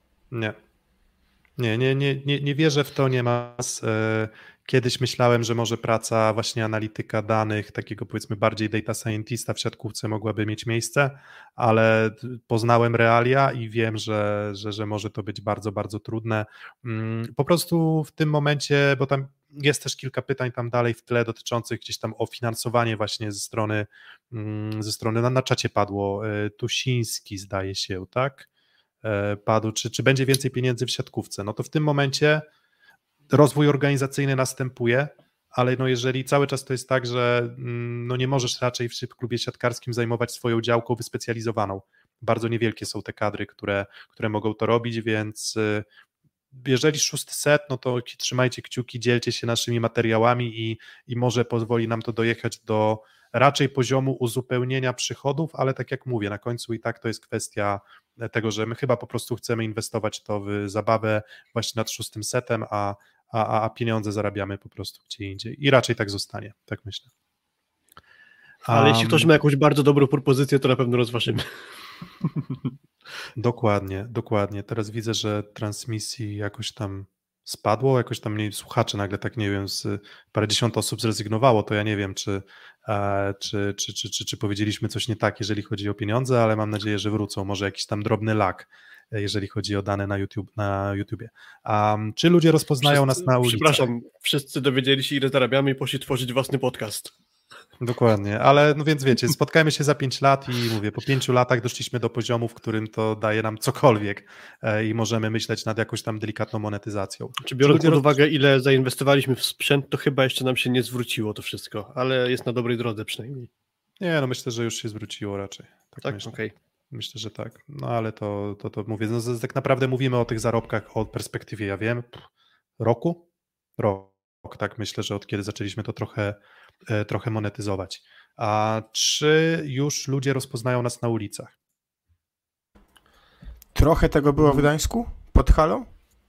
Nie wierzę w to, nie ma. Kiedyś myślałem, że może praca właśnie analityka danych, takiego powiedzmy bardziej data scientista w siatkówce mogłaby mieć miejsce, ale poznałem realia i wiem, że może to być bardzo, bardzo trudne. Po prostu w tym momencie, bo tam jest też kilka pytań tam dalej w tle dotyczących gdzieś tam o finansowanie właśnie ze strony na czacie padło, Tusiński zdaje się, tak? Padł, czy będzie więcej pieniędzy w siatkówce. No to w tym momencie rozwój organizacyjny następuje, ale no jeżeli cały czas to jest tak, że no nie możesz raczej w klubie siatkarskim zajmować swoją działką wyspecjalizowaną. Bardzo niewielkie są te kadry, które mogą to robić, więc jeżeli 6. set, no to trzymajcie kciuki, dzielcie się naszymi materiałami i może pozwoli nam to dojechać do raczej poziomu uzupełnienia przychodów, ale tak jak mówię, na końcu i tak to jest kwestia tego, że my chyba po prostu chcemy inwestować to w zabawę właśnie nad 6. setem, a pieniądze zarabiamy po prostu gdzie indziej i raczej tak zostanie, tak myślę. Ale jeśli ktoś ma jakąś bardzo dobrą propozycję, to na pewno rozważymy. Dokładnie. Teraz widzę, że transmisji jakoś tam spadło, jakoś tam słuchacze nagle tak nie wiem, parędziesiąt osób zrezygnowało, to ja nie wiem, czy powiedzieliśmy coś nie tak, jeżeli chodzi o pieniądze, ale mam nadzieję, że wrócą, może jakiś tam drobny lag, jeżeli chodzi o dane na YouTubie. Czy ludzie rozpoznają nas na ulicy? Przepraszam, wszyscy dowiedzieli się, ile zarabiamy i poszli tworzyć własny podcast. Dokładnie, ale no więc wiecie, spotkajmy się za 5 lat i mówię, po 5 latach doszliśmy do poziomu, w którym to daje nam cokolwiek i możemy myśleć nad jakąś tam delikatną monetyzacją. Czy biorąc pod uwagę, ile zainwestowaliśmy w sprzęt, to chyba jeszcze nam się nie zwróciło to wszystko, ale jest na dobrej drodze przynajmniej. Nie, no myślę, że już się zwróciło raczej. Tak, myślę. okej. Myślę, że tak. No ale to mówię, no, tak naprawdę mówimy o tych zarobkach o perspektywie, ja wiem, roku? Rok, tak myślę, że od kiedy zaczęliśmy to trochę monetyzować. A czy już ludzie rozpoznają nas na ulicach? Trochę tego było w Gdańsku pod halą.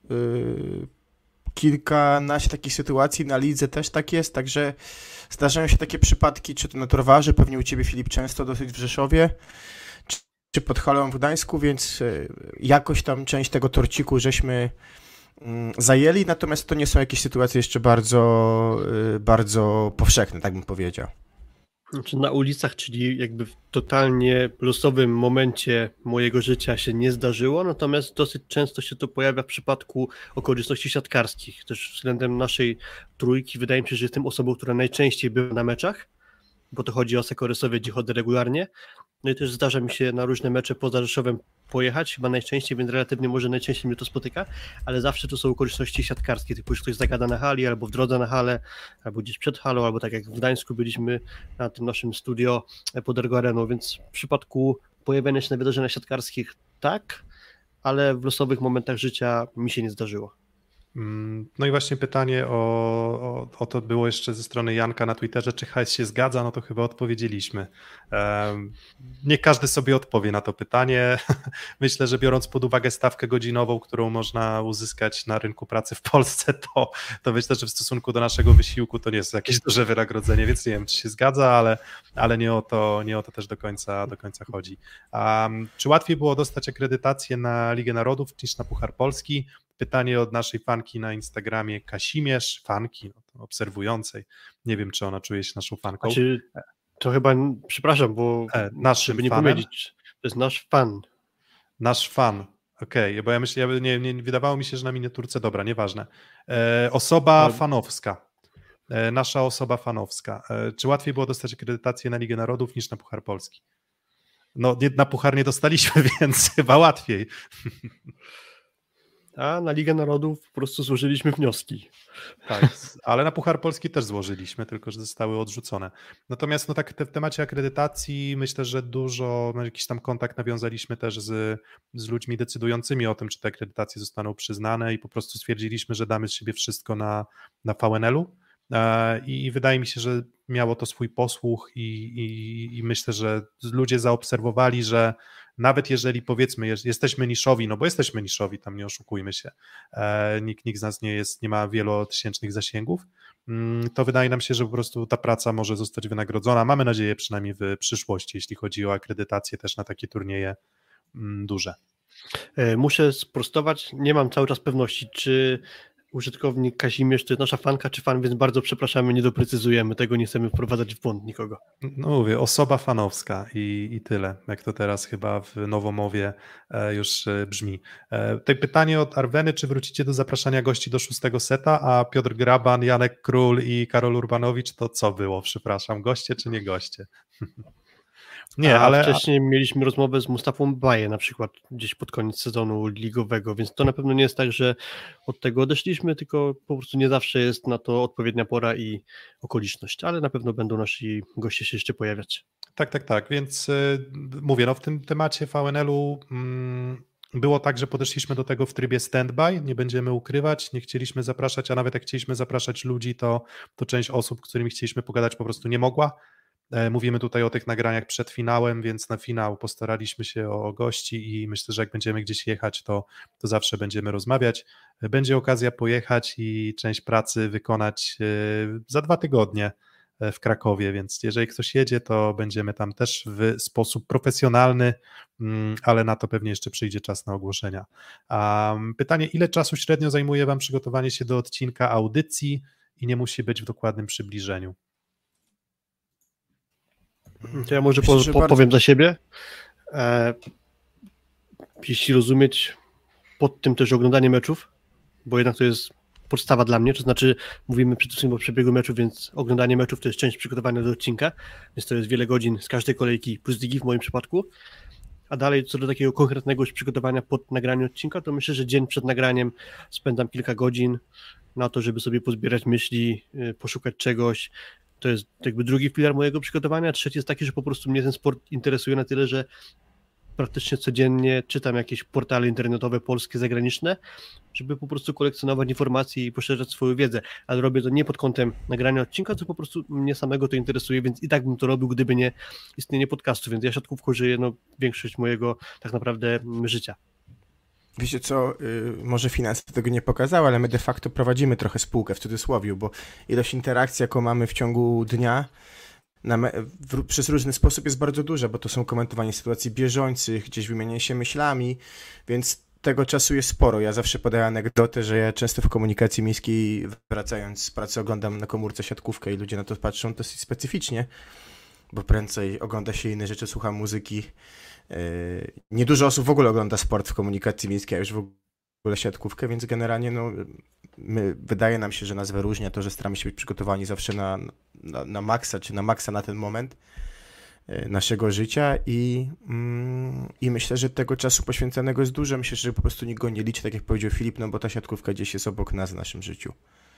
Kilkanaście takich sytuacji, na lidze też tak jest, także zdarzają się takie przypadki, czy to na Torwarze, pewnie u Ciebie, Filip, często dosyć w Rzeszowie, czy pod halą w Gdańsku, więc jakoś tam część tego torciku żeśmy zajęli, natomiast to nie są jakieś sytuacje jeszcze bardzo, bardzo powszechne, tak bym powiedział. Znaczy na ulicach, czyli jakby w totalnie losowym momencie mojego życia się nie zdarzyło, natomiast dosyć często się to pojawia w przypadku okoliczności siatkarskich. Też względem naszej trójki wydaje mi się, że jestem osobą, która najczęściej była na meczach, bo to chodzi o Sekorysowie, gdzie chodzę regularnie. No i też zdarza mi się na różne mecze poza Rzeszowem pojechać, chyba najczęściej, więc relatywnie może najczęściej mnie to spotyka, ale zawsze to są okoliczności siatkarskie, typu, że ktoś zagada na hali, albo w drodze na halę, albo gdzieś przed halą, albo tak jak w Gdańsku byliśmy na tym naszym studio pod Ergo Areną, więc w przypadku pojawiania się na wydarzeniach siatkarskich tak, ale w losowych momentach życia mi się nie zdarzyło. No i właśnie pytanie o to było jeszcze ze strony Janka na Twitterze, czy hajs się zgadza, no to chyba odpowiedzieliśmy. Nie każdy sobie odpowie na to pytanie. Myślę, że biorąc pod uwagę stawkę godzinową, którą można uzyskać na rynku pracy w Polsce, to myślę, że w stosunku do naszego wysiłku to nie jest jakieś duże wynagrodzenie, więc nie wiem, czy się zgadza, ale nie o to też do końca chodzi. Czy łatwiej było dostać akredytację na Ligę Narodów niż na Puchar Polski? Pytanie od naszej fanki na Instagramie Kasimierz, fanki obserwującej. Nie wiem, czy ona czuje się naszą fanką. To chyba, przepraszam, bo naszym nie powiedzieć, to jest nasz fan. Nasz fan, okej, bo ja myślę, nie wydawało mi się, że na miniaturce, dobra, nieważne. Osoba fanowska, nasza osoba fanowska. Czy łatwiej było dostać akredytację na Ligę Narodów niż na Puchar Polski? No, na Puchar nie dostaliśmy, więc chyba łatwiej. A na Ligę Narodów po prostu złożyliśmy wnioski. Tak, ale na Puchar Polski też złożyliśmy, tylko że zostały odrzucone. Natomiast no tak w temacie akredytacji myślę, że dużo, jakiś tam kontakt nawiązaliśmy też z ludźmi decydującymi o tym, czy te akredytacje zostaną przyznane i po prostu stwierdziliśmy, że damy z siebie wszystko na VNL-u i wydaje mi się, że miało to swój posłuch i myślę, że ludzie zaobserwowali, że nawet jeżeli powiedzmy jesteśmy niszowi, no bo jesteśmy niszowi, tam nie oszukujmy się, nikt z nas nie ma wielotysięcznych zasięgów, to wydaje nam się, że po prostu ta praca może zostać wynagrodzona. Mamy nadzieję przynajmniej w przyszłości, jeśli chodzi o akredytację też na takie turnieje duże. Muszę sprostować, nie mam cały czas pewności, czy użytkownik Kazimierz to jest nasza fanka, czy fan, więc bardzo przepraszamy, nie doprecyzujemy tego, nie chcemy wprowadzać w błąd nikogo. No mówię, osoba fanowska i tyle, jak to teraz chyba w Nowomowie już brzmi. To pytanie od Arweny, czy wrócicie do zapraszania gości do 6. seta, a Piotr Graban, Janek Król i Karol Urbanowicz, to co było, przepraszam, goście czy nie goście? Nie, ale wcześniej mieliśmy rozmowę z Mustafą Baje na przykład gdzieś pod koniec sezonu ligowego, więc to na pewno nie jest tak, że od tego odeszliśmy, tylko po prostu nie zawsze jest na to odpowiednia pora i okoliczność, ale na pewno będą nasi goście się jeszcze pojawiać. Tak, więc mówię, no w tym temacie VNL-u było tak, że podeszliśmy do tego w trybie standby, nie będziemy ukrywać, nie chcieliśmy zapraszać, a nawet jak chcieliśmy zapraszać ludzi, to część osób, z którymi chcieliśmy pogadać, po prostu nie mogła. Mówimy tutaj o tych nagraniach przed finałem, więc na finał postaraliśmy się o gości i myślę, że jak będziemy gdzieś jechać, to zawsze będziemy rozmawiać. Będzie okazja pojechać i część pracy wykonać za 2 tygodnie w Krakowie, więc jeżeli ktoś jedzie, to będziemy tam też w sposób profesjonalny, ale na to pewnie jeszcze przyjdzie czas na ogłoszenia. Pytanie, ile czasu średnio zajmuje Wam przygotowanie się do odcinka audycji i nie musi być w dokładnym przybliżeniu? To ja może powiem za siebie. Jeśli rozumieć pod tym też oglądanie meczów, bo jednak to jest podstawa dla mnie, to znaczy mówimy przede wszystkim o przebiegu meczu, więc oglądanie meczów to jest część przygotowania do odcinka, więc to jest wiele godzin z każdej kolejki plus digi w moim przypadku. A dalej co do takiego konkretnego już przygotowania pod nagranie odcinka, to myślę, że dzień przed nagraniem spędzam kilka godzin na to, żeby sobie pozbierać myśli, poszukać czegoś. To jest jakby drugi filar mojego przygotowania. Trzeci jest taki, że po prostu mnie ten sport interesuje na tyle, że praktycznie codziennie czytam jakieś portale internetowe polskie, zagraniczne, żeby po prostu kolekcjonować informacje i poszerzać swoją wiedzę, ale robię to nie pod kątem nagrania odcinka, to po prostu mnie samego to interesuje, więc i tak bym to robił, gdyby nie istnienie podcastu, więc ja siatkówką żyję większość mojego tak naprawdę życia. Wiecie co, może finanse tego nie pokazały, ale my de facto prowadzimy trochę spółkę w cudzysłowie, bo ilość interakcji, jaką mamy w ciągu dnia przez różny sposób jest bardzo duża, bo to są komentowanie sytuacji bieżących, gdzieś wymienianie się myślami, więc tego czasu jest sporo. Ja zawsze podaję anegdotę, że ja często w komunikacji miejskiej, wracając z pracy, oglądam na komórce siatkówkę i ludzie na to patrzą dosyć specyficznie, bo prędzej ogląda się inne rzeczy, słucha muzyki. Niedużo osób w ogóle ogląda sport w komunikacji miejskiej, a już w ogóle siatkówkę, więc generalnie wydaje nam się, że nas wyróżnia to, że staramy się być przygotowani zawsze na maksa, czy na maksa na ten moment naszego życia i myślę, że tego czasu poświęconego jest dużo. Myślę, że po prostu nikt go nie liczy, tak jak powiedział Filip, no bo ta siatkówka gdzieś jest obok nas w naszym życiu.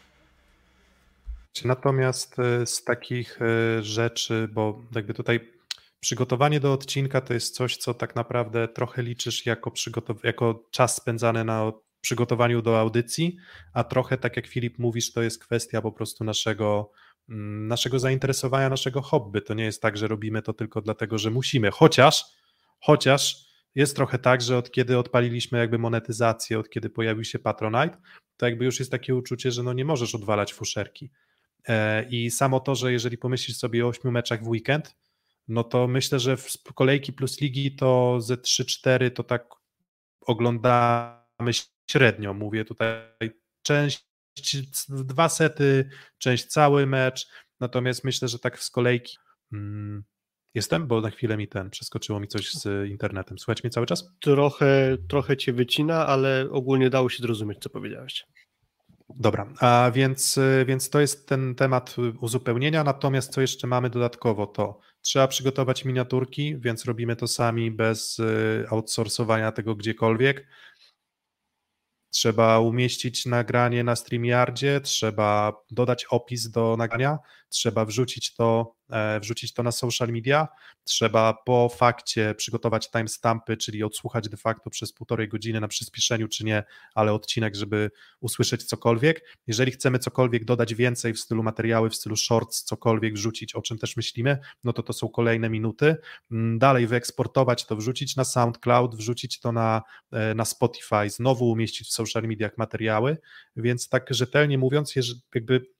Natomiast z takich rzeczy, bo jakby tutaj przygotowanie do odcinka to jest coś, co tak naprawdę trochę liczysz jako czas spędzany na przygotowaniu do audycji, a trochę, tak jak Filip mówisz, to jest kwestia po prostu naszego zainteresowania, naszego hobby. To nie jest tak, że robimy to tylko dlatego, że musimy, chociaż jest trochę tak, że od kiedy odpaliliśmy jakby monetyzację, od kiedy pojawił się Patronite, to jakby już jest takie uczucie, że nie możesz odwalać fuszerki. I samo to, że jeżeli pomyślisz sobie o 8 meczach w weekend, no to myślę, że w kolejki plus ligi to ze 3-4 to tak oglądamy średnio. Mówię tutaj część 2 sety, część cały mecz, natomiast myślę, że tak z kolejki jestem, bo na chwilę przeskoczyło mi coś z internetem. Słuchajcie mnie cały czas? Trochę cię wycina, ale ogólnie dało się zrozumieć, co powiedziałeś. Dobra, a więc to jest ten temat uzupełnienia, natomiast co jeszcze mamy dodatkowo, to trzeba przygotować miniaturki, więc robimy to sami bez outsourcowania tego gdziekolwiek. Trzeba umieścić nagranie na StreamYardzie, trzeba dodać opis do nagrania, trzeba wrzucić to na social media, trzeba po fakcie przygotować timestampy, czyli odsłuchać de facto przez 1,5 godziny na przyspieszeniu czy nie, ale odcinek, żeby usłyszeć cokolwiek. Jeżeli chcemy cokolwiek dodać więcej w stylu materiały, w stylu shorts, cokolwiek wrzucić, o czym też myślimy, no to są kolejne minuty. Dalej wyeksportować to, wrzucić na SoundCloud, wrzucić to na Spotify, znowu umieścić w social mediach materiały, więc tak rzetelnie mówiąc, jakby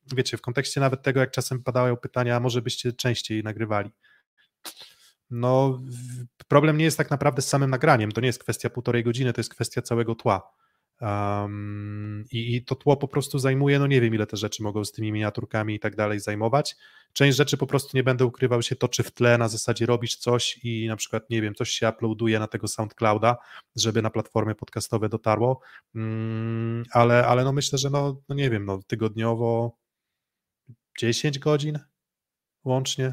wiecie, w kontekście nawet tego, jak czasem padają pytania, a może byście częściej nagrywali. No, problem nie jest tak naprawdę z samym nagraniem, to nie jest kwestia 1,5 godziny, to jest kwestia całego tła. I to tło po prostu zajmuje, no nie wiem ile te rzeczy mogą z tymi miniaturkami i tak dalej zajmować. Część rzeczy po prostu nie będę ukrywał się toczy w tle, na zasadzie robisz coś i na przykład, nie wiem, coś się uploaduje na tego SoundClouda, żeby na platformy podcastowe dotarło, ale no myślę, że no nie wiem, no tygodniowo 10 godzin łącznie,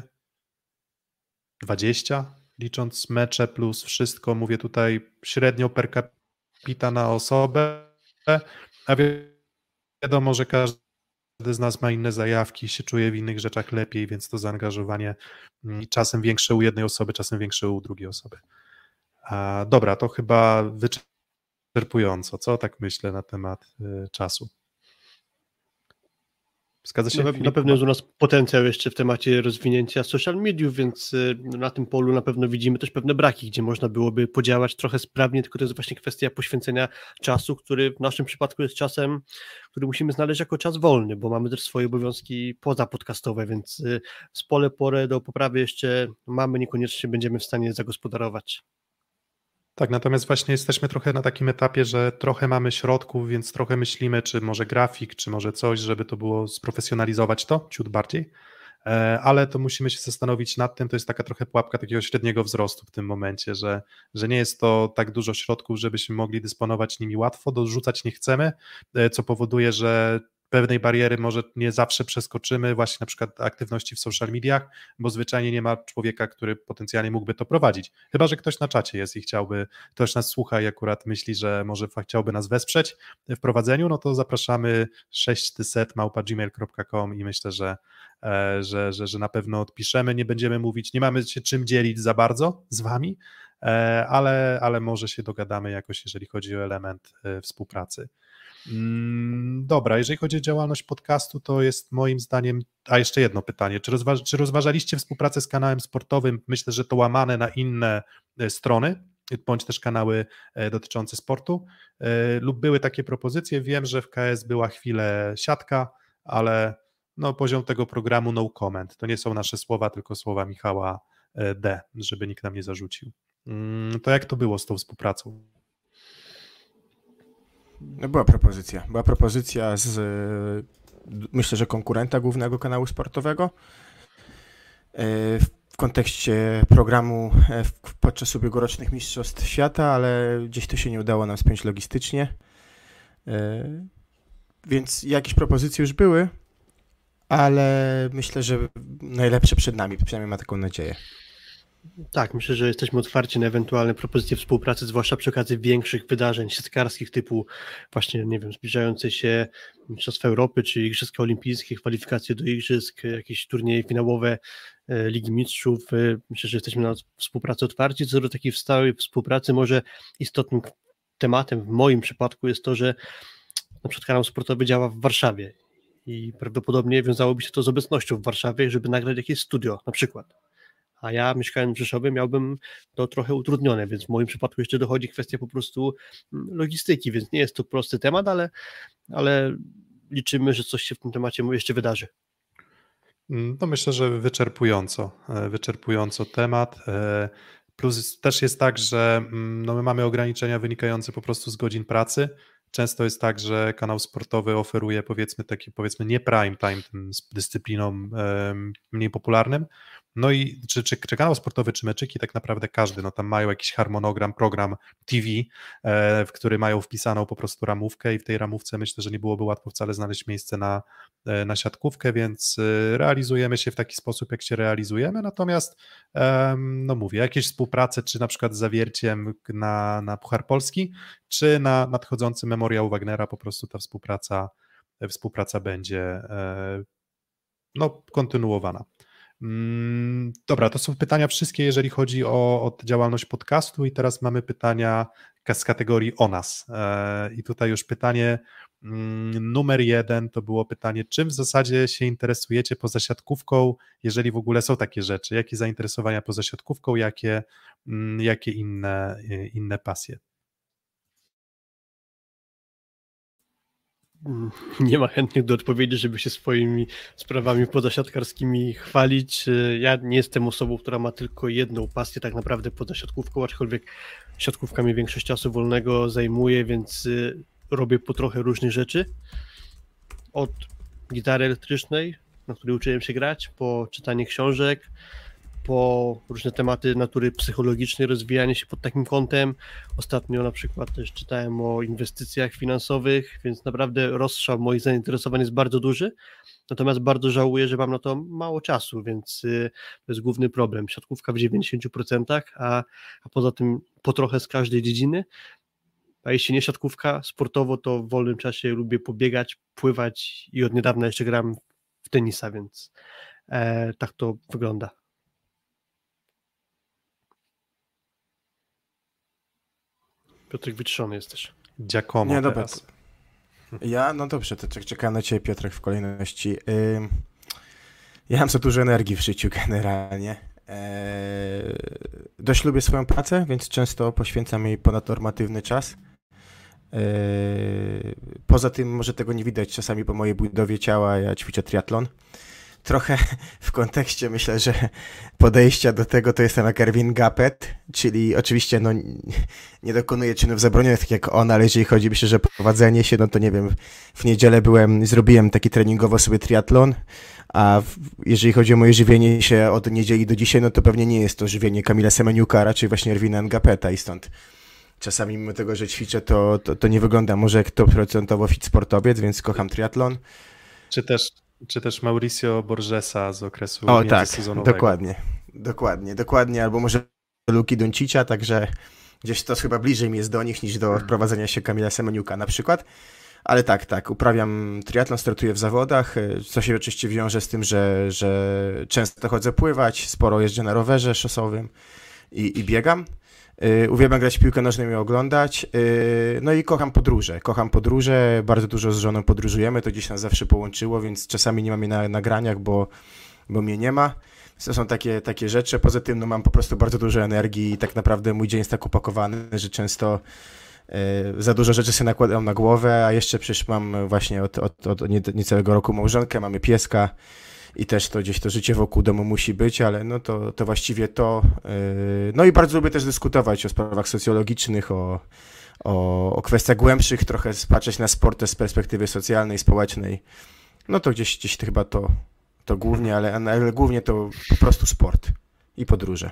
20, licząc mecze plus wszystko, mówię tutaj średnio per capita na osobę, a wiadomo, że każdy z nas ma inne zajawki, się czuje w innych rzeczach lepiej, więc to zaangażowanie czasem większe u jednej osoby, czasem większe u drugiej osoby. Dobra, to chyba wyczerpująco, co tak myślę na temat czasu. Zgadza się? Na pewno jest u nas potencjał jeszcze w temacie rozwinięcia social mediów, więc na tym polu na pewno widzimy też pewne braki, gdzie można byłoby podziałać trochę sprawnie, tylko to jest właśnie kwestia poświęcenia czasu, który w naszym przypadku jest czasem, który musimy znaleźć jako czas wolny, bo mamy też swoje obowiązki pozapodcastowe, więc spore pole do poprawy jeszcze mamy, niekoniecznie będziemy w stanie zagospodarować. Tak, natomiast właśnie jesteśmy trochę na takim etapie, że trochę mamy środków, więc trochę myślimy, czy może grafik, czy może coś, żeby to było sprofesjonalizować to ciut bardziej, ale to musimy się zastanowić nad tym, to jest taka trochę pułapka takiego średniego wzrostu w tym momencie, że nie jest to tak dużo środków, żebyśmy mogli dysponować nimi łatwo, dorzucać nie chcemy, co powoduje, że pewnej bariery może nie zawsze przeskoczymy, właśnie na przykład aktywności w social mediach, bo zwyczajnie nie ma człowieka, który potencjalnie mógłby to prowadzić. Chyba że ktoś na czacie jest i ktoś nas słucha i akurat myśli, że może chciałby nas wesprzeć w prowadzeniu, no to zapraszamy 600@gmail.com i myślę, że na pewno odpiszemy. Nie będziemy mówić, nie mamy się czym dzielić za bardzo z wami, ale może się dogadamy jakoś, jeżeli chodzi o element współpracy. Dobra, jeżeli chodzi o działalność podcastu, to jest moim zdaniem, jeszcze jedno pytanie, czy rozważaliście współpracę z kanałem sportowym? Myślę, że to łamane na inne strony, bądź też kanały dotyczące sportu, lub były takie propozycje? Wiem, że w KS była chwilę siatka, ale no, poziom tego programu no comment, to nie są nasze słowa, tylko słowa Michała D., żeby nikt nam nie zarzucił. To jak to było z tą współpracą? No była propozycja myślę, że konkurenta głównego kanału sportowego w kontekście programu podczas ubiegłorocznych Mistrzostw Świata, ale gdzieś to się nie udało nam spiąć logistycznie, więc jakieś propozycje już były, ale myślę, że najlepsze przed nami, przynajmniej mam taką nadzieję. Tak, myślę, że jesteśmy otwarci na ewentualne propozycje współpracy, zwłaszcza przy okazji większych wydarzeń siatkarskich typu właśnie, nie wiem, zbliżające się Mistrzostwa Europy czy Igrzyska Olimpijskie, kwalifikacje do Igrzysk, jakieś turnieje finałowe Ligi Mistrzów. Myślę, że jesteśmy na współpracę otwarci. Co do takiej stałej współpracy, może istotnym tematem w moim przypadku jest to, że na przykład kanał sportowy działa w Warszawie i prawdopodobnie wiązałoby się to z obecnością w Warszawie, żeby nagrać jakieś studio na przykład. A ja mieszkając w Rzeszowie miałbym to trochę utrudnione, więc w moim przypadku jeszcze dochodzi kwestia po prostu logistyki, więc nie jest to prosty temat, ale liczymy, że coś się w tym temacie jeszcze wydarzy. No myślę, że wyczerpująco temat. Plus też jest tak, że no my mamy ograniczenia wynikające po prostu z godzin pracy. Często jest tak, że kanał sportowy oferuje powiedzmy nie prime time tym dyscyplinom mniej popularnym. No i czy kanał sportowy, czy meczyki, tak naprawdę każdy, no tam mają jakiś harmonogram, program TV, w który mają wpisaną po prostu ramówkę i w tej ramówce myślę, że nie byłoby łatwo wcale znaleźć miejsce na siatkówkę, więc realizujemy się w taki sposób, jak się realizujemy, natomiast no mówię, jakieś współprace, czy na przykład z Zawierciem na Puchar Polski, czy na nadchodzący memoriał Wagnera, po prostu ta współpraca będzie no kontynuowana. Dobra, to są pytania wszystkie, jeżeli chodzi o działalność podcastu i teraz mamy pytania z kategorii o nas i tutaj już pytanie numer 1 to było pytanie, czym w zasadzie się interesujecie poza siatkówką, jeżeli w ogóle są takie rzeczy, jakie zainteresowania poza siatkówką, jakie inne pasje? nie ma chętnych do odpowiedzi, żeby się swoimi sprawami pozasiatkarskimi chwalić. Ja nie jestem osobą, która ma tylko jedną pasję tak naprawdę poza siatkówką, aczkolwiek siatkówka mi większość czasu wolnego zajmuje, więc robię po trochę różnych rzeczy. Od gitary elektrycznej, na której uczyłem się grać, po czytanie książek, po różne tematy natury psychologicznej, rozwijanie się pod takim kątem. Ostatnio na przykład też czytałem o inwestycjach finansowych, więc naprawdę rozstrzał moich zainteresowań jest bardzo duży, natomiast bardzo żałuję, że mam na to mało czasu, więc to jest główny problem. Siatkówka w 90%, a poza tym po trochę z każdej dziedziny. A jeśli nie siatkówka sportowo, to w wolnym czasie lubię pobiegać, pływać i od niedawna jeszcze gram w tenisa, więc tak to wygląda. Piotrek wyciszony jesteś. Giacomo Nie, dobra. teraz. Ja, no dobrze, to czekam na ciebie, Piotrek, w kolejności. Ja mam za dużo energii w życiu generalnie. Dość lubię swoją pracę, więc często poświęcam jej ponadnormatywny czas. Poza tym może tego nie widać czasami po mojej budowie ciała, ja ćwiczę triatlon. Trochę w kontekście myślę, że podejścia do tego to jestem jak Erwin Gapet, czyli oczywiście no, nie dokonuję czynów zabronionych tak jak on, ale jeżeli chodzi myślę, że prowadzenie się, no to nie wiem, w niedzielę zrobiłem taki treningowo sobie triatlon, a jeżeli chodzi o moje żywienie się od niedzieli do dzisiaj, no to pewnie nie jest to żywienie Kamila Semeniuka, a raczej właśnie Erwina Ngapeta i stąd czasami mimo tego, że ćwiczę, to nie wygląda może jak 100% fit sportowiec, więc kocham triatlon. Czy też Mauricio Borgesa z okresu o, tak, międzysezonowego. Dokładnie, albo może Luki Doncicia, także gdzieś to chyba bliżej mi jest do nich niż do wprowadzenia się Kamila Semeniuka na przykład, ale tak, uprawiam triatlon, startuję w zawodach, co się oczywiście wiąże z tym, że często chodzę pływać, sporo jeżdżę na rowerze szosowym i biegam. Uwielbiam grać w piłkę nożną i oglądać, no i kocham podróże, bardzo dużo z żoną podróżujemy, to gdzieś nas zawsze połączyło, więc czasami nie mam jej na nagraniach, bo mnie nie ma. To są takie rzeczy, poza tym no, mam po prostu bardzo dużo energii i tak naprawdę mój dzień jest tak upakowany, że często za dużo rzeczy sobie nakładam na głowę, a jeszcze przecież mam właśnie od niecałego roku małżonkę, mamy pieska, i też to gdzieś to życie wokół domu musi być, ale no to właściwie to. No i bardzo lubię też dyskutować o sprawach socjologicznych, o kwestiach głębszych, trochę patrzeć na sport z perspektywy socjalnej, społecznej. No to gdzieś to chyba to głównie, ale głównie to po prostu sport i podróże.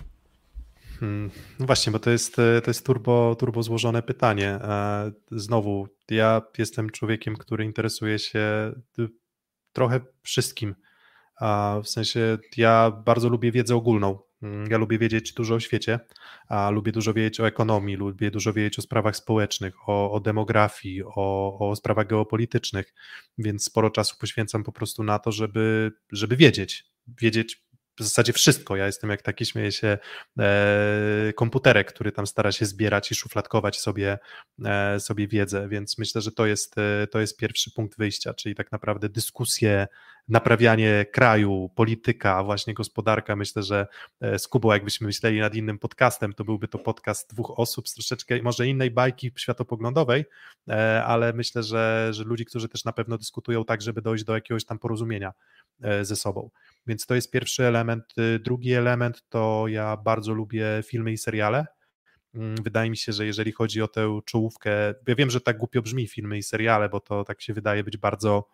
No właśnie, bo to jest turbo złożone pytanie. Znowu, ja jestem człowiekiem, który interesuje się trochę wszystkim. W sensie ja bardzo lubię wiedzę ogólną. Ja lubię wiedzieć dużo o świecie, a lubię dużo wiedzieć o ekonomii, lubię dużo wiedzieć o sprawach społecznych, o demografii, o sprawach geopolitycznych, więc sporo czasu poświęcam po prostu na to, żeby wiedzieć w zasadzie wszystko. Ja jestem jak taki, śmieję się, komputerek, który tam stara się zbierać i szufladkować sobie wiedzę, więc myślę, że to jest pierwszy punkt wyjścia, czyli tak naprawdę dyskusje, naprawianie kraju, polityka, właśnie gospodarka. Myślę, że z Kubą, jakbyśmy myśleli nad innym podcastem, to byłby to podcast dwóch osób z troszeczkę może innej bajki światopoglądowej, ale myślę, że ludzi, którzy też na pewno dyskutują tak, żeby dojść do jakiegoś tam porozumienia ze sobą. Więc to jest pierwszy element. Drugi element to ja bardzo lubię filmy i seriale. Wydaje mi się, że jeżeli chodzi o tę czołówkę, ja wiem, że tak głupio brzmi filmy i seriale, bo to tak się wydaje być bardzo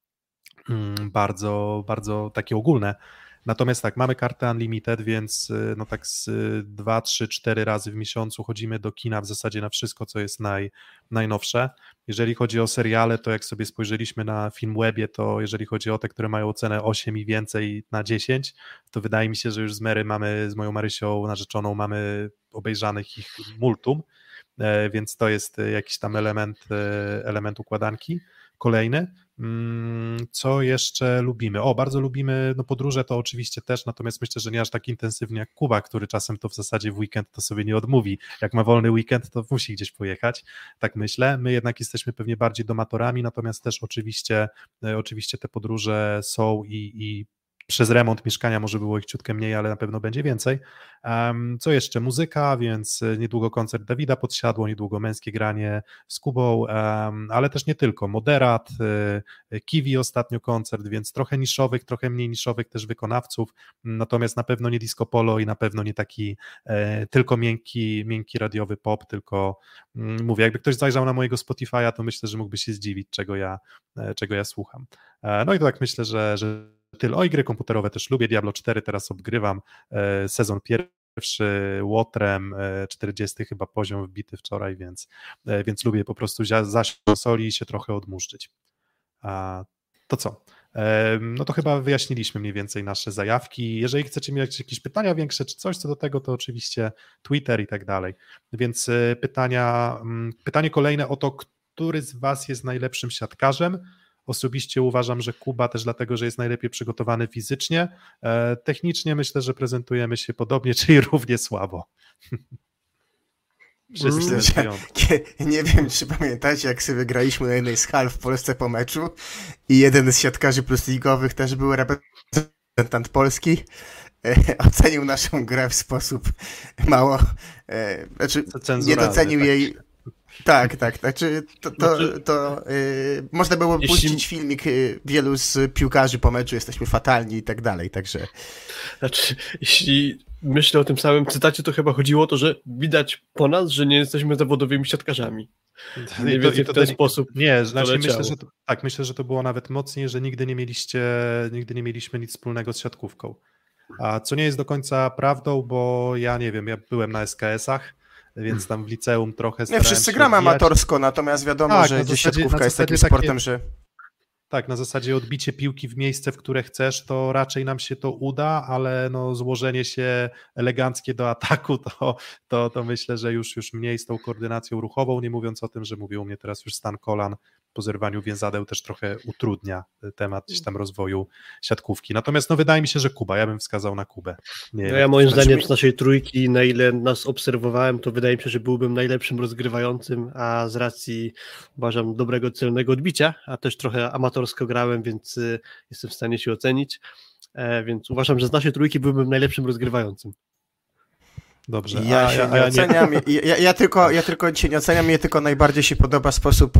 takie ogólne. Natomiast tak, mamy kartę Unlimited, więc no tak z 2, 3, 4 razy w miesiącu chodzimy do kina w zasadzie na wszystko, co jest najnowsze. Jeżeli chodzi o seriale, to jak sobie spojrzeliśmy na Filmwebie, to jeżeli chodzi o te, które mają ocenę 8 i więcej na 10, to wydaje mi się, że już z moją Marysią narzeczoną mamy obejrzanych ich multum, więc to jest jakiś tam element układanki. Kolejny. Co jeszcze lubimy? Bardzo lubimy, no podróże to oczywiście też, natomiast myślę, że nie aż tak intensywnie jak Kuba, który czasem to w zasadzie w weekend to sobie nie odmówi. Jak ma wolny weekend, to musi gdzieś pojechać, tak myślę. My jednak jesteśmy pewnie bardziej domatorami, natomiast też oczywiście te podróże są i przez remont mieszkania może było ich ciutkę mniej, ale na pewno będzie więcej. Co jeszcze? Muzyka, więc niedługo koncert Dawida Podsiadło, niedługo męskie granie z Kubą, ale też nie tylko. Moderat, Kiwi ostatnio koncert, więc trochę niszowych, trochę mniej niszowych też wykonawców, natomiast na pewno nie disco polo i na pewno nie taki tylko miękki radiowy pop, tylko mówię, jakby ktoś zajrzał na mojego Spotify'a, to myślę, że mógłby się zdziwić, czego ja słucham. No i to tak myślę, że tyle. O, i gry komputerowe też lubię, Diablo 4 teraz obgrywam, sezon pierwszy, Łotrem, 40 chyba poziom wbity wczoraj, więc lubię po prostu zasiąść do konsoli i się trochę odmurzyć. To co? No to chyba wyjaśniliśmy mniej więcej nasze zajawki. Jeżeli chcecie mieć jakieś pytania większe czy coś co do tego, to oczywiście Twitter i tak dalej. Więc pytanie kolejne o to, który z was jest najlepszym siatkarzem? Osobiście uważam, że Kuba też dlatego, że jest najlepiej przygotowany fizycznie. Technicznie myślę, że prezentujemy się podobnie, czyli równie słabo. Myślę, że nie wiem, czy pamiętacie, jak sobie graliśmy na jednej z hal w Polsce po meczu i jeden z siatkarzy plusligowych też był reprezentant Polski. Ocenił naszą grę w sposób mało, znaczy nie docenił jej. Tak, znaczy można było puścić filmik wielu z piłkarzy po meczu, jesteśmy fatalni i tak dalej, także. Znaczy, jeśli myślę o tym samym cytacie, to chyba chodziło o to, że widać po nas, że nie jesteśmy zawodowymi siatkarzami. Mniej więcej w ten sposób. Nie, znaczy myślę, że to było nawet mocniej, że nigdy nie mieliśmy nic wspólnego z siatkówką. A co nie jest do końca prawdą, bo ja nie wiem, ja byłem na SKS-ach, więc tam w liceum trochę nie wszyscy gramy amatorsko, natomiast wiadomo, że gdzieś siatkówka jest takim sportem, że... Tak, na zasadzie odbicie piłki w miejsce, w które chcesz, to raczej nam się to uda, ale no złożenie się eleganckie do ataku, to myślę, że już mniej z tą koordynacją ruchową, nie mówiąc o tym, że mówił u mnie teraz już stan kolan po zerwaniu więzadeł też trochę utrudnia temat gdzieś tam rozwoju siatkówki. Natomiast no wydaje mi się, że Kuba, ja bym wskazał na Kubę. Ja moim zdaniem z naszej trójki, na ile nas obserwowałem, to wydaje mi się, że byłbym najlepszym rozgrywającym, a z racji uważam dobrego celnego odbicia, a też trochę amatorsko grałem, więc jestem w stanie się ocenić, więc uważam, że z naszej trójki byłbym najlepszym rozgrywającym. Dobrze. Ja się nie oceniam. Ja tylko się nie oceniam, mnie tylko najbardziej się podoba sposób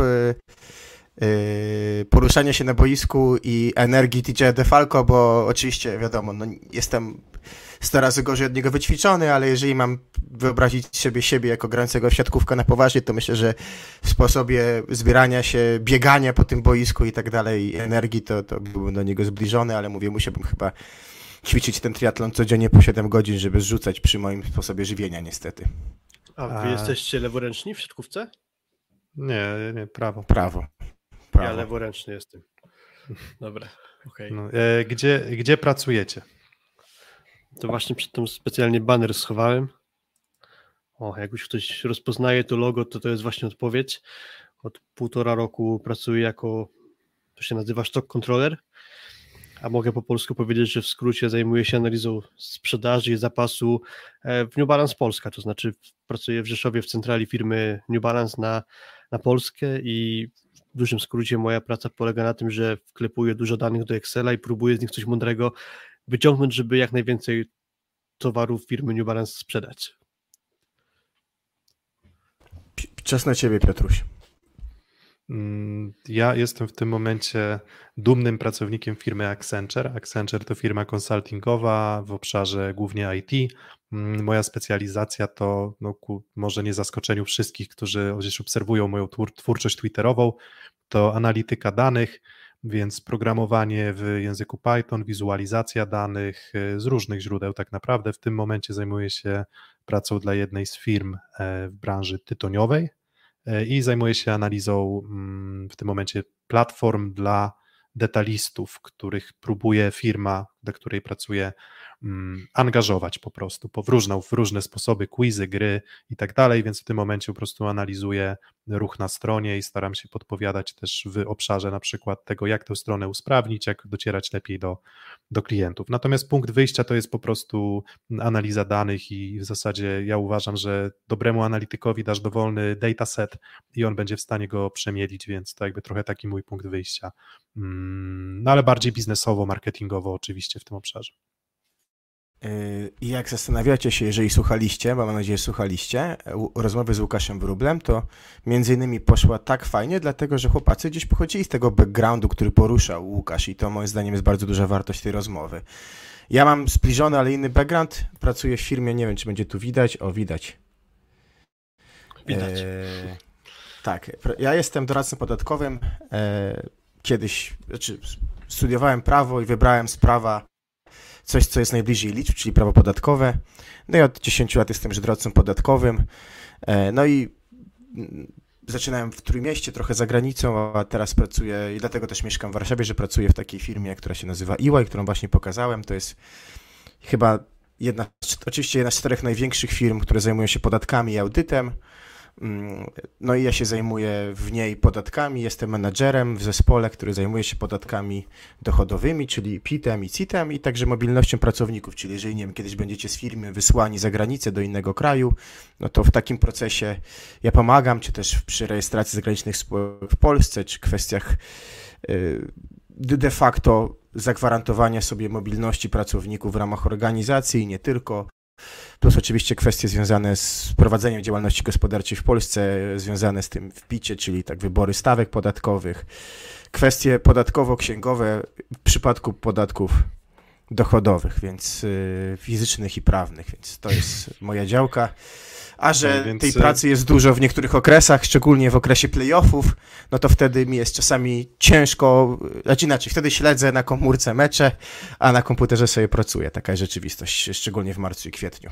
poruszania się na boisku i energii TJ DeFalco, bo oczywiście wiadomo, no, jestem 100 razy gorzej od niego wyćwiczony, ale jeżeli mam wyobrazić siebie jako grającego w siatkówkę na poważnie, to myślę, że w sposobie zbierania się, biegania po tym boisku i tak dalej, energii, to byłbym do niego zbliżony, ale mówię, musiałbym chyba ćwiczyć ten triatlon codziennie po 7 godzin, żeby zrzucać przy moim sposobie żywienia niestety. A wy jesteście leworęczni w siatkówce? Nie, prawo. Ja leworęczny jestem. Dobra, okej. No, gdzie pracujecie? To właśnie przed tym specjalnie baner schowałem. O, jak już ktoś rozpoznaje to logo, to jest właśnie odpowiedź. Od 1,5 roku pracuję jako, to się nazywa stock controller, a mogę po polsku powiedzieć, że w skrócie zajmuję się analizą sprzedaży i zapasu w New Balance Polska, to znaczy pracuję w Rzeszowie w centrali firmy New Balance na Polskę i w dużym skrócie moja praca polega na tym, że wklepuję dużo danych do Excela i próbuję z nich coś mądrego wyciągnąć, żeby jak najwięcej towarów firmy New Balance sprzedać. Czas na ciebie, Piotruś. Ja jestem w tym momencie dumnym pracownikiem firmy Accenture. Accenture to firma konsultingowa w obszarze głównie IT. Moja specjalizacja to, może nie zaskoczeniu wszystkich, którzy gdzieś obserwują moją twórczość twitterową, to analityka danych, więc programowanie w języku Python, wizualizacja danych z różnych źródeł tak naprawdę. W tym momencie zajmuję się pracą dla jednej z firm w branży tytoniowej i zajmuję się analizą w tym momencie platform dla detalistów, których próbuje firma, do której pracuję, angażować po prostu w różne sposoby, quizy, gry i tak dalej, więc w tym momencie po prostu analizuję ruch na stronie i staram się podpowiadać też w obszarze na przykład tego, jak tę stronę usprawnić, jak docierać lepiej do klientów. Natomiast punkt wyjścia to jest po prostu analiza danych i w zasadzie ja uważam, że dobremu analitykowi dasz dowolny dataset i on będzie w stanie go przemielić, więc to jakby trochę taki mój punkt wyjścia. No ale bardziej biznesowo, marketingowo oczywiście w tym obszarze. I jak zastanawiacie się, jeżeli słuchaliście, bo mam nadzieję, że słuchaliście, rozmowy z Łukaszem Wróblem, to między innymi poszła tak fajnie, dlatego że chłopacy gdzieś pochodzili z tego backgroundu, który poruszał Łukasz i to moim zdaniem jest bardzo duża wartość tej rozmowy. Ja mam zbliżony, ale inny background, pracuję w firmie, nie wiem, czy będzie tu widać, widać. Widać. Tak, ja jestem doradcą podatkowym, kiedyś, studiowałem prawo i wybrałem z prawa coś, co jest najbliżej liczb, czyli prawo podatkowe. No i od 10 lat jestem już doradcą podatkowym. No i zaczynałem w Trójmieście, trochę za granicą, a teraz pracuję i dlatego też mieszkam w Warszawie, że pracuję w takiej firmie, która się nazywa EY, którą właśnie pokazałem. To jest chyba oczywiście jedna z 4 największych firm, które zajmują się podatkami i audytem. No i ja się zajmuję w niej podatkami, jestem menadżerem w zespole, który zajmuje się podatkami dochodowymi, czyli PIT-em i CIT-em i także mobilnością pracowników, czyli jeżeli, nie wiem, kiedyś będziecie z firmy wysłani za granicę do innego kraju, no to w takim procesie ja pomagam, czy też przy rejestracji zagranicznych spółek w Polsce, czy kwestiach de facto zagwarantowania sobie mobilności pracowników w ramach organizacji i nie tylko. Plus oczywiście kwestie związane z prowadzeniem działalności gospodarczej w Polsce, związane z tym w PIT-cie, czyli tak wybory stawek podatkowych, kwestie podatkowo-księgowe w przypadku podatków dochodowych, więc fizycznych i prawnych, więc to jest moja działka. A że tej pracy jest dużo w niektórych okresach, szczególnie w okresie playoffów, no to wtedy mi jest czasami ciężko, inaczej, wtedy śledzę na komórce mecze, a na komputerze sobie pracuję. Taka jest rzeczywistość, szczególnie w marcu i kwietniu.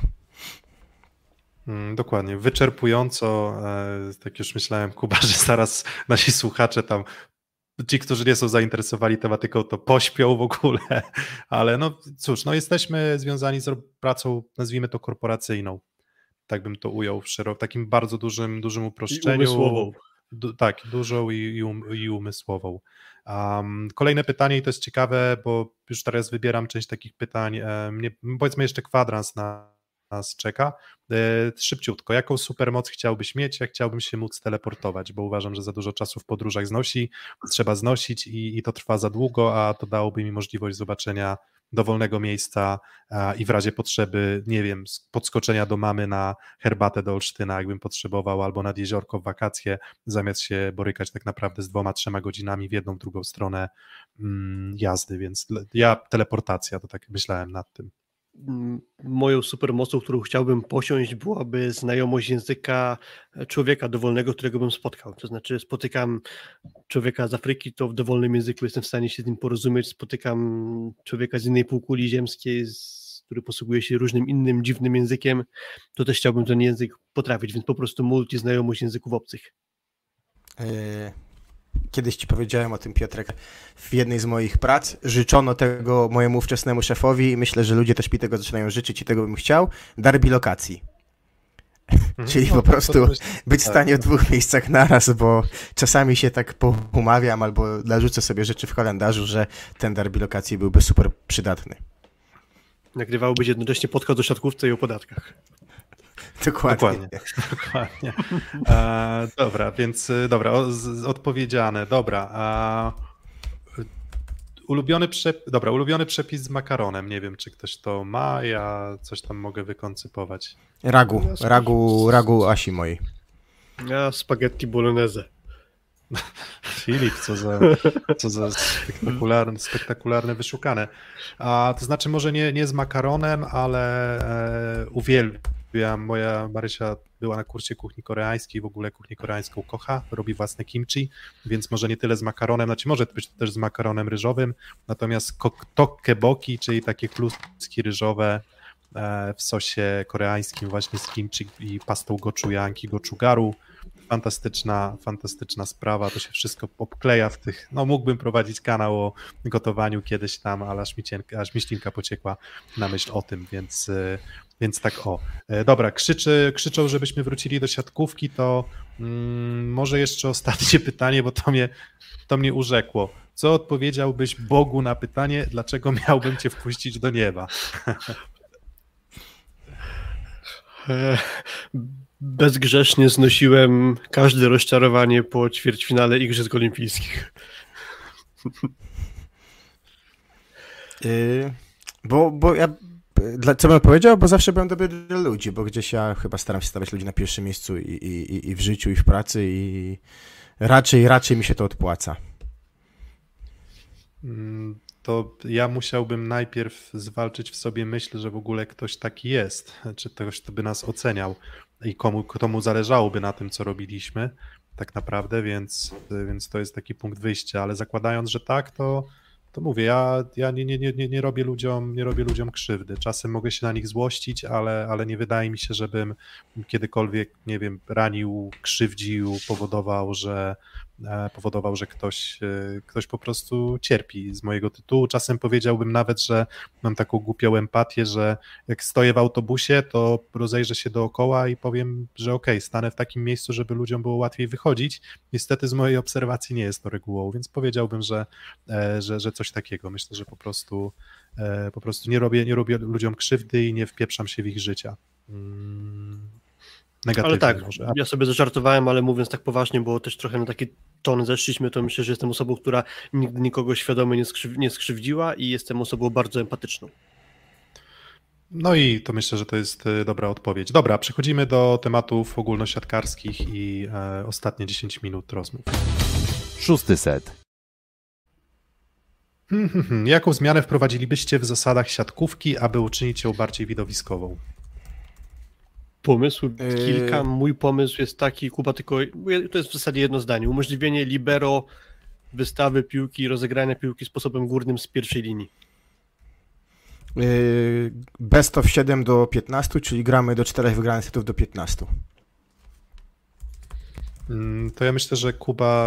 Dokładnie, wyczerpująco, tak już myślałem, Kuba, że zaraz nasi słuchacze tam, ci, którzy nie są zainteresowani tematyką, to pośpią w ogóle, ale no cóż, no jesteśmy związani z pracą, nazwijmy to korporacyjną. Tak bym to ujął w takim bardzo dużym uproszczeniu. I umysłową. Tak, dużą i umysłową. Kolejne pytanie i to jest ciekawe, bo już teraz wybieram część takich pytań. Powiedzmy jeszcze kwadrans nas czeka. Szybciutko, jaką supermoc chciałbyś mieć? Ja chciałbym się móc teleportować, bo uważam, że za dużo czasu w podróżach trzeba znosić i to trwa za długo, a to dałoby mi możliwość zobaczenia dowolnego miejsca i w razie potrzeby, nie wiem, podskoczenia do mamy na herbatę do Olsztyna, jakbym potrzebował, albo nad jeziorko w wakacje, zamiast się borykać tak naprawdę z 2-3 godzinami w jedną, drugą stronę jazdy, więc teleportacja, to tak myślałem nad tym. Moją supermocą, którą chciałbym posiąść, byłaby znajomość języka człowieka dowolnego, którego bym spotkał. To znaczy spotykam człowieka z Afryki, to w dowolnym języku jestem w stanie się z nim porozumieć, spotykam człowieka z innej półkuli ziemskiej, który posługuje się różnym innym dziwnym językiem, to też chciałbym ten język potrafić, więc po prostu multiznajomość języków obcych. Kiedyś ci powiedziałem o tym, Piotrek, w jednej z moich prac. Życzono tego mojemu ówczesnemu szefowi i myślę, że ludzie też mi tego zaczynają życzyć i tego bym chciał. Dar bilokacji. Czyli po prostu być w stanie w 2 miejscach naraz, bo czasami się tak umawiam albo narzucę sobie rzeczy w kalendarzu, że ten dar bilokacji byłby super przydatny. Nagrywałbyś jednocześnie podcast o siatkówce i o podatkach. Dokładnie. Dobra, więc odpowiedziane. Dobra. Ulubiony przepis z makaronem. Nie wiem, czy ktoś to ma, ja coś tam mogę wykoncypować. Ragu Asi mojej. Ja spaghetti bolognese. Filip, co za spektakularne, wyszukane. To znaczy może nie z makaronem, ale uwielbiam. Moja Marysia była na kursie kuchni koreańskiej, w ogóle kuchnię koreańską kocha, robi własne kimchi, więc może nie tyle z makaronem, znaczy może być też z makaronem ryżowym, natomiast tteokbokki, czyli takie kluski ryżowe w sosie koreańskim właśnie z kimchi i pastą gochujanki, gochugaru. Fantastyczna sprawa, to się wszystko obkleja w tych, no mógłbym prowadzić kanał o gotowaniu kiedyś tam, ale aż mi ślinka pociekła na myśl o tym, więc tak o. Dobra, krzyczą, żebyśmy wrócili do siatkówki, to może jeszcze ostatnie pytanie, bo to mnie urzekło. Co odpowiedziałbyś Bogu na pytanie, dlaczego miałbym cię wpuścić do nieba? Bezgrzesznie znosiłem każde rozczarowanie po ćwierćfinale Igrzysk Olimpijskich. Bo ja, co bym powiedział, bo zawsze byłem dobry dla ludzi, bo gdzieś ja chyba staram się stawiać ludzi na pierwszym miejscu i w życiu, i w pracy, i raczej mi się to odpłaca. To ja musiałbym najpierw zwalczyć w sobie myśl, że w ogóle ktoś taki jest, czy ktoś, kto by nas oceniał i komu zależałoby na tym, co robiliśmy tak naprawdę, więc to jest taki punkt wyjścia, ale zakładając, że tak, to mówię, ja nie robię ludziom krzywdy. Czasem mogę się na nich złościć, ale nie wydaje mi się, żebym kiedykolwiek, nie wiem, ranił, krzywdził, powodował, że ktoś po prostu cierpi z mojego tytułu. Czasem powiedziałbym nawet, że mam taką głupią empatię, że jak stoję w autobusie, to rozejrzę się dookoła i powiem, że okej, stanę w takim miejscu, żeby ludziom było łatwiej wychodzić. Niestety z mojej obserwacji nie jest to regułą, więc powiedziałbym, że coś takiego. Myślę, że po prostu nie robię ludziom krzywdy i nie wpieprzam się w ich życia. Negatywnie Ale tak, może. ja sobie zażartowałem, ale mówiąc tak poważnie, bo też trochę na taki ton zeszliśmy, to myślę, że jestem osobą, która nigdy nikogo świadomie nie skrzywdziła i jestem osobą bardzo empatyczną. No i to myślę, że to jest dobra odpowiedź. Dobra, przechodzimy do tematów ogólnosiatkarskich i ostatnie 10 minut rozmów. 6. set. Jaką zmianę wprowadzilibyście w zasadach siatkówki, aby uczynić ją bardziej widowiskową? Pomysł kilka. Mój pomysł jest taki, Kuba, tylko to jest w zasadzie jedno zdanie. Umożliwienie libero wystawy piłki, rozegrania piłki sposobem górnym z pierwszej linii. Best of 7 do 15, czyli gramy do 4 wygranych setów do 15. To ja myślę, że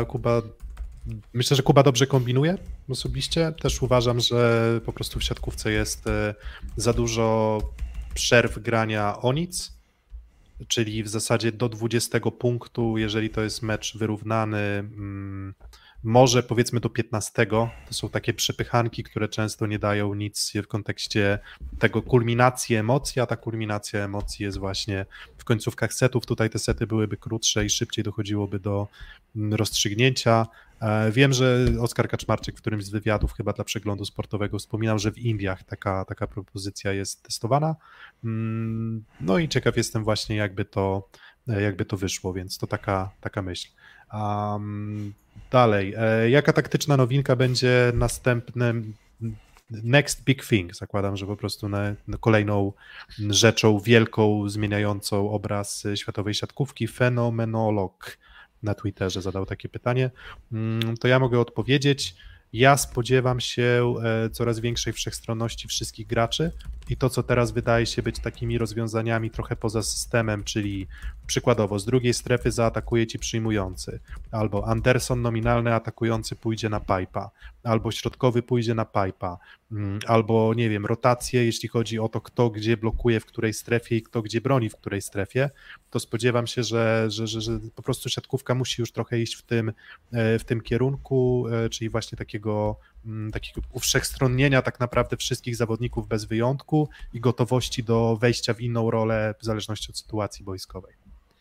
Kuba dobrze kombinuje osobiście. Też uważam, że po prostu w siatkówce jest za dużo przerw grania o nic, czyli w zasadzie do 20 punktu, jeżeli to jest mecz wyrównany, może powiedzmy do 15, to są takie przepychanki, które często nie dają nic w kontekście tego kulminacji emocji, a ta kulminacja emocji jest właśnie w końcówkach setów. Tutaj te sety byłyby krótsze i szybciej dochodziłoby do rozstrzygnięcia. Wiem, że Oskar Kaczmarczyk w którymś z wywiadów chyba dla Przeglądu Sportowego wspominał, że w Indiach taka propozycja jest testowana. No i ciekaw jestem właśnie jakby to wyszło, więc to taka myśl. Dalej, jaka taktyczna nowinka będzie następnym next big thing? Zakładam, że po prostu kolejną rzeczą wielką, zmieniającą obraz światowej siatkówki. Fenomenolog na Twitterze zadał takie pytanie. To ja mogę odpowiedzieć. Ja spodziewam się coraz większej wszechstronności wszystkich graczy i to, co teraz wydaje się być takimi rozwiązaniami trochę poza systemem, czyli przykładowo z drugiej strefy zaatakuje ci przyjmujący, albo Anderson nominalny atakujący pójdzie na pipe'a, albo środkowy pójdzie na pipe'a, albo nie wiem, rotacje, jeśli chodzi o to, kto gdzie blokuje w której strefie i kto gdzie broni w której strefie, to spodziewam się, że po prostu siatkówka musi już trochę iść w tym kierunku, czyli właśnie takiego uwszechstronnienia tak naprawdę wszystkich zawodników bez wyjątku i gotowości do wejścia w inną rolę w zależności od sytuacji boiskowej.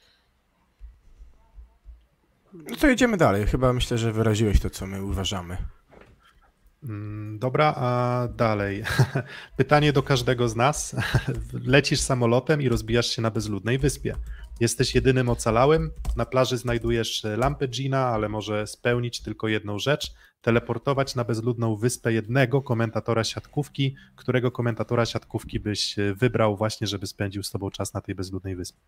No to jedziemy dalej. Chyba myślę, że wyraziłeś to, co my uważamy. Dobra, a dalej. Pytanie do każdego z nas. Lecisz samolotem i rozbijasz się na bezludnej wyspie. Jesteś jedynym ocalałym, na plaży znajdujesz lampę Gina, ale może spełnić tylko jedną rzecz, teleportować na bezludną wyspę jednego komentatora siatkówki. Którego komentatora siatkówki byś wybrał właśnie, żeby spędził z tobą czas na tej bezludnej wyspie?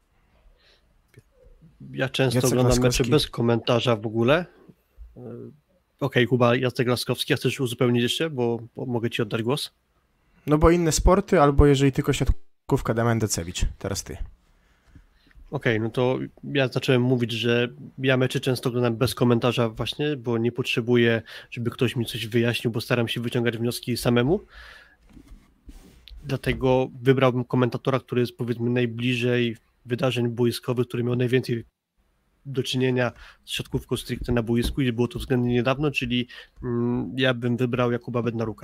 Ja często Jacek oglądam Laskowski. mecze bez komentarza w ogóle. Okej, Kuba, Jacek Laskowski, a chcesz uzupełnić jeszcze, bo mogę ci oddać głos? No bo inne sporty, albo jeżeli tylko siatkówka, Damian Decewicz. Teraz ty. Okej, no to ja zacząłem mówić, że ja mecze często oglądam bez komentarza właśnie, bo nie potrzebuję, żeby ktoś mi coś wyjaśnił, bo staram się wyciągać wnioski samemu. Dlatego wybrałbym komentatora, który jest powiedzmy najbliżej wydarzeń boiskowych, który miał najwięcej do czynienia z siatkówką stricte na boisku i było to względnie niedawno, czyli ja bym wybrał Jakuba Bednaruka.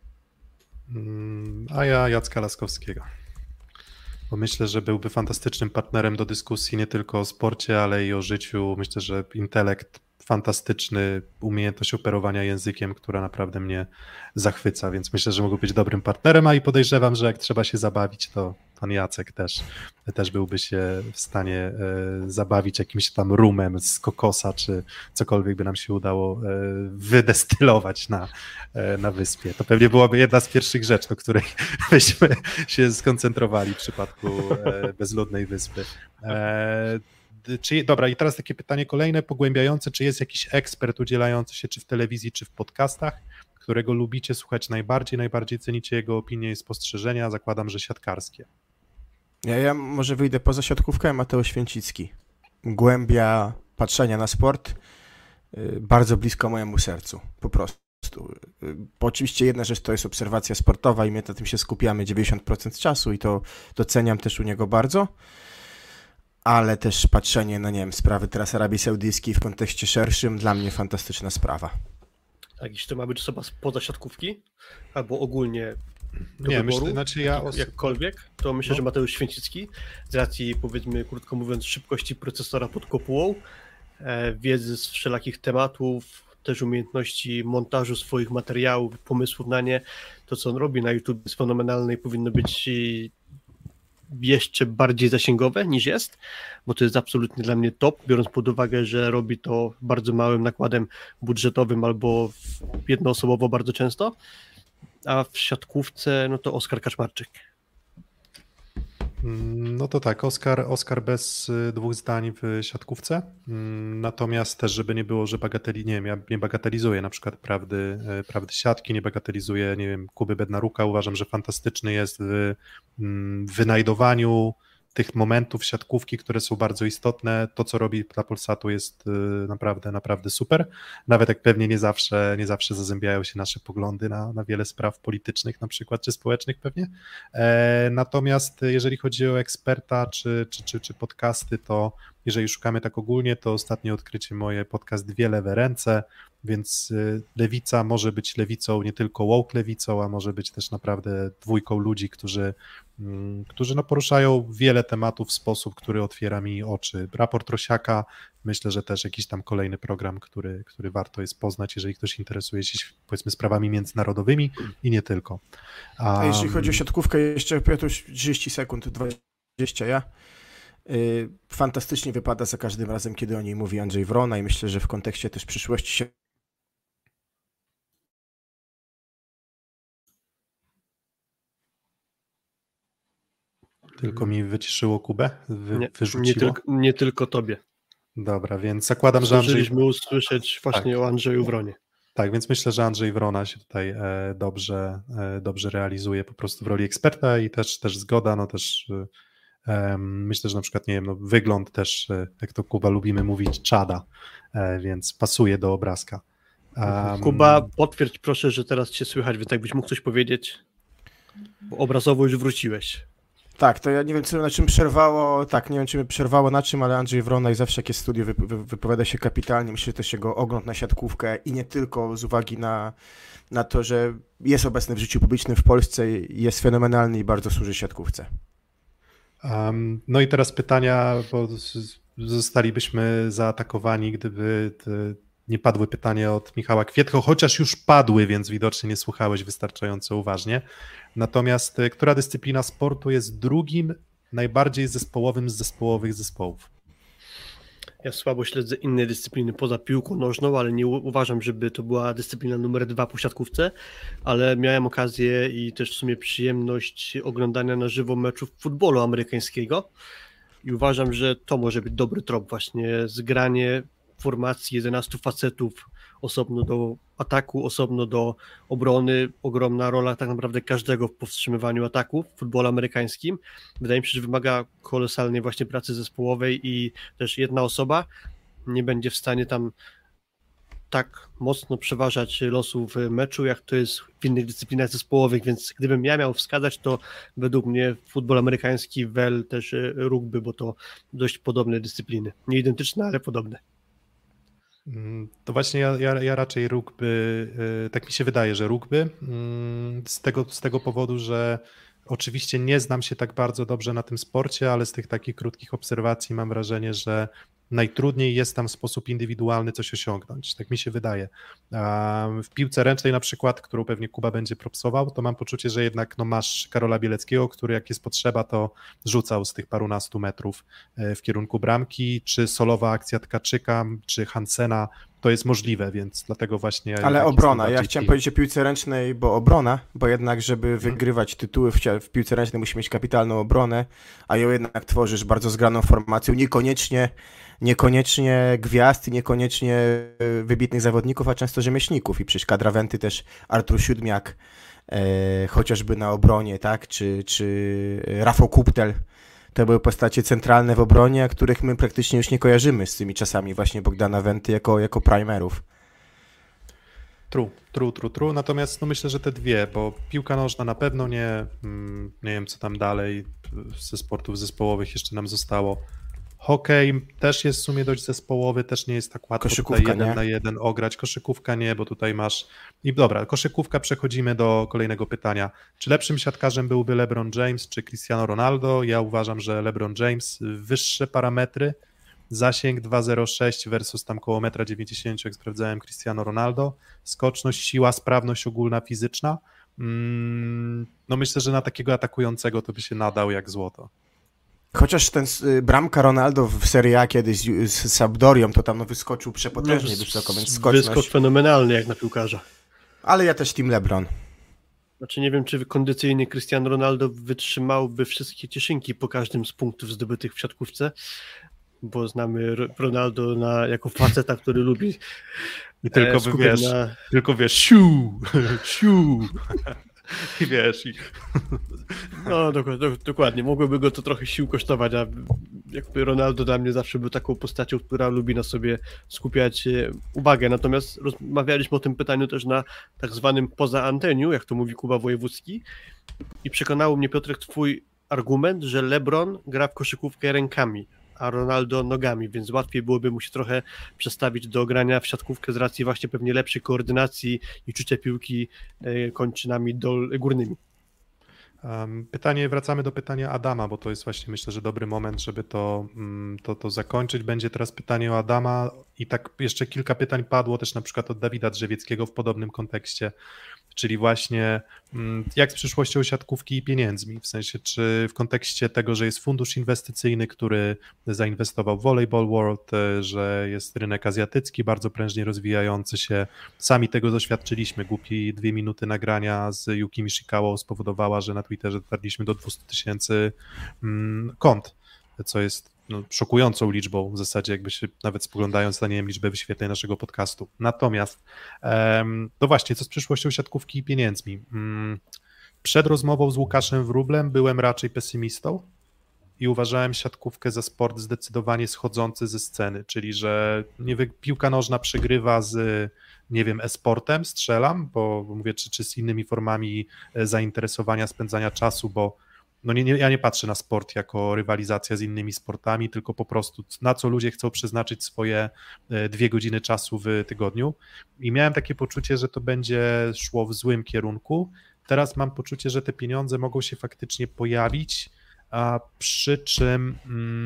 A ja Jacka Laskowskiego. Bo myślę, że byłby fantastycznym partnerem do dyskusji nie tylko o sporcie, ale i o życiu. Myślę, że intelekt fantastyczny umiejętność operowania językiem, która naprawdę mnie zachwyca, więc myślę, że mógł być dobrym partnerem, a i podejrzewam, że jak trzeba się zabawić, to pan Jacek też byłby się w stanie zabawić jakimś tam rumem z kokosa, czy cokolwiek by nam się udało wydestylować na wyspie. To pewnie byłaby jedna z pierwszych rzeczy, do której byśmy się skoncentrowali w przypadku bezludnej wyspy. Dobra, i teraz takie pytanie kolejne, pogłębiające, czy jest jakiś ekspert udzielający się czy w telewizji, czy w podcastach, którego lubicie słuchać najbardziej cenicie jego opinie i spostrzeżenia, zakładam, że siatkarskie. Ja może wyjdę poza siatkówkę, Mateusz Święcicki. Głębia patrzenia na sport bardzo blisko mojemu sercu, po prostu. Bo oczywiście jedna rzecz to jest obserwacja sportowa i my na tym się skupiamy 90% czasu i to doceniam też u niego bardzo, ale też patrzenie na, nie wiem, sprawy teraz Arabii Saudyjskiej w kontekście szerszym, dla mnie fantastyczna sprawa. Tak, jeśli to ma być osoba spoza siatkówki, albo ogólnie do Nie, wyboru, myślę, jakkolwiek, to myślę, że Mateusz Święcicki, z racji, powiedzmy, krótko mówiąc, szybkości procesora pod kopułą, wiedzy z wszelakich tematów, też umiejętności montażu swoich materiałów, pomysłów na nie, to co on robi na YouTube jest fenomenalne i powinno być jeszcze bardziej zasięgowe niż jest, bo to jest absolutnie dla mnie top, biorąc pod uwagę, że robi to bardzo małym nakładem budżetowym albo jednoosobowo bardzo często, a w siatkówce no to Oskar Kaczmarczyk. No to tak, Oskar bez dwóch zdań w siatkówce, natomiast też, żeby nie było, że ja nie bagatelizuję na przykład prawdy siatki, nie bagatelizuję, nie wiem, Kuby Bednaruka, uważam, że fantastyczny jest w wynajdowaniu tych momentów siatkówki, które są bardzo istotne. To, co robi dla Polsatu jest naprawdę super. Nawet jak pewnie nie zawsze zazębiają się nasze poglądy na wiele spraw politycznych na przykład, czy społecznych pewnie. Natomiast jeżeli chodzi o eksperta, czy podcasty, to jeżeli szukamy tak ogólnie, to ostatnie odkrycie moje podcast Dwie lewe ręce, więc lewica może być lewicą, nie tylko woke lewicą, a może być też naprawdę dwójką ludzi, którzy poruszają wiele tematów w sposób, który otwiera mi oczy. Raport Rosiaka, myślę, że też jakiś tam kolejny program, który warto jest poznać, jeżeli ktoś interesuje się, powiedzmy, sprawami międzynarodowymi i nie tylko. A jeśli chodzi o siatkówkę, jeszcze Piotr, 30 sekund, 20 ja. Fantastycznie wypada za każdym razem, kiedy o niej mówi Andrzej Wrona i myślę, że w kontekście też przyszłości Tylko mi wyciszyło Kubę? Wyrzuciło? Nie tylko tobie. Dobra, więc zakładam, że Zdążyliśmy usłyszeć właśnie o Andrzeju Wronie. Tak, więc myślę, że Andrzej Wrona się tutaj dobrze realizuje po prostu w roli eksperta i też zgoda, no też myślę, że na przykład, nie wiem, no wygląd też, jak to Kuba lubimy mówić, czada, więc pasuje do obrazka. Kuba, potwierdź proszę, że teraz cię słychać, więc jakbyś mógł coś powiedzieć, bo obrazowo już wróciłeś. Tak, to ja nie wiem, na czym przerwało, nie wiem, czy mnie przerwało na czym, ale Andrzej Wrona i zawsze jakie studio wypowiada się kapitalnie. Myślę, że też jego ogląd na siatkówkę i nie tylko z uwagi na to, że jest obecny w życiu publicznym w Polsce, jest fenomenalny i bardzo służy siatkówce. No i teraz pytania, bo zostalibyśmy zaatakowani, gdyby nie padły pytania od Michała Kwietko, chociaż już padły, więc widocznie nie słuchałeś wystarczająco uważnie. Natomiast która dyscyplina sportu jest drugim najbardziej zespołowym z zespołowych zespołów? Ja słabo śledzę inne dyscypliny poza piłką nożną, ale nie uważam, żeby to była dyscyplina numer 2 po siatkówce, ale miałem okazję i też w sumie przyjemność oglądania na żywo meczów futbolu amerykańskiego i uważam, że to może być dobry trop, właśnie zgranie formacji 11 facetów, osobno do ataku, osobno do obrony, ogromna rola tak naprawdę każdego w powstrzymywaniu ataków w futbolu amerykańskim. Wydaje mi się, że wymaga kolosalnej właśnie pracy zespołowej i też jedna osoba nie będzie w stanie tam tak mocno przeważać losu w meczu, jak to jest w innych dyscyplinach zespołowych, więc gdybym ja miał wskazać, to według mnie futbol amerykański, też rugby, bo to dość podobne dyscypliny. Nie identyczne, ale podobne. To właśnie ja raczej rugby, tak mi się wydaje, że rugby, z tego powodu, że oczywiście nie znam się tak bardzo dobrze na tym sporcie, ale z tych takich krótkich obserwacji mam wrażenie, że najtrudniej jest tam w sposób indywidualny coś osiągnąć, tak mi się wydaje. W piłce ręcznej na przykład, którą pewnie Kuba będzie propsował, to mam poczucie, że jednak masz Karola Bieleckiego, który jak jest potrzeba, to rzucał z tych parunastu metrów w kierunku bramki, czy solowa akcja Tkaczyka, czy Hansena, to jest możliwe, więc dlatego właśnie... Ale obrona, ja chciałem powiedzieć o piłce ręcznej, bo obrona, bo jednak żeby wygrywać tytuły w piłce ręcznej musi mieć kapitalną obronę, a ją jednak tworzysz bardzo zgraną formacją, niekoniecznie gwiazd i niekoniecznie wybitnych zawodników, a często rzemieślników i przecież kadra Wenty też Artur Siódmiak, chociażby na obronie, tak, czy Rafał Kuptel. To były postacie centralne w obronie, a których my praktycznie już nie kojarzymy z tymi czasami właśnie Bogdana Wenty jako primerów. True. Natomiast myślę, że te dwie, bo piłka nożna na pewno nie wiem co tam dalej ze sportów zespołowych jeszcze nam zostało. Hokej też jest w sumie dość zespołowy, też nie jest tak łatwo tutaj 1 na 1 ograć. Koszykówka nie, bo tutaj masz... I dobra, koszykówka, przechodzimy do kolejnego pytania. Czy lepszym siatkarzem byłby LeBron James czy Cristiano Ronaldo? Ja uważam, że LeBron James, wyższe parametry, zasięg 2,06 versus tam koło 1,90 m, jak sprawdzałem, Cristiano Ronaldo, skoczność, siła, sprawność ogólna, fizyczna. Myślę, że na takiego atakującego to by się nadał jak złoto. Chociaż ten bramka Ronaldo w Serie A kiedyś z Sampdorią, to tam wyskoczył przepotężnie wysoko, więc skoczność... Wyskok fenomenalny jak na piłkarza. Ale ja też team LeBron. Znaczy nie wiem, czy kondycyjny Cristiano Ronaldo wytrzymałby wszystkie cieszynki po każdym z punktów zdobytych w siatkówce, bo znamy Ronaldo jako faceta, który lubi i tylko wiesz, siu. I wiesz... No dokładnie, mogłoby go to trochę sił kosztować, a jakby Ronaldo dla mnie zawsze był taką postacią, która lubi na sobie skupiać uwagę, natomiast rozmawialiśmy o tym pytaniu też na tak zwanym poza anteniu, jak to mówi Kuba Wojewódzki, i przekonało mnie, Piotrek, twój argument, że LeBron gra w koszykówkę rękami, a Ronaldo nogami, więc łatwiej byłoby mu się trochę przestawić do grania w siatkówkę z racji właśnie pewnie lepszej koordynacji i czucia piłki kończynami górnymi. Wracamy do pytania Adama, bo to jest właśnie, myślę, że dobry moment, żeby to zakończyć. Będzie teraz pytanie o Adama i tak jeszcze kilka pytań padło też na przykład od Dawida Drzewieckiego w podobnym kontekście, czyli właśnie jak z przyszłością siatkówki i pieniędzmi, w sensie czy w kontekście tego, że jest fundusz inwestycyjny, który zainwestował w Volleyball World, że jest rynek azjatycki bardzo prężnie rozwijający się, sami tego doświadczyliśmy, głupi 2 minuty nagrania z Yukimi Ishikawą spowodowała, że na Twitterze dotarliśmy do 200 000 kont, co jest szokującą liczbą w zasadzie, jakby się nawet spoglądając na liczbę wyświetleń naszego podcastu. Natomiast to właśnie, co z przyszłością siatkówki i pieniędzmi. Przed rozmową z Łukaszem Wróblem byłem raczej pesymistą i uważałem siatkówkę za sport zdecydowanie schodzący ze sceny, czyli że piłka nożna przegrywa z, nie wiem, e-sportem, strzelam, bo mówię, czy z innymi formami zainteresowania, spędzania czasu, bo ja nie patrzę na sport jako rywalizacja z innymi sportami, tylko po prostu na co ludzie chcą przeznaczyć swoje 2 godziny czasu w tygodniu i miałem takie poczucie, że to będzie szło w złym kierunku. Teraz mam poczucie, że te pieniądze mogą się faktycznie pojawić, a przy czym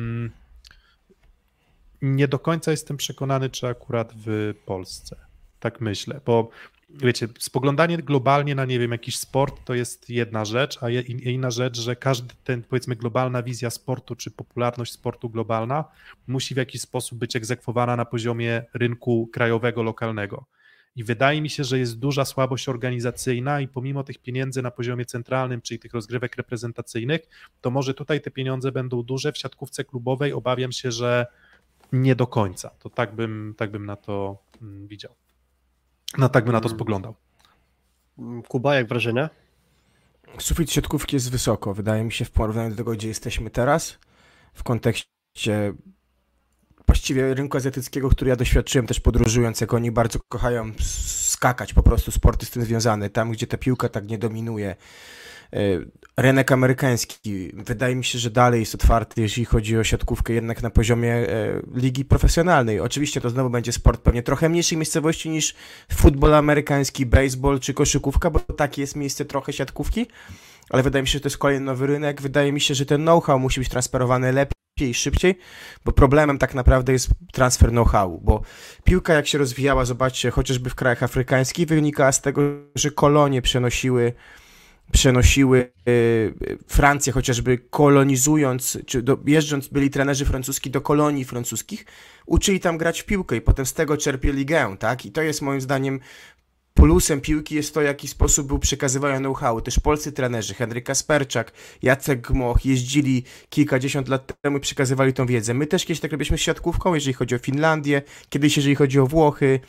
nie do końca jestem przekonany, czy akurat w Polsce. Tak myślę, bo wiecie, spoglądanie globalnie na, nie wiem, jakiś sport to jest jedna rzecz, a inna rzecz, że każdy ten, powiedzmy, globalna wizja sportu, czy popularność sportu globalna musi w jakiś sposób być egzekwowana na poziomie rynku krajowego, lokalnego. I wydaje mi się, że jest duża słabość organizacyjna i pomimo tych pieniędzy na poziomie centralnym, czyli tych rozgrywek reprezentacyjnych, to może tutaj te pieniądze będą duże, w siatkówce klubowej obawiam się, że nie do końca. To tak bym na to widział. Tak bym na to spoglądał. Kuba, jak wrażenia? Sufit siatkówki jest wysoko. Wydaje mi się, w porównaniu do tego, gdzie jesteśmy teraz, w kontekście właściwie rynku azjatyckiego, który ja doświadczyłem też podróżując, jak oni bardzo kochają skakać, po prostu sporty z tym związane, tam gdzie ta piłka tak nie dominuje. Rynek amerykański, wydaje mi się, że dalej jest otwarty, jeśli chodzi o siatkówkę, jednak na poziomie ligi profesjonalnej. Oczywiście to znowu będzie sport pewnie trochę mniejszej miejscowości niż futbol amerykański, baseball czy koszykówka, bo takie jest miejsce trochę siatkówki, ale wydaje mi się, że to jest kolejny nowy rynek. Wydaje mi się, że ten know-how musi być transferowany lepiej i szybciej, bo problemem tak naprawdę jest transfer know-howu, bo piłka jak się rozwijała, zobaczcie, chociażby w krajach afrykańskich, wynikała z tego, że kolonie przenosiły Francję, chociażby kolonizując, czy jeżdżąc, byli trenerzy francuski do kolonii francuskich, uczyli tam grać w piłkę i potem z tego czerpie ligę, tak? I to jest moim zdaniem plusem piłki, jest to, w jaki sposób był przekazywany know-how. Też polscy trenerzy, Henryk Kasperczak, Jacek Gmoch, jeździli kilkadziesiąt lat temu i przekazywali tą wiedzę. My też kiedyś tak robiliśmy z siatkówką, jeżeli chodzi o Finlandię, kiedyś jeżeli chodzi o Włochy.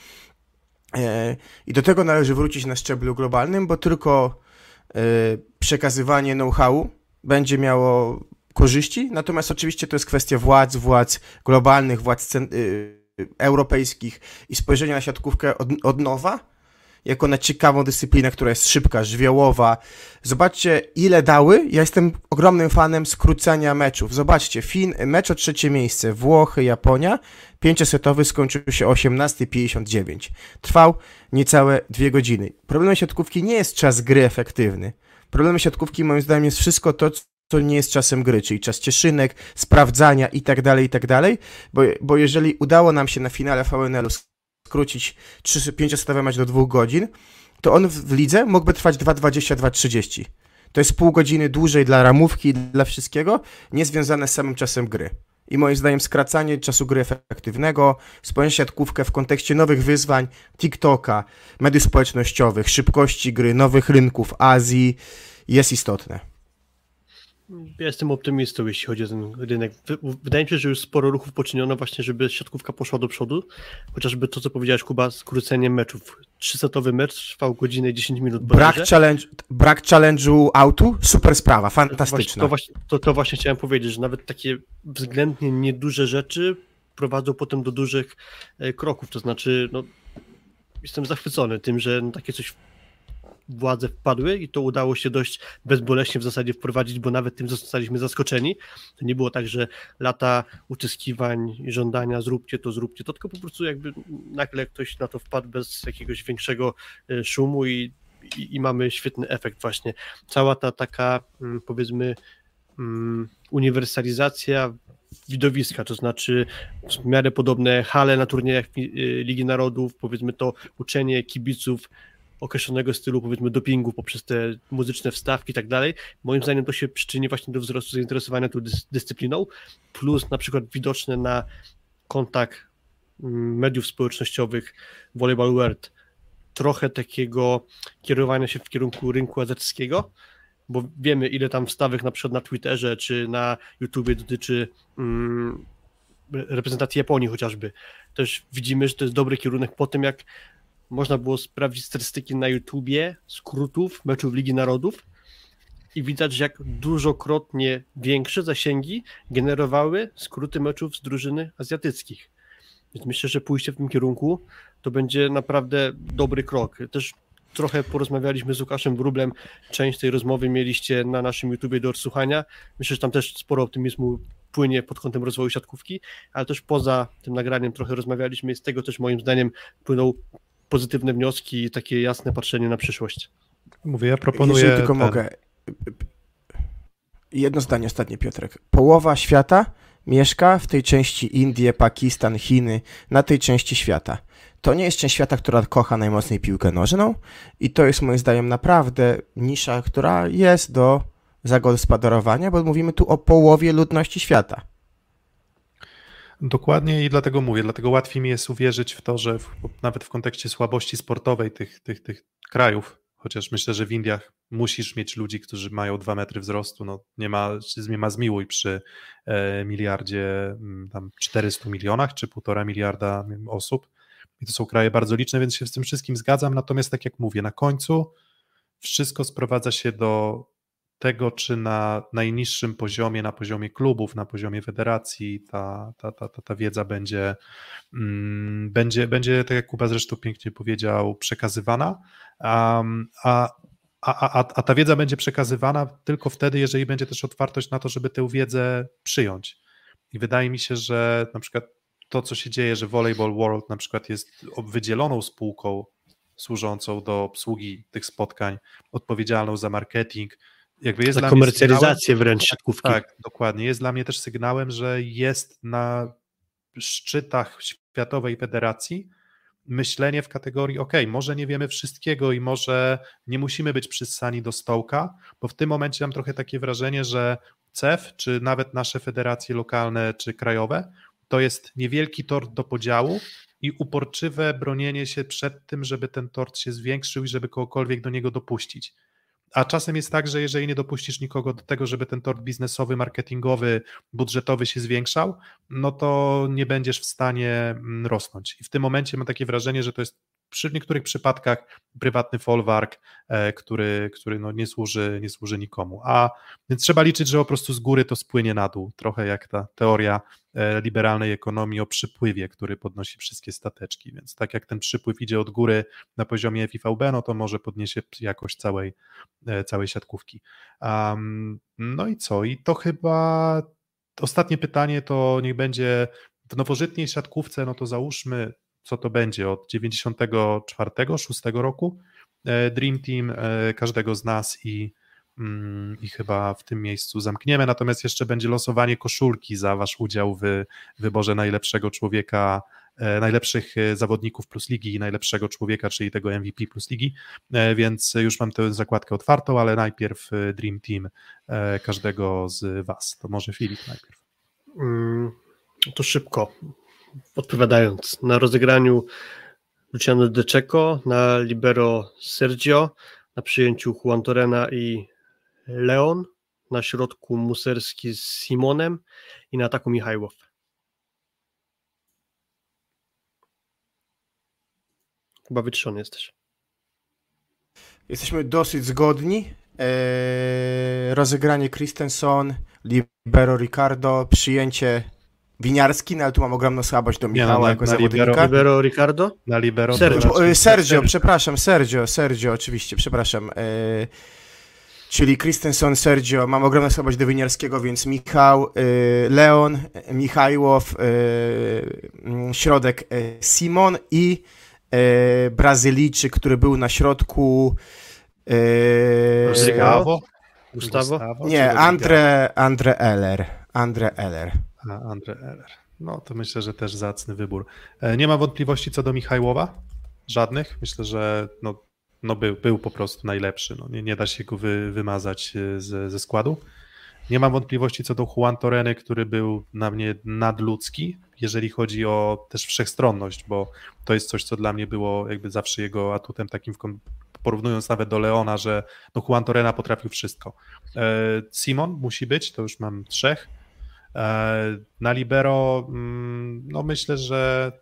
I do tego należy wrócić na szczeblu globalnym, bo tylko przekazywanie know-howu będzie miało korzyści, natomiast oczywiście to jest kwestia władz globalnych, władz europejskich i spojrzenia na siatkówkę od nowa, jako na ciekawą dyscyplinę, która jest szybka, żywiołowa. Zobaczcie, ile dały. Ja jestem ogromnym fanem skrócenia meczów. Zobaczcie, mecz o 3. miejsce, Włochy, Japonia, 5-setowy skończył się 18:59. Trwał niecałe 2 godziny. Problemem siatkówki nie jest czas gry efektywny. Problemem siatkówki moim zdaniem jest wszystko to, co nie jest czasem gry, czyli czas cieszynek, sprawdzania i tak dalej, bo jeżeli udało nam się na finale VNL-u skrócić 5-setowy mecz do 2 godzin, to on w lidze mógłby trwać 2:20, 2:30. To jest pół godziny dłużej dla ramówki i dla wszystkiego, niezwiązane z samym czasem gry. I moim zdaniem skracanie czasu gry efektywnego, spojrzenie siatkówkę w kontekście nowych wyzwań, TikToka, mediów społecznościowych, szybkości gry, nowych rynków, Azji jest istotne. Ja jestem optymistą, jeśli chodzi o ten rynek. Wydaje mi się, że już sporo ruchów poczyniono właśnie, żeby siatkówka poszła do przodu. Chociażby to, co powiedziałeś, Kuba, skrócenie meczów. 3-setowy mecz trwał godzinę i 10 minut. Brak challenge'u autu, super sprawa, fantastyczna. To właśnie chciałem powiedzieć, że nawet takie względnie nieduże rzeczy prowadzą potem do dużych kroków. To znaczy, no, jestem zachwycony tym, że takie coś władze wpadły i to udało się dość bezboleśnie w zasadzie wprowadzić, bo nawet tym zostaliśmy zaskoczeni. To nie było tak, że lata utyskiwań i żądania zróbcie to, tylko po prostu jakby nagle ktoś na to wpadł bez jakiegoś większego szumu i mamy świetny efekt właśnie. Cała ta taka powiedzmy uniwersalizacja widowiska, to znaczy w miarę podobne hale na turniejach Ligi Narodów, powiedzmy to uczenie kibiców określonego stylu, powiedzmy dopingu poprzez te muzyczne wstawki i tak dalej. Moim zdaniem to się przyczyni właśnie do wzrostu zainteresowania tą dyscypliną, plus na przykład widoczne na kontach mediów społecznościowych Volleyball World trochę takiego kierowania się w kierunku rynku azjatyckiego, bo wiemy, ile tam wstawek na przykład na Twitterze czy na YouTubie dotyczy reprezentacji Japonii chociażby. Też widzimy, że to jest dobry kierunek po tym, jak można było sprawdzić statystyki na YouTubie skrótów meczów Ligi Narodów i widać, jak dużokrotnie większe zasięgi generowały skróty meczów z drużyny azjatyckich. Więc myślę, że pójście w tym kierunku to będzie naprawdę dobry krok. Też trochę porozmawialiśmy z Łukaszem Wróblem, część tej rozmowy mieliście na naszym YouTubie do odsłuchania. Myślę, że tam też sporo optymizmu płynie pod kątem rozwoju siatkówki, ale też poza tym nagraniem trochę rozmawialiśmy i z tego też moim zdaniem płyną pozytywne wnioski i takie jasne patrzenie na przyszłość. Mówię, ja proponuję... Jeżeli tylko mogę. Jedno zdanie ostatnie, Piotrek. Połowa świata mieszka w tej części Indie, Pakistan, Chiny, na tej części świata. To nie jest część świata, która kocha najmocniej piłkę nożną i to jest moim zdaniem naprawdę nisza, która jest do zagospodarowania, bo mówimy tu o połowie ludności świata. Dokładnie i dlatego mówię, dlatego łatwiej mi jest uwierzyć w to, że nawet w kontekście słabości sportowej tych krajów, chociaż myślę, że w Indiach musisz mieć ludzi, którzy mają 2 metry wzrostu, no nie ma zmiłuj przy miliardzie, tam 400 milionach czy 1,5 miliarda osób i to są kraje bardzo liczne, więc się z tym wszystkim zgadzam, natomiast tak jak mówię, na końcu wszystko sprowadza się do tego, czy na najniższym poziomie, na poziomie klubów, na poziomie federacji ta wiedza będzie, tak jak Kuba zresztą pięknie powiedział, przekazywana, a ta wiedza będzie przekazywana tylko wtedy, jeżeli będzie też otwartość na to, żeby tę wiedzę przyjąć. I wydaje mi się, że na przykład to, co się dzieje, że Volleyball World na przykład jest wydzieloną spółką służącą do obsługi tych spotkań, odpowiedzialną za marketing, jakby jest Na dla mnie komercjalizację wręcz siatkówki. Tak, dokładnie. Jest dla mnie też sygnałem, że jest na szczytach Światowej Federacji myślenie w kategorii może nie wiemy wszystkiego i może nie musimy być przyssani do stołka, bo w tym momencie mam trochę takie wrażenie, że CEF, czy nawet nasze federacje lokalne czy krajowe, to jest niewielki tort do podziału i uporczywe bronienie się przed tym, żeby ten tort się zwiększył i żeby kogokolwiek do niego dopuścić. A czasem jest tak, że jeżeli nie dopuścisz nikogo do tego, żeby ten tort biznesowy, marketingowy, budżetowy się zwiększał, no to nie będziesz w stanie rosnąć. I w tym momencie mam takie wrażenie, że to jest przy niektórych przypadkach prywatny folwark, który no nie służy nikomu. Więc trzeba liczyć, że po prostu z góry to spłynie na dół, trochę jak ta teoria liberalnej ekonomii o przypływie, który podnosi wszystkie stateczki, więc tak jak ten przypływ idzie od góry na poziomie FIVB, no to może podniesie jakość całej siatkówki. No i co? I to chyba ostatnie pytanie to niech będzie w nowożytnej siatkówce, no to załóżmy, co to będzie od 94-6 roku, Dream Team każdego z nas i chyba w tym miejscu zamkniemy, natomiast jeszcze będzie losowanie koszulki za wasz udział w wyborze najlepszego człowieka, najlepszych zawodników plus ligi i najlepszego człowieka, czyli tego MVP plus ligi, więc już mam tę zakładkę otwartą, ale najpierw Dream Team każdego z was. To może Filip najpierw. To szybko. Odpowiadając, na rozegraniu Luciano De Cecco, na libero Sergio, na przyjęciu Juan Torrena i Leon, na środku Muserski z Simonem i na ataku Michajłow. Chyba wytrzony jesteś. Jesteśmy dosyć zgodni. Rozegranie Christensen, libero Ricardo, przyjęcie Winiarski, no ale tu mam ogromną słabość do Michała jako zawodnika. Libero Ricardo? Na libero Sergio, przepraszam, Sergio, oczywiście, przepraszam. Czyli Christensen, Sergio, mam ogromną słabość do Winiarskiego, więc Michał, Leon, Michajłow, środek Simon i Brazylijczyk, który był na środku Gustavo? Nie, Andre Eller. Andre Eller. No to myślę, że też zacny wybór. Nie ma wątpliwości co do Michajłowa? Żadnych? Myślę, że był po prostu najlepszy. No, nie da się go wymazać ze składu. Nie mam wątpliwości co do Juan Torreny, który był na mnie nadludzki, jeżeli chodzi o też wszechstronność, bo to jest coś, co dla mnie było jakby zawsze jego atutem takim, porównując nawet do Leona, że Juan Torrena potrafił wszystko. Simon musi być, to już mam 3. Na libero no myślę, że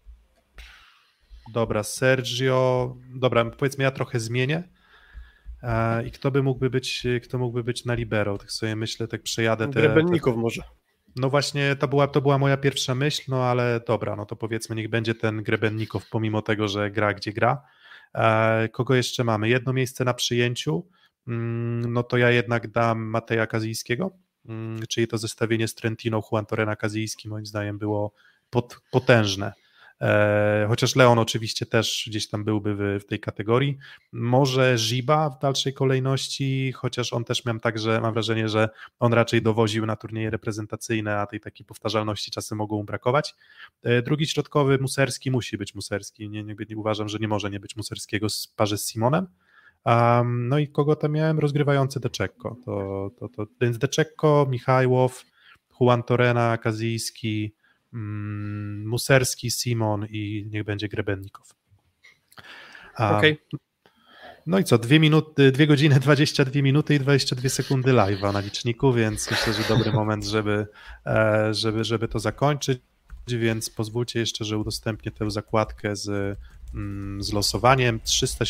dobra, Sergio, dobra, powiedzmy ja trochę zmienię i kto mógłby być na libero, tak sobie myślę, tak przejadę Grebennikow może. No właśnie, to była moja pierwsza myśl, no ale dobra, no to powiedzmy niech będzie ten Grebennikow, pomimo tego, że gra gdzie gra. Kogo jeszcze mamy? Jedno miejsce na przyjęciu, no to ja jednak dam Mateja Kazijskiego, czyli to zestawienie z Trentino, Juan Torrena, Kazijski moim zdaniem było potężne. Chociaż Leon oczywiście też gdzieś tam byłby w tej kategorii. Może Ziba w dalszej kolejności, chociaż on też mam wrażenie, że on raczej dowoził na turnieje reprezentacyjne, a tej takiej powtarzalności czasem mogą mu brakować. Drugi środkowy Muserski musi być Muserski. Nie uważam, że nie może nie być Muserskiego w parze z Simonem. No i kogo tam miałem? Rozgrywający De Cecco. Więc De Cecco, Michajłow, Juan Torrena, Kazijski, Muserski, Simon i niech będzie Grebennikow. Okej. No i co, 2 godziny, 22 minuty i 22 sekundy live'a na liczniku, więc myślę, że dobry moment, żeby to zakończyć, więc pozwólcie jeszcze, że udostępnię tę zakładkę z losowaniem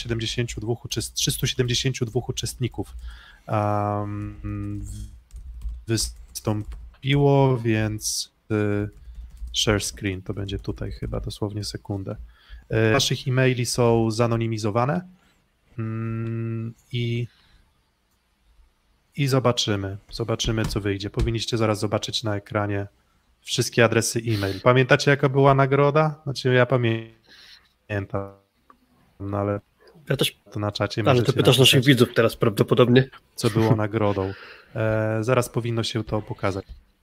372 uczestników wystąpiło, więc share screen, to będzie tutaj chyba dosłownie sekundę. Naszych e-maili są zanonimizowane i zobaczymy co wyjdzie. Powinniście zaraz zobaczyć na ekranie wszystkie adresy e-mail. Pamiętacie jaka była nagroda? Znaczy ja pamiętam, no ale Ja też, To na czacie ale to możecie pytasz naszych napisać, widzów teraz prawdopodobnie. co było nagrodą. Zaraz powinno się to pokazać.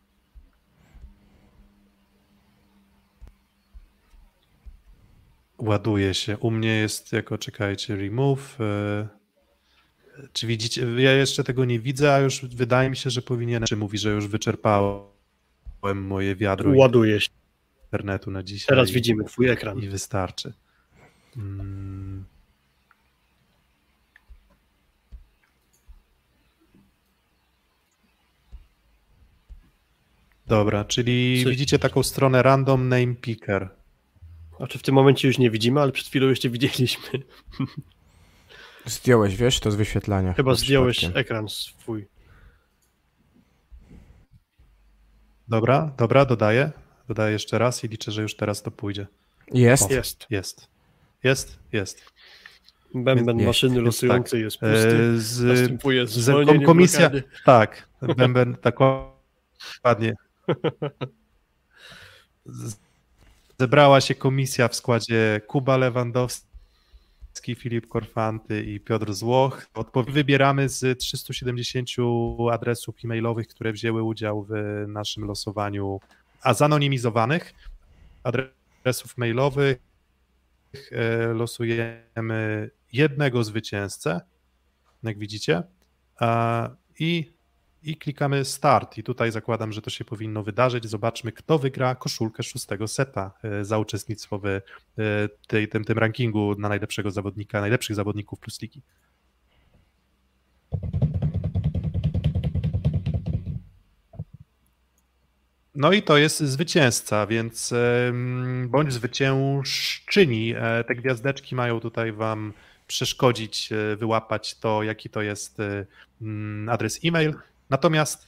Ładuje się. U mnie jest jako, czekajcie, remove. Czy widzicie? Ja jeszcze tego nie widzę, a już wydaje mi się, że powinienem. Czy mówi, że już wyczerpałem moje wiadro Ładuje się. internetu na dzisiaj. Teraz widzimy twój ekran. I wystarczy. Dobra, czyli widzicie taką stronę Random Name Picker. Znaczy w tym momencie już nie widzimy, ale przed chwilą jeszcze widzieliśmy. Zdjąłeś, wiesz, to z wyświetlania. Chyba zdjąłeś przypadkiem. ekran swój. Dobra, dodaję. Dodaję jeszcze raz i liczę, że już teraz to pójdzie. Jest? Jest. Jest. Bęben Jest, maszyny więc losującej tak. jest pusty. Następuje zwolnienie Komisja, blokady. tak, bęben, tak ładnie. Zebrała się komisja w składzie Kuba Lewandowski, Filip Korfanty i Piotr Złoch. Wybieramy z 370 adresów e-mailowych, które wzięły udział w naszym losowaniu, a zanonimizowanych adresów mailowych losujemy jednego zwycięzcę, jak widzicie, i klikamy start i tutaj zakładam, że to się powinno wydarzyć. Zobaczmy, kto wygra koszulkę 6. seta za uczestnictwo w tym rankingu na najlepszego zawodnika, najlepszych zawodników Plus Ligi. No i to jest zwycięzca, więc bądź zwyciężczyni. Te gwiazdeczki mają tutaj wam przeszkodzić, wyłapać to, jaki to jest adres e-mail. Natomiast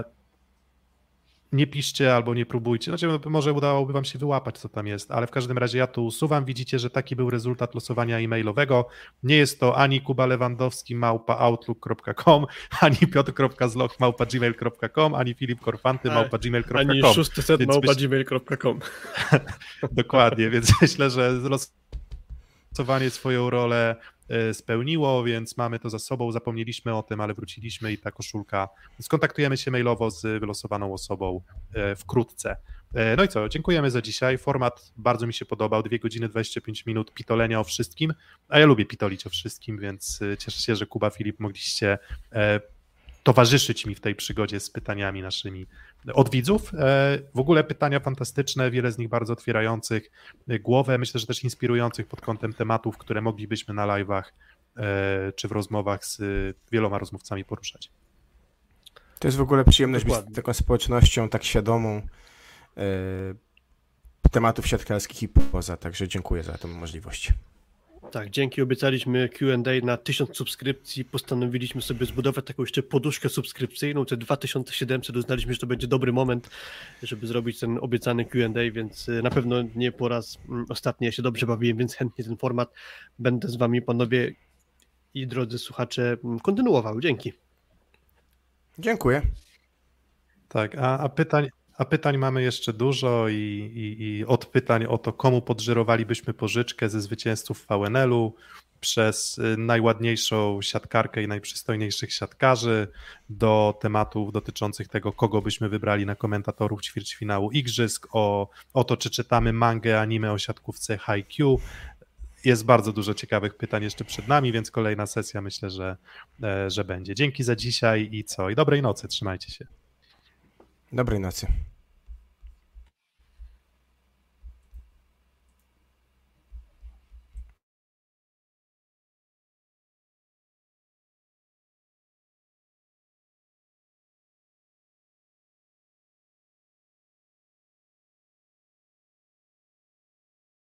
nie piszcie albo nie próbujcie. Znaczy, może udałoby wam się wyłapać, co tam jest, ale w każdym razie ja tu usuwam. Widzicie, że taki był rezultat losowania e-mailowego. Nie jest to ani Kuba Lewandowski @outlook.com, ani Piotr.zloch @gmail.com, ani Filip Korfanty @gmail.com. Ani 600 @gmail.com. Dokładnie, więc myślę, że losowanie swoją rolę spełniło, więc mamy to za sobą, zapomnieliśmy o tym, ale wróciliśmy i ta koszulka, skontaktujemy się mailowo z wylosowaną osobą wkrótce. No i co, dziękujemy za dzisiaj, format bardzo mi się podobał, 2 godziny 25 minut pitolenia o wszystkim, a ja lubię pitolić o wszystkim, więc cieszę się, że Kuba, Filip mogliście towarzyszyć mi w tej przygodzie z pytaniami naszymi od widzów. W ogóle pytania fantastyczne, wiele z nich bardzo otwierających głowę, myślę, że też inspirujących pod kątem tematów, które moglibyśmy na live'ach czy w rozmowach z wieloma rozmówcami poruszać. To jest w ogóle przyjemność Dokładnie. być taką społecznością tak świadomą tematów siatkarskich i poza, także dziękuję za tę możliwość. Tak, dzięki, obiecaliśmy Q&A na 1000 subskrypcji, postanowiliśmy sobie zbudować taką jeszcze poduszkę subskrypcyjną, te 2700, uznaliśmy, że to będzie dobry moment, żeby zrobić ten obiecany Q&A, więc na pewno nie po raz ostatni, ja się dobrze bawiłem, więc chętnie ten format będę z wami, panowie i drodzy słuchacze, kontynuował. Dzięki. Dziękuję. Tak, a pytań mamy jeszcze dużo i od pytań o to, komu podżyrowalibyśmy pożyczkę ze zwycięzców VNL-u, przez najładniejszą siatkarkę i najprzystojniejszych siatkarzy, do tematów dotyczących tego, kogo byśmy wybrali na komentatorów ćwierćfinału Igrzysk, o to, czy czytamy mangę, anime o siatkówce Haikyuu. Jest bardzo dużo ciekawych pytań jeszcze przed nami, więc kolejna sesja myślę, że będzie. Dzięki za dzisiaj i dobrej nocy, trzymajcie się. Dobrej nocy.